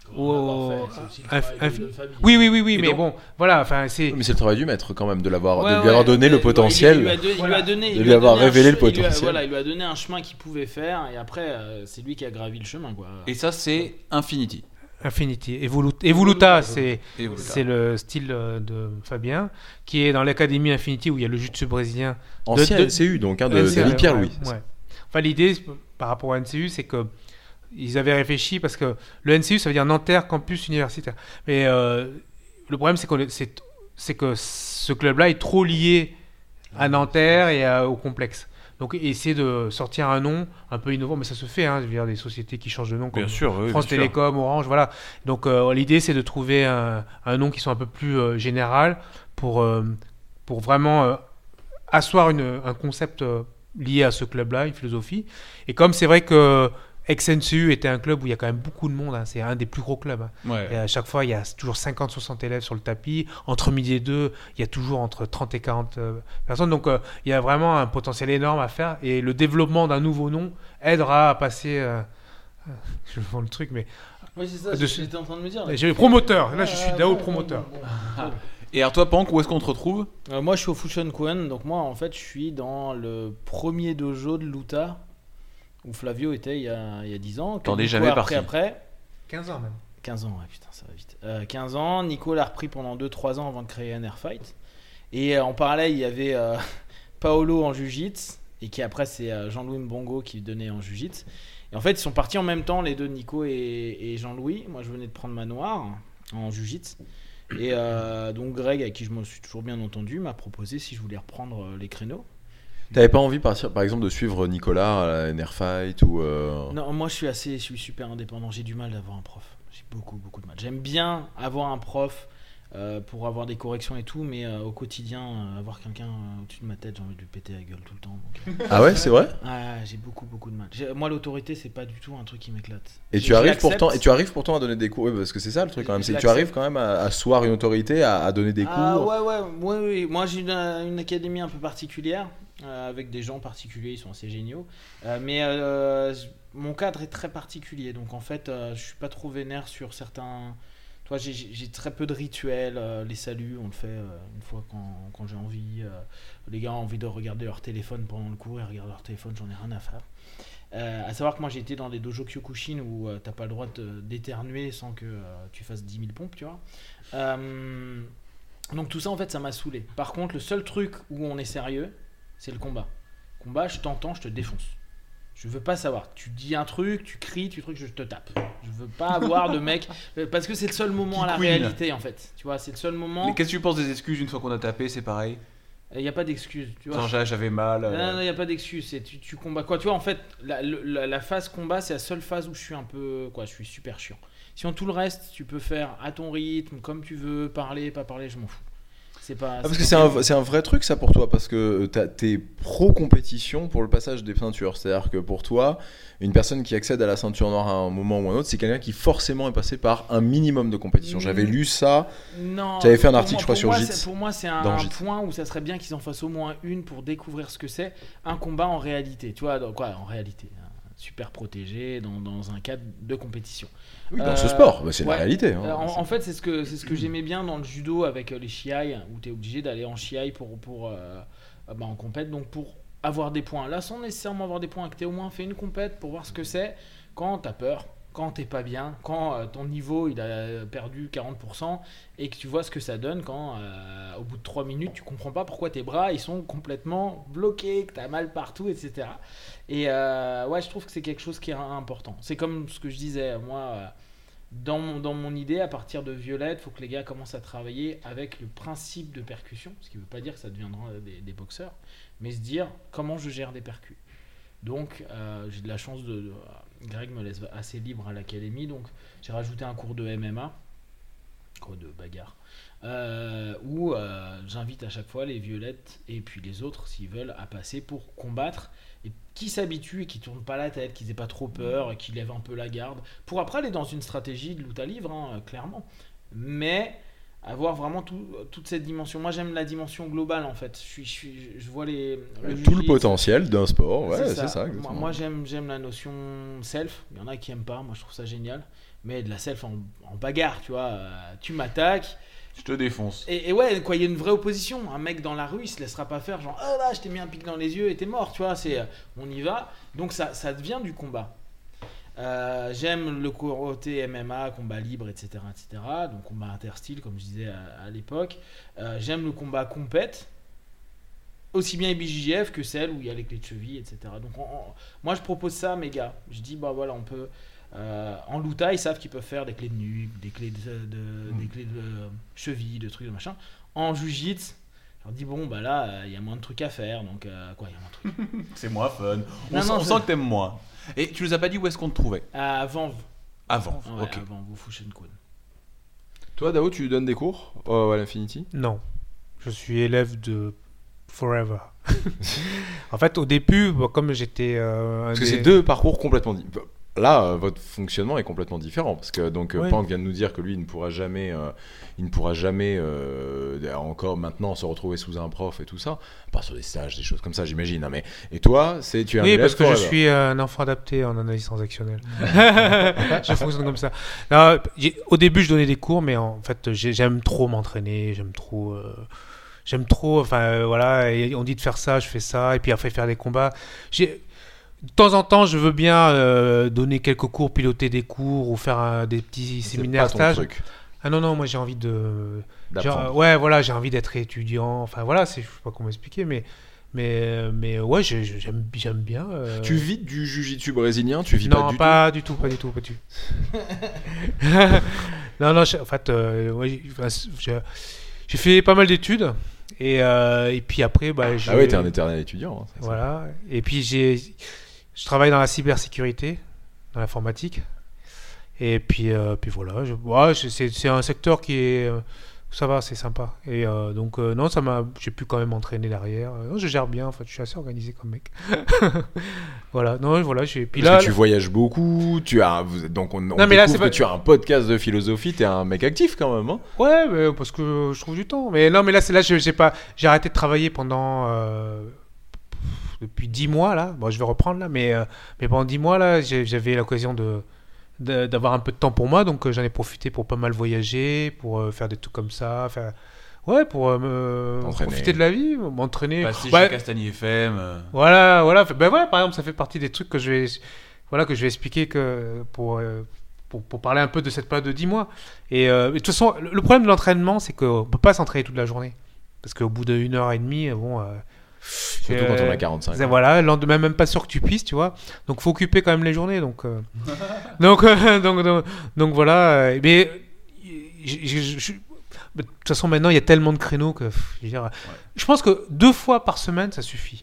au- Parfait, c'est aussi le un- travail un- de- de famille. Oui, oui, oui, oui, Et mais donc- bon, voilà, enfin, c'est. Mais c'est le travail du maître quand même de l'avoir, Ouais, de lui ouais, avoir donné il- le il- potentiel. Il, lui a donné, il lui a donné, De il lui lui a avoir donné un révélé le che- il lui a- potentiel. voilà, il lui a donné un chemin qu'il pouvait faire et après euh, c'est lui qui a gravi le chemin quoi. Et ça, c'est Infinity. Infinity. Evolu- Evoluta, c'est Et voilà. c'est le style euh, de Fabien, qui est dans l'académie Infinity où il y a le jiu-jitsu brésilien. Ancien de- N C U, donc, hein, de N C U, David ouais, Pierre-Louis. ouais. Enfin, l'idée c'est- par rapport à N C U, c'est que ils avaient réfléchi parce que le N C U, ça veut dire Nanterre Campus Universitaire. Mais euh, le problème, c'est que, c'est, c'est que ce club-là est trop lié à Nanterre et à- au complexe. Donc, essayer de sortir un nom un peu innovant, mais ça se fait, hein, je veux dire, des sociétés qui changent de nom comme Bien sûr, oui, France bien sûr. Télécom, Orange, voilà. Donc, euh, l'idée, c'est de trouver un, un nom qui soit un peu plus euh, général pour, euh, pour vraiment euh, asseoir une, un concept euh, lié à ce club-là, une philosophie. Et comme c'est vrai que ex-N C U était un club où il y a quand même beaucoup de monde, hein, c'est un des plus gros clubs. Hein. Ouais. Et à chaque fois, il y a toujours cinquante soixante élèves sur le tapis. Entre midi et deux, il y a toujours entre trente et quarante euh, personnes. Donc, euh, il y a vraiment un potentiel énorme à faire. Et le développement d'un nouveau nom aidera à passer... euh, euh, je vends le truc, mais... Oui c'est ça, Dessus. j'étais en train de me dire. là. J'ai le promoteur. Là, je Ouais, suis ouais, Dao bon, promoteur. bon, bon, bon. Et alors toi, Pank, où est-ce qu'on te retrouve? Euh, moi je suis au Fushon-Kuen, donc moi en fait je suis dans le premier dojo de Luta où Flavio était il y a, il y a dix ans. que T'en es Nico jamais a parti. repris après. quinze ans même. quinze ans, ouais, putain, ça va vite. Euh, quinze ans, Nico l'a repris pendant deux trois ans avant de créer N R Fight. Et euh, en parallèle, il y avait euh, Paolo en Jiu-Jitsu, et qui après, c'est euh, Jean-Louis Mbongo qui donnait en Jiu-Jitsu. Et en fait, ils sont partis en même temps, les deux, Nico et, et Jean-Louis. Moi, je venais de prendre ma noire en Jiu-Jitsu. Et euh, donc, Greg, avec qui je me suis toujours bien entendu, m'a proposé si je voulais reprendre euh, les créneaux. T'avais pas envie, par, par exemple, de suivre Nicolas à la N R Fight ou. euh, Non, moi je suis assez, je suis super indépendant. J'ai du mal d'avoir un prof. J'ai beaucoup, beaucoup de mal. J'aime bien avoir un prof euh, pour avoir des corrections et tout, mais euh, au quotidien, euh, avoir quelqu'un euh, au-dessus de ma tête, j'ai envie de lui péter la gueule tout le temps. donc, euh, Ah ouais, c'est vrai. ah, j'ai beaucoup, beaucoup de mal. J'ai- Moi, l'autorité, c'est pas du tout un truc qui m'éclate. Et Je- tu je arrives l'accepte. pourtant, et tu arrives pourtant à donner des cours, oui, parce que c'est ça le truc quand même, Je c'est que tu l'accepte. arrives quand même à asseoir une autorité, à, à donner des cours. Ah ouais, ouais, ouais, ouais. Moi, j'ai une, une académie un peu particulière, euh, avec des gens particuliers, ils sont assez géniaux. Euh, mais euh, j- mon cadre est très particulier, donc en fait, euh, je suis pas trop vénère sur certains. Toi, j'ai- j'ai j'ai très peu de rituels. euh, les saluts, on le fait euh, une fois quand, quand j'ai envie. euh, les gars ont envie de regarder leur téléphone pendant le cours, ils regardent leur téléphone, j'en ai rien à faire. Euh, à savoir que moi j'ai été dans des dojos Kyokushin où euh, t'as pas le droit de- d'éternuer sans que euh, tu fasses dix mille pompes, tu vois. Euh, donc tout ça en fait ça m'a saoulé. Par contre le seul truc où on est sérieux c'est le combat. Combat je t'entends, je te défonce. Je veux pas savoir. Tu dis un truc, tu cries, tu trucs, je te tape. Je veux pas avoir de mec parce que c'est le seul moment à la Kick win. réalité en fait. Tu vois, c'est le seul moment. Mais qu'est-ce que tu penses des excuses une fois qu'on a tapé? C'est pareil. Il y a pas d'excuse. Tu vois. Genre, j'a- j'avais mal. euh, Non, non, il n'y a pas d'excuse. C'est tu, tu combats quoi. Tu vois, en fait, la, le- la, la phase combat, c'est la seule phase où je suis un peu. Quoi, je suis super chiant. Sinon, tout le reste, tu peux faire à ton rythme, comme tu veux, parler, pas parler, je m'en fous. C'est pas. Ah, parce que c'est un, c'est un vrai truc ça pour toi, parce que t'as- t'es pro-compétition pour le passage des ceintures. C'est-à-dire que pour toi, une personne qui accède à la ceinture noire à un moment ou à un autre, c'est quelqu'un qui forcément est passé par un minimum de compétition. J'avais lu ça. Non. Tu avais fait un pour article, moi- je crois, pour sur moi, Jits. c'est- Pour moi, c'est un, Dans un Jits. point où ça serait bien qu'ils en fassent au moins une pour découvrir ce que c'est un combat en réalité. Tu vois, donc, quoi, en réalité, hein, super protégé dans, dans un cadre de compétition. Oui, dans Euh, ce sport, bah, c'est ouais. la réalité. hein. Euh, en, en fait, c'est ce que c'est ce que j'aimais bien dans le judo avec euh, les shiai, où tu es obligé d'aller en shiai pour pour euh, euh, bah, en compète, donc pour avoir des points. Là, sans nécessairement avoir des points, que tu au moins fait une compète pour voir ce que c'est quand tu as peur, quand t'es pas bien, quand euh, ton niveau il a perdu quarante pour cent et que tu vois ce que ça donne quand euh, au bout de trois minutes tu comprends pas pourquoi tes bras ils sont complètement bloqués, que tu as mal partout, et cetera. Et euh, ouais, je trouve que c'est quelque chose qui est important. C'est comme ce que je disais, moi, euh, dans, mon, dans mon idée, à partir de Violette, il faut que les gars commencent à travailler avec le principe de percussion, ce qui ne veut pas dire que ça deviendra des, des boxeurs, mais se dire comment je gère des percus. Donc, euh, j'ai de la chance de, de- Greg me laisse assez libre à l'académie, donc j'ai rajouté un cours de M M A, quoi, de bagarre, euh, où euh, j'invite à chaque fois les violettes et puis les autres, s'ils veulent, à passer pour combattre, et qui s'habituent et qui tournent pas la tête, qui n'aient pas trop peur, et qui lèvent un peu la garde, pour après aller dans une stratégie de lutte à livre, hein, clairement. Mais avoir vraiment tout, toute cette dimension. Moi, j'aime la dimension globale, en fait. Je, suis, je, suis, je vois les... Tout le jiu-jitsu. potentiel d'un sport, ouais, c'est ça. Moi, exactement. moi, j'aime, j'aime la notion self. Il y en a qui aiment pas. Moi, je trouve ça génial. mais de la self en, en bagarre, tu vois. Euh, tu m'attaques. Je te défonce. Et, et ouais, quoi, il y a une vraie opposition. Un mec dans la rue, il se laissera pas faire genre, oh là, je t'ai mis un pic dans les yeux et t'es mort, tu vois. C'est, on y va. Donc ça, ça devient du combat. Euh, j'aime le côté M M A, combat libre, et cetera, et cetera. Donc combat interstyle, comme je disais à, à l'époque. Euh, j'aime le combat compète, aussi bien I B J J F que celle où il y a les clés de cheville, et cetera. Donc on, on, moi je propose ça à mes gars. Je dis bah voilà, on peut euh, en luta, ils savent qu'ils peuvent faire des clés de nuque, des clés de, de mmh. des clés de cheville, de trucs de machin. En jiu-jitsu, je leur dis bon bah là il euh, y a moins de trucs à faire, donc euh, quoi, il y a moins de trucs. C'est moins fun. On, non, s- non, on c'est... sent que t'aimes moins. Et tu nous as pas dit où est-ce qu'on te trouvait? À Vanves. Avant. Ah ouais, Ok. avant Wufushinquan. Toi, Dao, tu donnes des cours oh, à l'Infinity? Non, je suis élève de Forever. En fait, au début, bon, comme j'étais. Euh, Parce des... que c'est deux parcours complètement différents. Là, euh, votre fonctionnement est complètement différent parce que donc euh, Ouais. Pank vient de nous dire que lui, il ne pourra jamais, euh, il ne pourra jamais euh, encore maintenant se retrouver sous un prof et tout ça, pas sur des stages, des choses comme ça, j'imagine. Hein, mais et toi, c'est tu es un Oui, élève parce que je forever. suis un enfant adapté en analyse transactionnelle. Je fonctionne comme ça. Non, j'ai- au début, je donnais des cours, mais en fait, j'ai- j'aime trop m'entraîner, j'aime trop, euh, j'aime trop. Enfin, euh, voilà, et on dit de faire ça, je fais ça, et puis après faire des combats. J'ai De temps en temps, je veux bien euh, donner quelques cours, piloter des cours ou faire un- des petits C'est séminaires, pas ton stages. truc Ah non, non, moi j'ai envie de. d'apprendre. Genre, ouais, voilà, j'ai envie d'être étudiant. Enfin, voilà, c'est, je sais pas comment expliquer, mais, mais, mais ouais, j'ai- j'aime, j'aime bien. euh, Tu vis du jiu-jitsu brésilien, tu vis non, pas du pas du tout, pas du tout, pas du tout. non, non, je- en fait, euh, ouais, enfin, j'ai, j'ai fait pas mal d'études. Et, euh, et puis après, bah, tout. j'ai. Ah ouais, t'es un éternel étudiant. hein, ça, ça. Voilà. Et puis j'ai, je travaille dans la cybersécurité, dans l'informatique. Et puis, euh, puis voilà. Je, ouais, je- c'est, c'est un secteur qui est, euh, ça va, c'est sympa. Et euh, donc euh, non, ça m'a, j'ai pu quand même m'entraîner derrière. Euh, non, je gère bien. En fait, je suis assez organisé comme mec. Voilà. Non, voilà. J'ai. Puis Parce là, que tu voyages beaucoup, tu as vous- donc on, on Non, mais là, découvre c'est que pas- tu as un podcast de philosophie, t'es un mec actif quand même. Hein. ouais, mais parce que je trouve du temps. Mais non, mais là, c'est là, je- j'ai pas, j'ai arrêté de travailler pendant. euh, depuis dix mois là. Bon, je vais reprendre là, mais euh, mais pendant dix mois là, j'ai- j'avais l'occasion de de- d'avoir un peu de temps pour moi, donc euh, j'en ai profité pour pas mal voyager, pour euh, faire des trucs comme ça, faire ouais, pour euh, me T'entraîner. profiter de la vie, m'entraîner. Passer Ouais, chez Castagny F M. euh, voilà, voilà. Ben voilà, par exemple, ça fait partie des trucs que je vais, voilà, que je vais expliquer que pour, euh, pour, pour parler un peu de cette période de dix mois. Et euh, de toute façon, le, le problème de l'entraînement, c'est qu'on peut pas s'entraîner toute la journée. Parce qu'au bout d'une heure et demie, bon. Euh, Surtout quand on a quarante-cinq c'est- ans. Voilà, le lendemain, même pas sûr que tu puisses, tu vois. Donc, faut occuper quand même les journées. Donc, euh, donc, euh, donc, donc, donc, voilà. euh, Mais je- je- je- de toute façon, maintenant, il y a tellement de créneaux que je, veux dire, je pense que deux fois par semaine, ça suffit.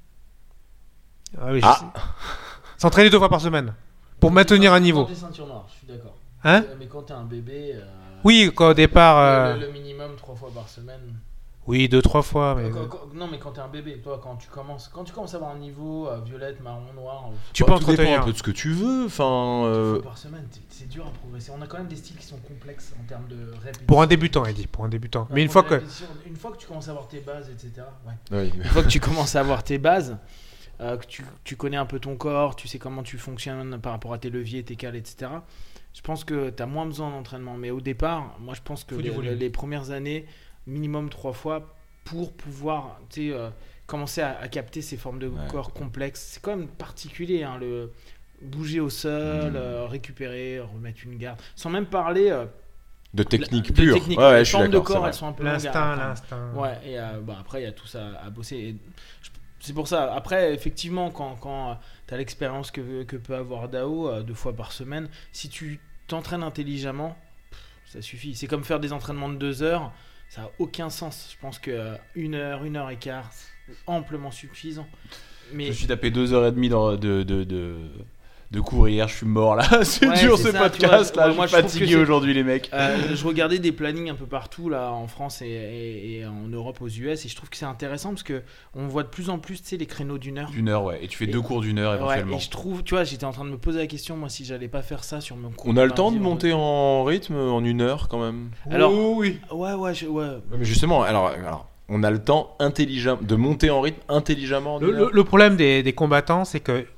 Ah oui, je Ah. sais. S'entraîner deux fois par semaine pour maintenir un niveau. Quand t'es ceinture noire, je suis d'accord. Hein Euh, Mais quand t'es un bébé, euh, Oui, quoi, au départ. euh, le, le minimum trois fois par semaine. Oui, deux, trois fois. Mais... Quand- quand- non, mais quand t'es un bébé, toi, quand tu commences, quand tu commences à avoir un niveau euh, violette, marron, noir, euh, Tu Bah, peux tout dépend entretenir. un peu de ce que tu veux. Enfin, deux euh, fois par semaine, t'es- c'est dur à progresser. On a quand même des styles qui sont complexes en termes de répétition. Pour un débutant, il dit. Pour un débutant. Ouais, Mais une pour fois des que. répétitions, une fois que tu commences à avoir tes bases, et cetera. Ouais. oui. Une fois que tu commences à avoir tes bases, euh, que tu, tu connais un peu ton corps, tu sais comment tu fonctionnes par rapport à tes leviers, tes cales, et cetera. Je pense que tu as moins besoin d'entraînement. Mais au départ, moi je pense que Faut du les, volume. les premières années, minimum trois fois pour pouvoir tu sais, euh, commencer à, à capter ces formes de Ouais. corps complexes. C'est quand même particulier, hein, le bouger au sol, Mmh. euh, récupérer, remettre une garde. Sans même parler euh, De technique de pure. technique. Ouais, ouais, les je suis formes de d'accord. c'est corps, vrai. elles sont un peu longues à L'instinct, apprendre. l'instinct. Ouais, et euh, bah, après, il y a tout ça à bosser. Et je- c'est pour ça. Après, effectivement, quand, quand tu as l'expérience que, que peut avoir Dao euh, deux fois par semaine, si tu t'entraînes intelligemment, pff, ça suffit. C'est comme faire des entraînements de deux heures, ça n'a aucun sens. Je pense que euh, une heure, une heure et quart, c'est amplement suffisant. Mais Je me suis tapé deux heures et demie dans- de, de, de, de cours hier, je suis mort là. C'est Ouais, dur c'est ce ça, tu podcast vois. là, Moi, je je suis trouve que fatigué c'est- aujourd'hui les mecs. Euh, je regardais des plannings un peu partout là en France et, et- et en Europe, aux U S, et je trouve que c'est intéressant parce que on voit de plus en plus, tu sais, les créneaux d'une heure. D'une heure, ouais. Et tu fais Et- deux cours d'une heure Ouais, éventuellement. et je trouve, tu vois, j'étais en train de me poser la question, moi, si j'allais pas faire ça sur mon cours. On a le temps de lundi, monter en rythme en une heure quand même. Alors- Oh, oui. vendredi. Ouais, ouais, je- ouais. Mais justement, alors, alors on a le temps intelligent de monter en rythme intelligemment. En Le, une le- heure. le problème des, des combattants, c'est que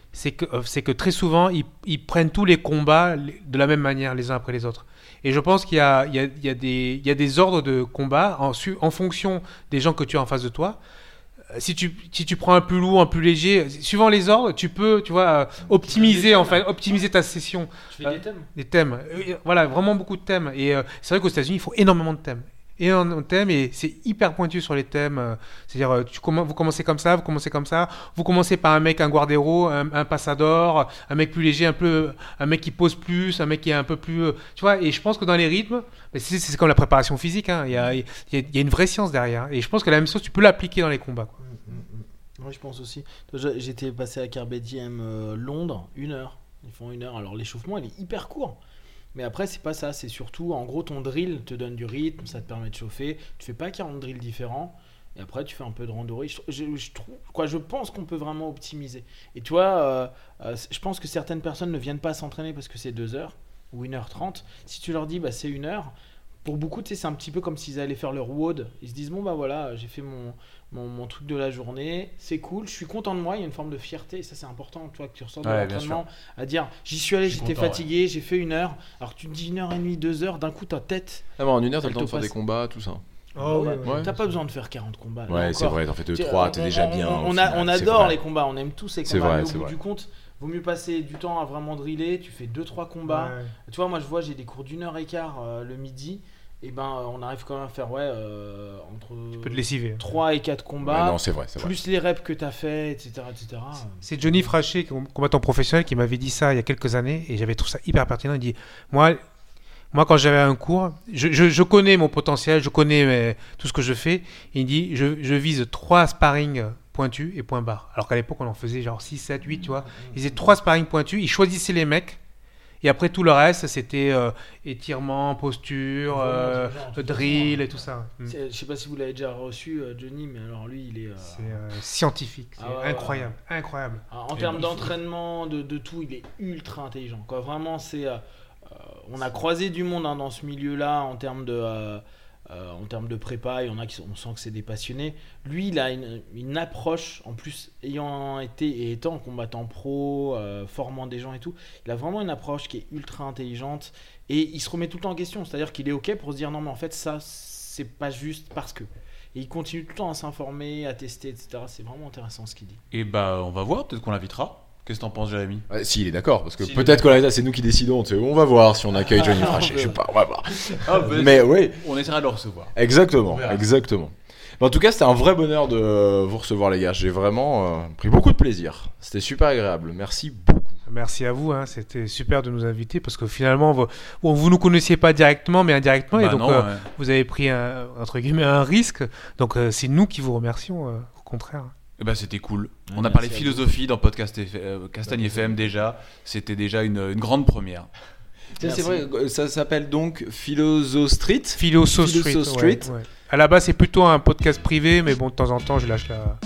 c'est que, euh, c'est que très souvent, ils, ils prennent tous les combats les- de la même manière, les uns après les autres. Et je pense qu'il y a, il y a, il y a, des, il y a des ordres de combat en, su- en fonction des gens que tu as en face de toi. Euh, Si tu, si tu prends un plus lourd, un plus léger, suivant les ordres, tu peux, tu vois, euh, optimiser, en fait, optimiser ta session. Tu fais des thèmes. Des thèmes. Euh, Voilà, vraiment beaucoup de thèmes. Et euh, c'est vrai qu'aux États-Unis, il faut énormément de thèmes. Énormément de thèmes et c'est hyper pointu sur les thèmes. euh, C'est-à-dire, euh, tu commen- vous commencez comme ça, vous commencez comme ça. Vous commencez par un mec, un guardero, un, un passador, un mec plus léger, un peu, un mec qui pose plus, un mec qui est un peu plus. euh, Tu vois, et je pense que dans les rythmes, mais c'est, c'est comme la préparation physique. hein, Il y, a, il y a- il y a une vraie science derrière. Et je pense que la même chose, tu peux l'appliquer dans les combats. quoi. Moi, je pense aussi. Toi, j'ai- J'étais passé à Carpe Diem euh, Londres, une heure. Ils font une heure. Alors, l'échauffement, il est hyper court. Mais après, c'est pas ça. C'est surtout, en gros, ton drill te donne du rythme, ça te permet de chauffer. Tu fais pas quarante drills différents. Et après, tu fais un peu de randonnée. Je, je, je trouve, quoi, je pense qu'on peut vraiment optimiser. Et tu vois, euh, euh, je pense que certaines personnes ne viennent pas s'entraîner parce que c'est deux heures ou une heure trente. Si tu leur dis, bah, c'est une heure, pour beaucoup, tu sais, c'est un petit peu comme s'ils allaient faire leur W O D. Ils se disent, bon, bah voilà, j'ai fait mon, mon, mon truc de la journée, c'est cool, je suis content de moi, il y a une forme de fierté. Et ça, c'est important, toi, que tu ressors de Ouais, bien l'entraînement, à dire, j'y suis allé, Je suis j'étais content, fatigué, j'ai fait une heure. Alors, tu te dis une heure et demie, deux heures, d'un coup, ta tête, Ah, bon, en une heure, t'as Elle le temps de te faire des passe. combats, tout ça. Oh, ouais, ouais, ouais. Ouais. t'as pas besoin de faire quarante combats. Là Ouais, c'est encore, vrai, t'en fais deux tu sais, trois, on- t'es on- déjà on- bien. On, au a- final, on c'est adore vrai. les combats, on aime tous les C'est combats. vrai, mais c'est au bout vrai. du compte, vaut mieux passer du temps à vraiment driller. Tu fais deux trois combats. Ouais. Tu vois, moi je vois, j'ai des cours d'une heure et quart euh, le midi. Et ben, euh, on arrive quand même à faire ouais, euh, entre Tu peux te lessiver. trois et quatre Ouais, combats. non, c'est vrai, c'est vrai. Plus les reps que tu as fait, et cetera, et cetera. C'est Johnny Frachet, com- combattant professionnel, qui m'avait dit ça il y a quelques années et j'avais trouvé ça hyper pertinent. Il dit moi, moi quand j'avais un cours, je, je, je connais mon potentiel, je connais mes- tout ce que je fais. Il dit je, je vise trois sparring pointus et point barre. Alors qu'à l'époque, on en faisait genre six, sept, huit, tu vois. Il faisait trois sparring pointus, il choisissait les mecs. Et après tout le reste, c'était euh, étirement, posture, euh, drill et tout ça. Mm. C'est- Je sais pas si vous l'avez déjà reçu, euh, Johnny, mais alors lui, il est. euh, C'est euh, scientifique, c'est Ah ouais, incroyable, incroyable. En termes d'entraînement, de, de tout, il est ultra intelligent. Quoi. Vraiment, c'est, euh, euh, on a croisé du monde hein, dans ce milieu-là en termes de, euh, euh, en termes de prépa. Il y en a qui sont- on sent que c'est des passionnés. Lui, il a une, une approche, en plus, ayant été et étant combattant pro, euh, formant des gens et tout, il a vraiment une approche qui est ultra intelligente et il se remet tout le temps en question. C'est-à-dire qu'il est OK pour se dire non, mais en fait, ça, c'est pas juste parce que. Et il continue tout le temps à s'informer, à tester, et cetera. C'est vraiment intéressant ce qu'il dit. Et bah, on va voir, peut-être qu'on l'invitera. Qu'est-ce que t'en penses, Jérémy? Ouais, si, il est d'accord, parce que S'il est peut-être que là, c'est nous qui décidons. tu sais, On va voir si on accueille Johnny Frachet. Je sais pas, on va voir. Ah, bah, Mais oui, on essaiera de le recevoir. exactement, On verra. exactement. Mais en tout cas, c'était un vrai bonheur de vous recevoir, les gars. J'ai vraiment euh, pris beaucoup de plaisir. C'était super agréable. Merci beaucoup. Merci à vous, hein. C'était super de nous inviter parce que finalement, vous, bon, vous nous connaissiez pas directement, mais indirectement, et Bah donc non, euh, ouais. vous avez pris un, entre guillemets un risque. Donc euh, c'est nous qui vous remercions, euh, au contraire. Eh ben, c'était cool. On a merci parlé à vous. philosophie dans Podcast F- euh, Castagne F M déjà. C'était déjà une, une grande première. Tiens, c'est Merci. vrai, ça s'appelle donc Philosoph Street. Philoso Philoso Street. ouais, Street. ouais. À la base, c'est plutôt un podcast privé, mais bon, de temps en temps, je lâche la.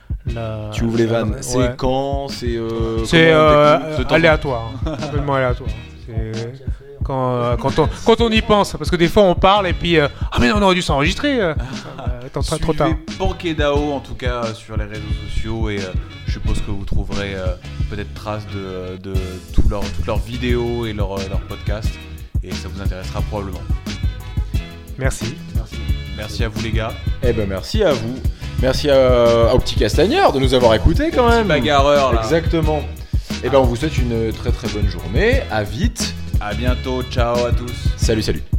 la Tu ouvres les vannes. ouais. C'est quand C'est euh, C'est comment on euh, découvre de temps en aléatoire, hein. Complètement aléatoire. C'est quand, euh, quand, on, quand on y pense, parce que des fois on parle et puis euh, ah mais non, on aurait dû s'enregistrer. Euh, euh, t'es en train trop tard. Suivez Banquet-Dao en tout cas euh, sur les réseaux sociaux et euh, je suppose que vous trouverez euh, peut-être trace de, de tout leur, toutes leurs vidéos et leurs euh, leurs podcasts et ça vous intéressera probablement. Merci. Merci. Merci à vous les gars. Eh ben merci à vous. Merci à, au petit Castagneur de nous avoir écoutés quand même. Bagarreur là. Exactement. Et ben on vous souhaite une très très bonne journée. À vite. À bientôt. Ciao à tous. Salut salut.